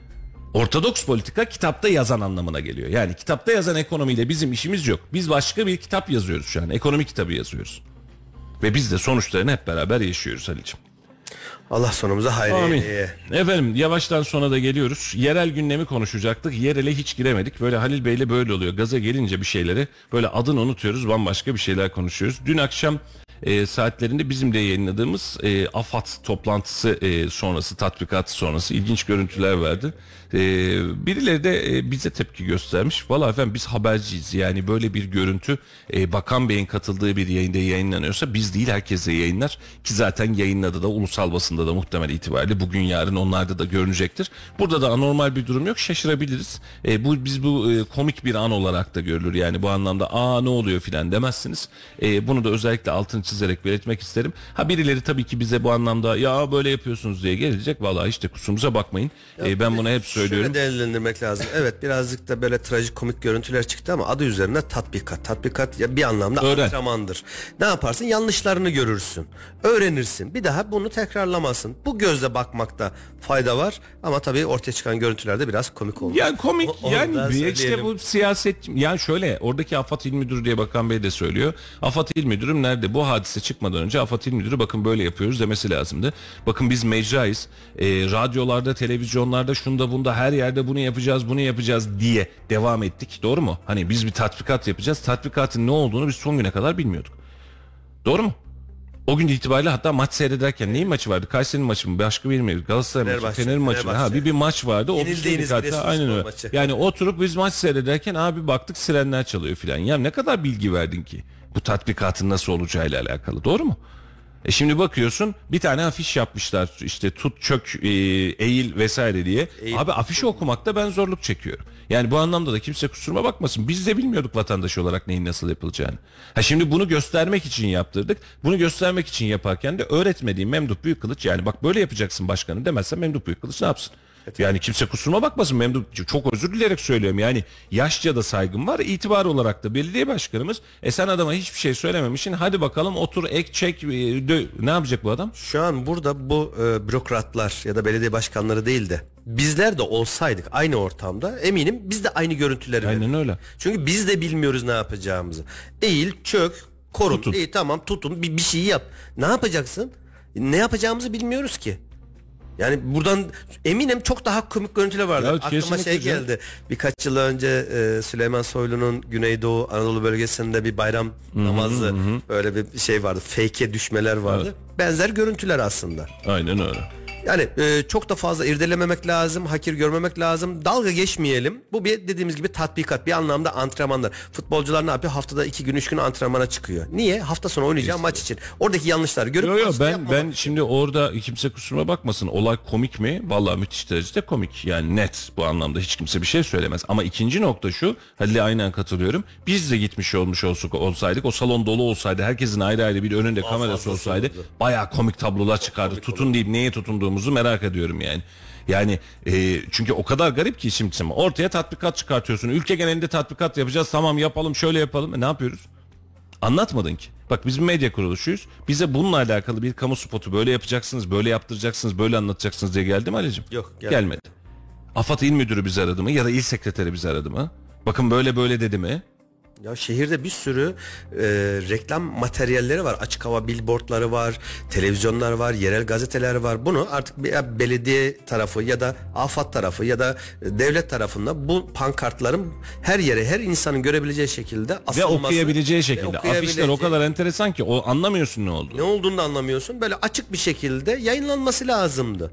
Ortodoks politika kitapta yazan anlamına geliyor. Yani kitapta yazan ekonomiyle bizim işimiz yok. Biz başka bir kitap yazıyoruz şu an. Ekonomi kitabı yazıyoruz. Ve biz de sonuçlarını hep beraber yaşıyoruz Halil'ciğim. Allah sonumuza hayır Amin. eyleye. Efendim yavaştan sona da geliyoruz. Yerel gündemi konuşacaktık. Yerele hiç giremedik. Böyle Halil Bey'le böyle oluyor. Gaza gelince bir şeyleri böyle adını unutuyoruz. Bambaşka bir şeyler konuşuyoruz. Dün akşam e, saatlerinde bizim de yayınladığımız e, AFAD toplantısı e, sonrası, tatbikat sonrası ilginç görüntüler verdi. E, birileri de e, bize tepki göstermiş. Valla efendim biz haberciyiz. Yani böyle bir görüntü e, Bakan Bey'in katıldığı bir yayında yayınlanıyorsa biz değil herkese yayınlar. Ki zaten yayınladı da ulusal basında da muhtemel itibariyle bugün yarın onlarda da görünecektir. Burada da anormal bir durum yok. Şaşırabiliriz. E, bu biz bu e, komik bir an olarak da görülür. Yani bu anlamda aa ne oluyor filan demezsiniz. E, bunu da özellikle altını çizerek belirtmek isterim. Ha birileri tabii ki bize bu anlamda ya böyle yapıyorsunuz diye gelecek. Vallahi işte kusurumuza bakmayın. E, ben bunu hep söylüyorum. Şöyle değerlendirmek lazım. Evet birazcık da böyle trajikomik görüntüler çıktı ama adı üzerine tatbikat. Tatbikat ya bir anlamda Öğren. antrenmandır. Ne yaparsın? Yanlışlarını görürsün. Öğrenirsin. Bir daha bunu tekrarlamasın. Bu gözle bakmakta fayda var ama tabii ortaya çıkan görüntülerde biraz komik oldu. Yani komik O- yani ondan bir işte söyleyelim. bu siyaset yani şöyle oradaki AFAD İl Müdürü diye Bakan Bey de söylüyor. AFAD İl Müdürüm nerede? Bu hadise çıkmadan önce AFAD İl Müdürü bakın böyle yapıyoruz demesi lazımdı. Bakın biz mecrayız. Ee, radyolarda, televizyonlarda, şunda bunda her yerde bunu yapacağız, bunu yapacağız diye devam ettik. Doğru mu? Hani biz bir tatbikat yapacağız. Tatbikatın ne olduğunu biz son güne kadar bilmiyorduk. Doğru mu? O gün itibariyle hatta maç seyrederken neyin maçı vardı? Kayseri'nin maçı mı? Başka bir mi? Galatasaray maçı, Fenerbahçe, Fener'in maçı mı? Ha Fenerbahçe. bir bir maç vardı. O Yenildiğiniz bir hatta Giresunspor aynen öyle. maçı. Yani oturup biz maç seyrederken abi baktık sirenler çalıyor filan. Ya ne kadar bilgi verdin ki bu tatbikatın nasıl olacağıyla alakalı. Doğru mu? E şimdi bakıyorsun bir tane afiş yapmışlar işte tut çök e, eğil vesaire diye. Eğil. Abi afişi okumakta ben zorluk çekiyorum. Yani bu anlamda da kimse kusuruma bakmasın. Biz de bilmiyorduk vatandaş olarak neyin nasıl yapılacağını. Ha şimdi bunu göstermek için yaptırdık. Bunu göstermek için yaparken de öğretmediğim Memduh Büyükkılıç yani bak böyle yapacaksın başkanım demezsen Memduh Büyükkılıç ne yapsın? Yani kimse kusuruma bakmasın Memduh çok özür dileyerek söylüyorum yani yaşça da saygım var itibar olarak da belediye başkanımız e sen adama hiçbir şey söylememişsin hadi bakalım otur ek çek e, dö- ne yapacak bu adam? Şu an burada bu e, bürokratlar ya da belediye başkanları değil de bizler de olsaydık aynı ortamda eminim biz de aynı görüntüleri Aynen verirdik. öyle. Çünkü biz de bilmiyoruz ne yapacağımızı. Eğil, çök, korun. Tutun. İyi tamam tutun bir, bir şey yap. Ne yapacaksın? Ne yapacağımızı bilmiyoruz ki. Yani buradan eminim çok daha komik görüntüler vardı. Ya, Aklıma kesinlikle şey canım. geldi. Birkaç yıl önce e, Süleyman Soylu'nun Güneydoğu Anadolu bölgesinde bir bayram namazı böyle bir şey vardı. Fake'e düşmeler vardı. Evet. Benzer görüntüler aslında. Aynen öyle. Yani e, çok da fazla irdelememek lazım, hakir görmemek lazım, dalga geçmeyelim. Bu bir dediğimiz gibi tatbikat, bir anlamda antrenmanlar. Futbolcular ne yapıyor? Haftada iki gün, üç gün antrenmana çıkıyor. Niye? Hafta sonu oynayacağı maç için. Oradaki yanlışları görüp Yo yo maçta ben yapmamak. ben şimdi orada kimse kusuruma bakmasın. Olay komik mi? Vallahi müthiş derecede komik. Yani net bu anlamda hiç kimse bir şey söylemez. Ama ikinci nokta şu. Halil'e aynen katılıyorum. Biz de gitmiş olmuş olsak, olsaydık o salon dolu olsaydı herkesin ayrı ayrı bir önünde kamerası fazlası olsaydı olurdu. bayağı komik tablolar çıkardı. Tutun deyip neye tutunduğumuzu merak ediyorum yani. Yani e, çünkü o kadar garip ki şimdi ortaya tatbikat çıkartıyorsun. Ülke genelinde tatbikat yapacağız. Tamam yapalım şöyle yapalım. E, ne yapıyoruz? Anlatmadın ki. Bak biz bir medya kuruluşuyuz. Bize bununla alakalı bir kamu spotu böyle yapacaksınız, böyle yaptıracaksınız, böyle anlatacaksınız diye geldi mi Ali'cim? Yok, gelmedi. Gelmedi. AFAD İl Müdürü bizi aradı mı ya da İl Sekreteri bizi aradı mı? Bakın böyle böyle dedi mi? Ya şehirde bir sürü e, reklam materyalleri var. Açık hava billboardları var, televizyonlar var, yerel gazeteler var. Bunu artık bir, ya belediye tarafı ya da AFAD tarafı ya da e, devlet tarafından bu pankartların her yere, her insanın görebileceği şekilde Ve asılması. okuyabileceği ve şekilde. okuyabileceği- Afişler o kadar enteresan ki o anlamıyorsun ne oldu. ne olduğunu da anlamıyorsun. Böyle açık bir şekilde yayınlanması lazımdı.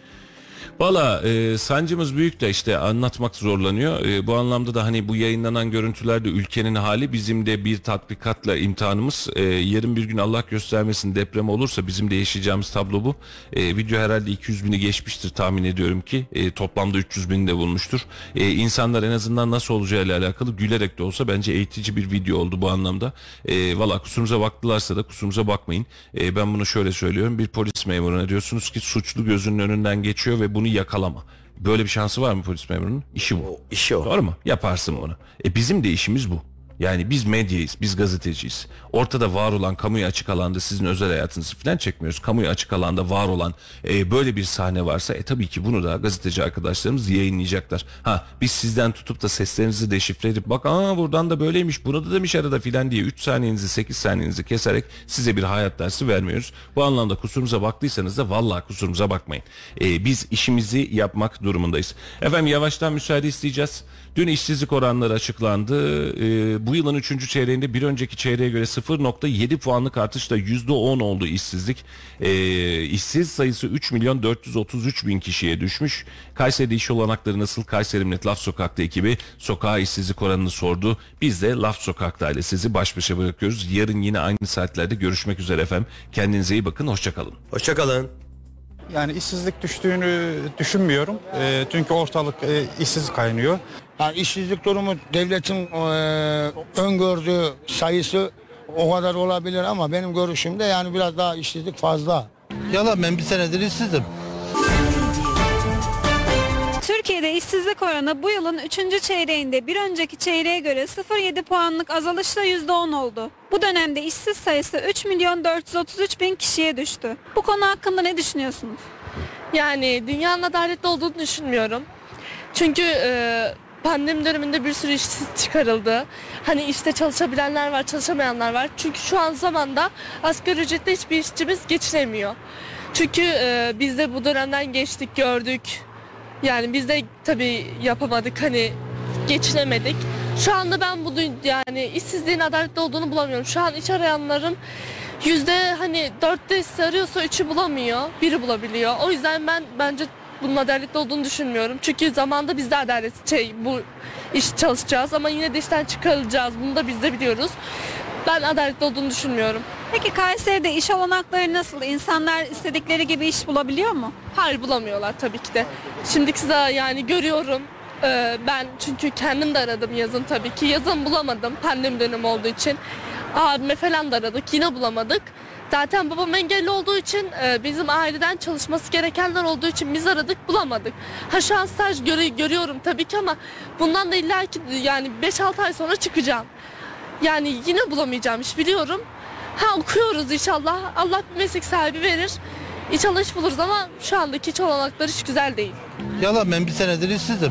Valla e, sancımız büyük de işte anlatmak zorlanıyor. E, bu anlamda da hani bu yayınlanan görüntülerde ülkenin hali bizim de bir tatbikatla imtihanımız. E, yarın bir gün Allah göstermesin deprem olursa bizim de yaşayacağımız tablo bu. E, video herhalde iki yüz bini geçmiştir tahmin ediyorum ki. E, toplamda üç yüz bini de bulmuştur. E, insanlar en azından nasıl olacağıyla alakalı gülerek de olsa bence eğitici bir video oldu bu anlamda. E, Valla kusurumuza baktılarsa da kusurumuza bakmayın. E, ben bunu şöyle söylüyorum. Bir polis memuruna diyorsunuz ki suçlu gözünün önünden geçiyor ve bunu yakalama. Böyle bir şansı var mı polis memurunun? İşi bu. O, işi o. Doğru mu? Yaparsın bunu. E bizim de işimiz bu. Yani biz medyayız, biz gazeteciyiz. Ortada var olan kamuya açık alanda sizin özel hayatınızı falan çekmiyoruz. Kamuya açık alanda var olan e, böyle bir sahne varsa e, tabii ki bunu da gazeteci arkadaşlarımız yayınlayacaklar. Ha biz sizden tutup da seslerinizi deşifre edip bak aa buradan da böyleymiş, bunu da demiş arada filan diye üç saniyenizi sekiz saniyenizi keserek size bir hayat dersi vermiyoruz. Bu anlamda kusurumuza baktıysanız da vallahi kusurumuza bakmayın. E, biz işimizi yapmak durumundayız. Efendim yavaştan müsaade isteyeceğiz. Dün işsizlik oranları açıklandı. Ee, bu yılın üçüncü çeyreğinde bir önceki çeyreğe göre sıfır nokta yedi puanlık artışla yüzde on oldu işsizlik. Ee, işsiz sayısı üç milyon dört yüz otuz üç bin kişiye düşmüş. Kayseri'de iş olanakları nasıl? Kayseri Millet Laf Sokak'ta ekibi sokağa işsizlik oranını sordu. Biz de Laf Sokak'ta ile sizi baş başa bırakıyoruz. Yarın yine aynı saatlerde görüşmek üzere efendim. Kendinize iyi bakın. Hoşçakalın. Hoşçakalın. Yani işsizlik düştüğünü düşünmüyorum. E, çünkü ortalık e, işsiz kaynıyor. Yani işsizlik durumu devletin e, öngördüğü sayısı o kadar olabilir ama benim görüşümde yani biraz daha işsizlik fazla. Yalan, ben bir senedir işsizim. Türkiye'de işsizlik oranı bu yılın üçüncü çeyreğinde bir önceki çeyreğe göre sıfır virgül yedi puanlık azalışla yüzde on oldu. Bu dönemde işsiz sayısı üç milyon dört yüz otuz üç bin kişiye düştü. Bu konu hakkında ne düşünüyorsunuz? Yani dünyanın adaletli olduğunu düşünmüyorum. Çünkü e, pandemi döneminde bir sürü işsiz çıkarıldı. Hani işte çalışabilenler var, çalışamayanlar var. Çünkü şu an zamanda asgari ücretle hiçbir işçimiz geçinemiyor. Çünkü e, biz de bu dönemden geçtik, gördük. Yani biz de tabii yapamadık, hani geçinemedik. Şu anda ben bu yani işsizliğin adaletli olduğunu bulamıyorum. Şu an iş arayanların yüzde hani dörtte arıyorsa üçü bulamıyor, biri bulabiliyor. O yüzden ben bence bunun adaletli olduğunu düşünmüyorum. Çünkü zamanda biz de adalet şey bu iş çalışacağız ama yine de işten çıkarılacağız. Bunu da biz de biliyoruz. Ben adaletli olduğunu düşünmüyorum. Peki Kayseri'de iş olanakları nasıl? İnsanlar istedikleri gibi iş bulabiliyor mu? Hayır, bulamıyorlar tabii ki de. Şimdiki size yani görüyorum. Ee, ben çünkü kendim de aradım yazın tabii ki. Yazın bulamadım pandemi dönemi olduğu için. Abime falan da aradık, yine bulamadık. Zaten babam engelli olduğu için e, bizim aileden çalışması gerekenler olduğu için biz aradık, bulamadık. Ha şu an staj göre, görüyorum tabii ki ama bundan da illa ki yani beş altı ay sonra çıkacağım. Yani yine bulamayacağım iş biliyorum. Ha okuyoruz inşallah. Allah bir meslek sahibi verir. İnşallah iş buluruz ama şu andaki iş olanakları hiç güzel değil. Yalan, ben bir senedir işsizim.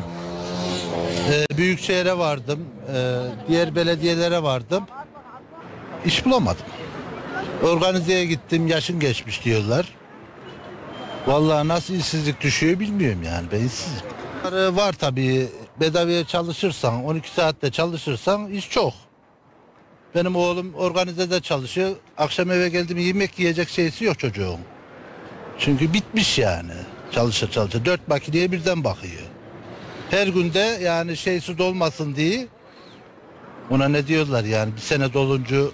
Ee, Büyükşehir'e vardım, ee, diğer belediyelere vardım. İş bulamadım. Organizeye gittim, yaşın geçmiş diyorlar. Vallahi nasıl işsizlik düşüyor bilmiyorum yani, ben işsizim. Var tabii, bedavaya çalışırsan, on iki saatte çalışırsan iş çok. Benim oğlum organizede çalışıyor, akşam eve geldim yemek yiyecek şeysi yok çocuğun. Çünkü bitmiş yani, çalışa çalışa, dört makineye birden bakıyor. Her günde yani şeysi dolmasın diye, ona ne diyorlar yani bir sene dolunca,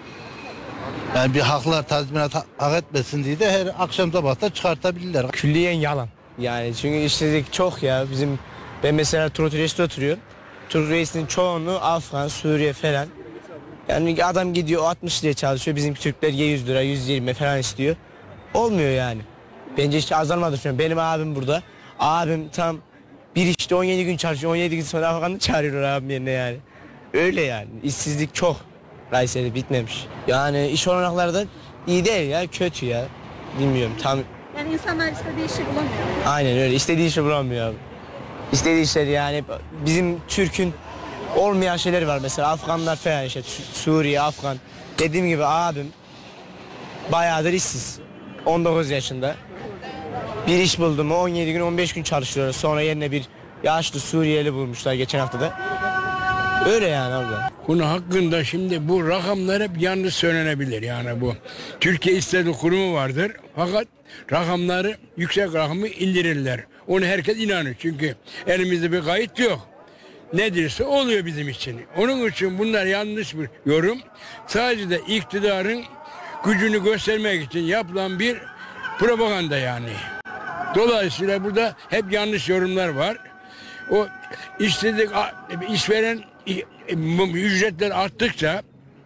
yani bir haklar tazminat hak etmesin diye de her akşam sabahta çıkartabilirler. Külliyen yalan. Yani çünkü işsizlik çok ya. Bizim ben mesela Turgut Reis'te oturuyorum. Turgut Reis'in çoğunluğu Afgan, Suriye falan. Yani adam gidiyor altmış liraya çalışıyor. Bizim Türkler yüz lira, yüz yirmi falan istiyor. Olmuyor yani. Bence hiç azalmadı düşünüyorum. Benim abim burada. Abim tam bir işte on yedi gün çalışıyor. on yedi gün sonra Afgan'ı çağırıyor abim yerine yani. Öyle yani. İşsizlik çok. Kayseri bitmemiş. Yani iş olanakları da iyi değil ya, kötü ya. Bilmiyorum tam. Yani insanlar istediği işi bulamıyor. Aynen öyle, istediği işi bulamıyor abi. İstediği işleri yani bizim Türk'ün olmayan şeyleri var mesela Afganlar falan işte Suriye, Afgan. Dediğim gibi abim bayağıdır işsiz. on dokuz yaşında. Bir iş buldu mu on yedi gün on beş gün çalışıyor. Sonra yerine bir yaşlı Suriyeli bulmuşlar geçen haftada. Öyle yani abla. Bunun hakkında şimdi bu rakamlar hep yanlış söylenebilir yani bu. Türkiye İstatistik Kurumu vardır fakat rakamları yüksek rakamı indirirler. Onu herkes inanır çünkü elimizde bir kayıt yok. Nedirse oluyor bizim için. Onun için bunlar yanlış bir yorum. Sadece de iktidarın gücünü göstermek için yapılan bir propaganda yani. Dolayısıyla burada hep yanlış yorumlar var. O işsizlik işveren ücretler arttıkça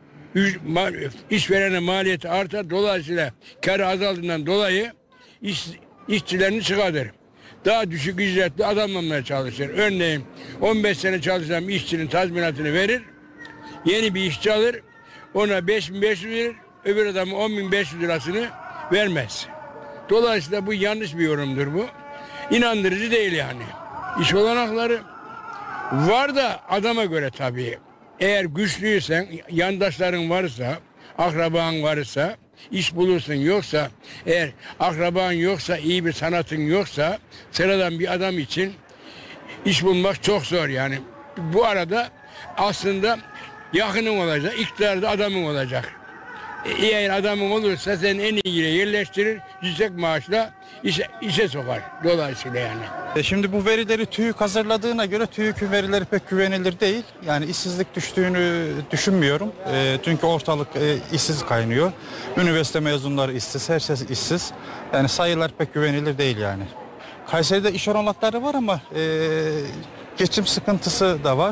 işverenin maliyeti artar. Dolayısıyla kar azaldığından dolayı iş, işçilerini çıkarır. Daha düşük ücretli adamlanmaya çalışır. Örneğin on beş sene çalışan bir işçinin tazminatını verir. Yeni bir işçi alır, ona beş bin beş yüz verir, öbür adamın on bin beş yüz lirasını vermez. Dolayısıyla bu yanlış bir yorumdur bu. İnandırıcı değil yani. İş olanakları var da adama göre tabii. Eğer güçlüysen, yandaşların varsa, akraban varsa, iş bulursun. Yoksa, eğer akraban yoksa, iyi bir sanatın yoksa, sıradan bir adam için iş bulmak çok zor yani. Bu arada aslında yakının olacak, iktidarda adamın olacak. Eğer adamın olursa seni en iyi yere yerleştirir, yüksek maaşla işe, işe sokar. Dolayısıyla yani. E şimdi bu verileri TÜİK hazırladığına göre TÜİK'ün verileri pek güvenilir değil. Yani işsizlik düştüğünü düşünmüyorum. E, çünkü ortalık e, işsiz kaynıyor. Üniversite mezunları işsiz, her şey işsiz. Yani sayılar pek güvenilir değil yani. Kayseri'de iş olanakları var ama e, geçim sıkıntısı da var.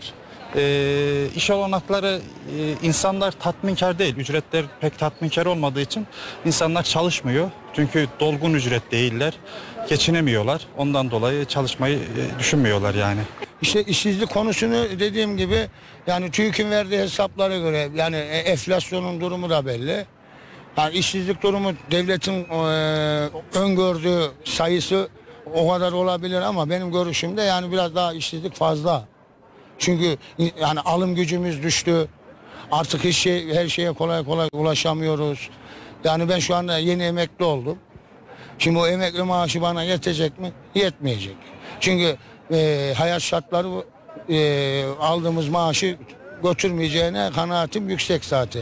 E, iş olanakları e, insanlar tatminkar değil. Ücretler pek tatminkar olmadığı için insanlar çalışmıyor. Çünkü dolgun ücret değiller. Geçinemiyorlar. Ondan dolayı çalışmayı e, düşünmüyorlar yani. İşte işsizlik konusunu dediğim gibi yani TÜİK'in verdiği hesaplara göre yani enflasyonun durumu da belli. Yani işsizlik durumu devletin e, öngördüğü sayısı o kadar olabilir ama benim görüşümde yani biraz daha işsizlik fazla. Çünkü yani alım gücümüz düştü. Artık hiç şey, her şeye kolay kolay ulaşamıyoruz. Yani ben şu anda yeni emekli oldum. Şimdi o emekli maaşı bana yetecek mi? Yetmeyecek. Çünkü e, hayat şartları e, aldığımız maaşı götürmeyeceğine kanaatim yüksek zaten.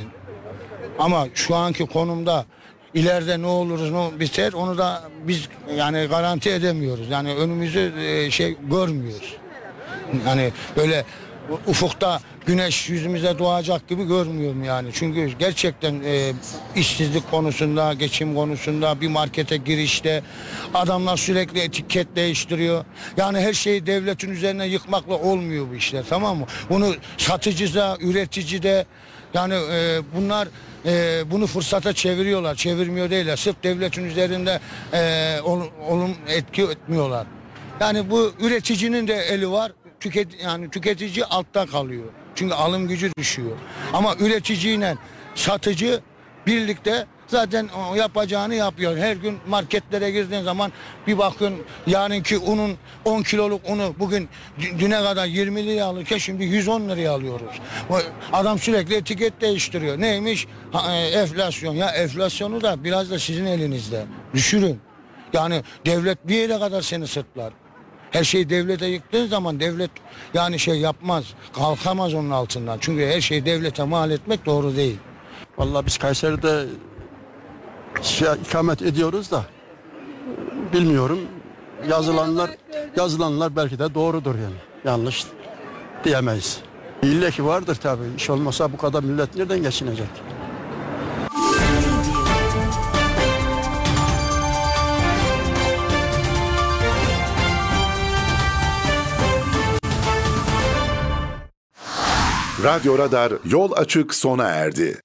Ama şu anki konumda ileride ne oluruz ne biter onu da biz yani garanti edemiyoruz. Yani önümüzü e, şey görmüyoruz. Yani böyle ufukta güneş yüzümüze doğacak gibi görmüyorum yani. Çünkü gerçekten e, işsizlik konusunda, geçim konusunda, bir markete girişte adamlar sürekli etiket değiştiriyor. Yani her şeyi devletin üzerine yıkmakla olmuyor bu işler, tamam mı? Bunu satıcıda, üreticide yani e, bunlar e, bunu fırsata çeviriyorlar. Çevirmiyor değiller. Sırf devletin üzerinde e, olum, olum etki etmiyorlar. Yani bu üreticinin de eli var. Tüket, yani tüketici altta kalıyor. Çünkü alım gücü düşüyor. Ama üreticiyle satıcı birlikte zaten yapacağını yapıyor. Her gün marketlere girdiğin zaman bir bakın yarınki unun on kiloluk unu bugün düne kadar yirmi liraya alırken şimdi yüz on liraya alıyoruz. Adam sürekli etiket değiştiriyor. Neymiş? Ha, e, enflasyon. Ya enflasyonu da biraz da sizin elinizde. Düşürün. Yani devlet bir yere kadar seni sırtlar. Her şeyi devlete yıktığın zaman devlet yani şey yapmaz, kalkamaz onun altından. Çünkü her şeyi devlete mal etmek doğru değil. Vallahi biz Kayseri'de şey, ikamet ediyoruz da bilmiyorum. Yazılanlar yazılanlar belki de doğrudur yani. Yanlış diyemeyiz. İlle ki vardır tabii. İş olmasa bu kadar millet nereden geçinecek? Radyo Radar yol açık sona erdi.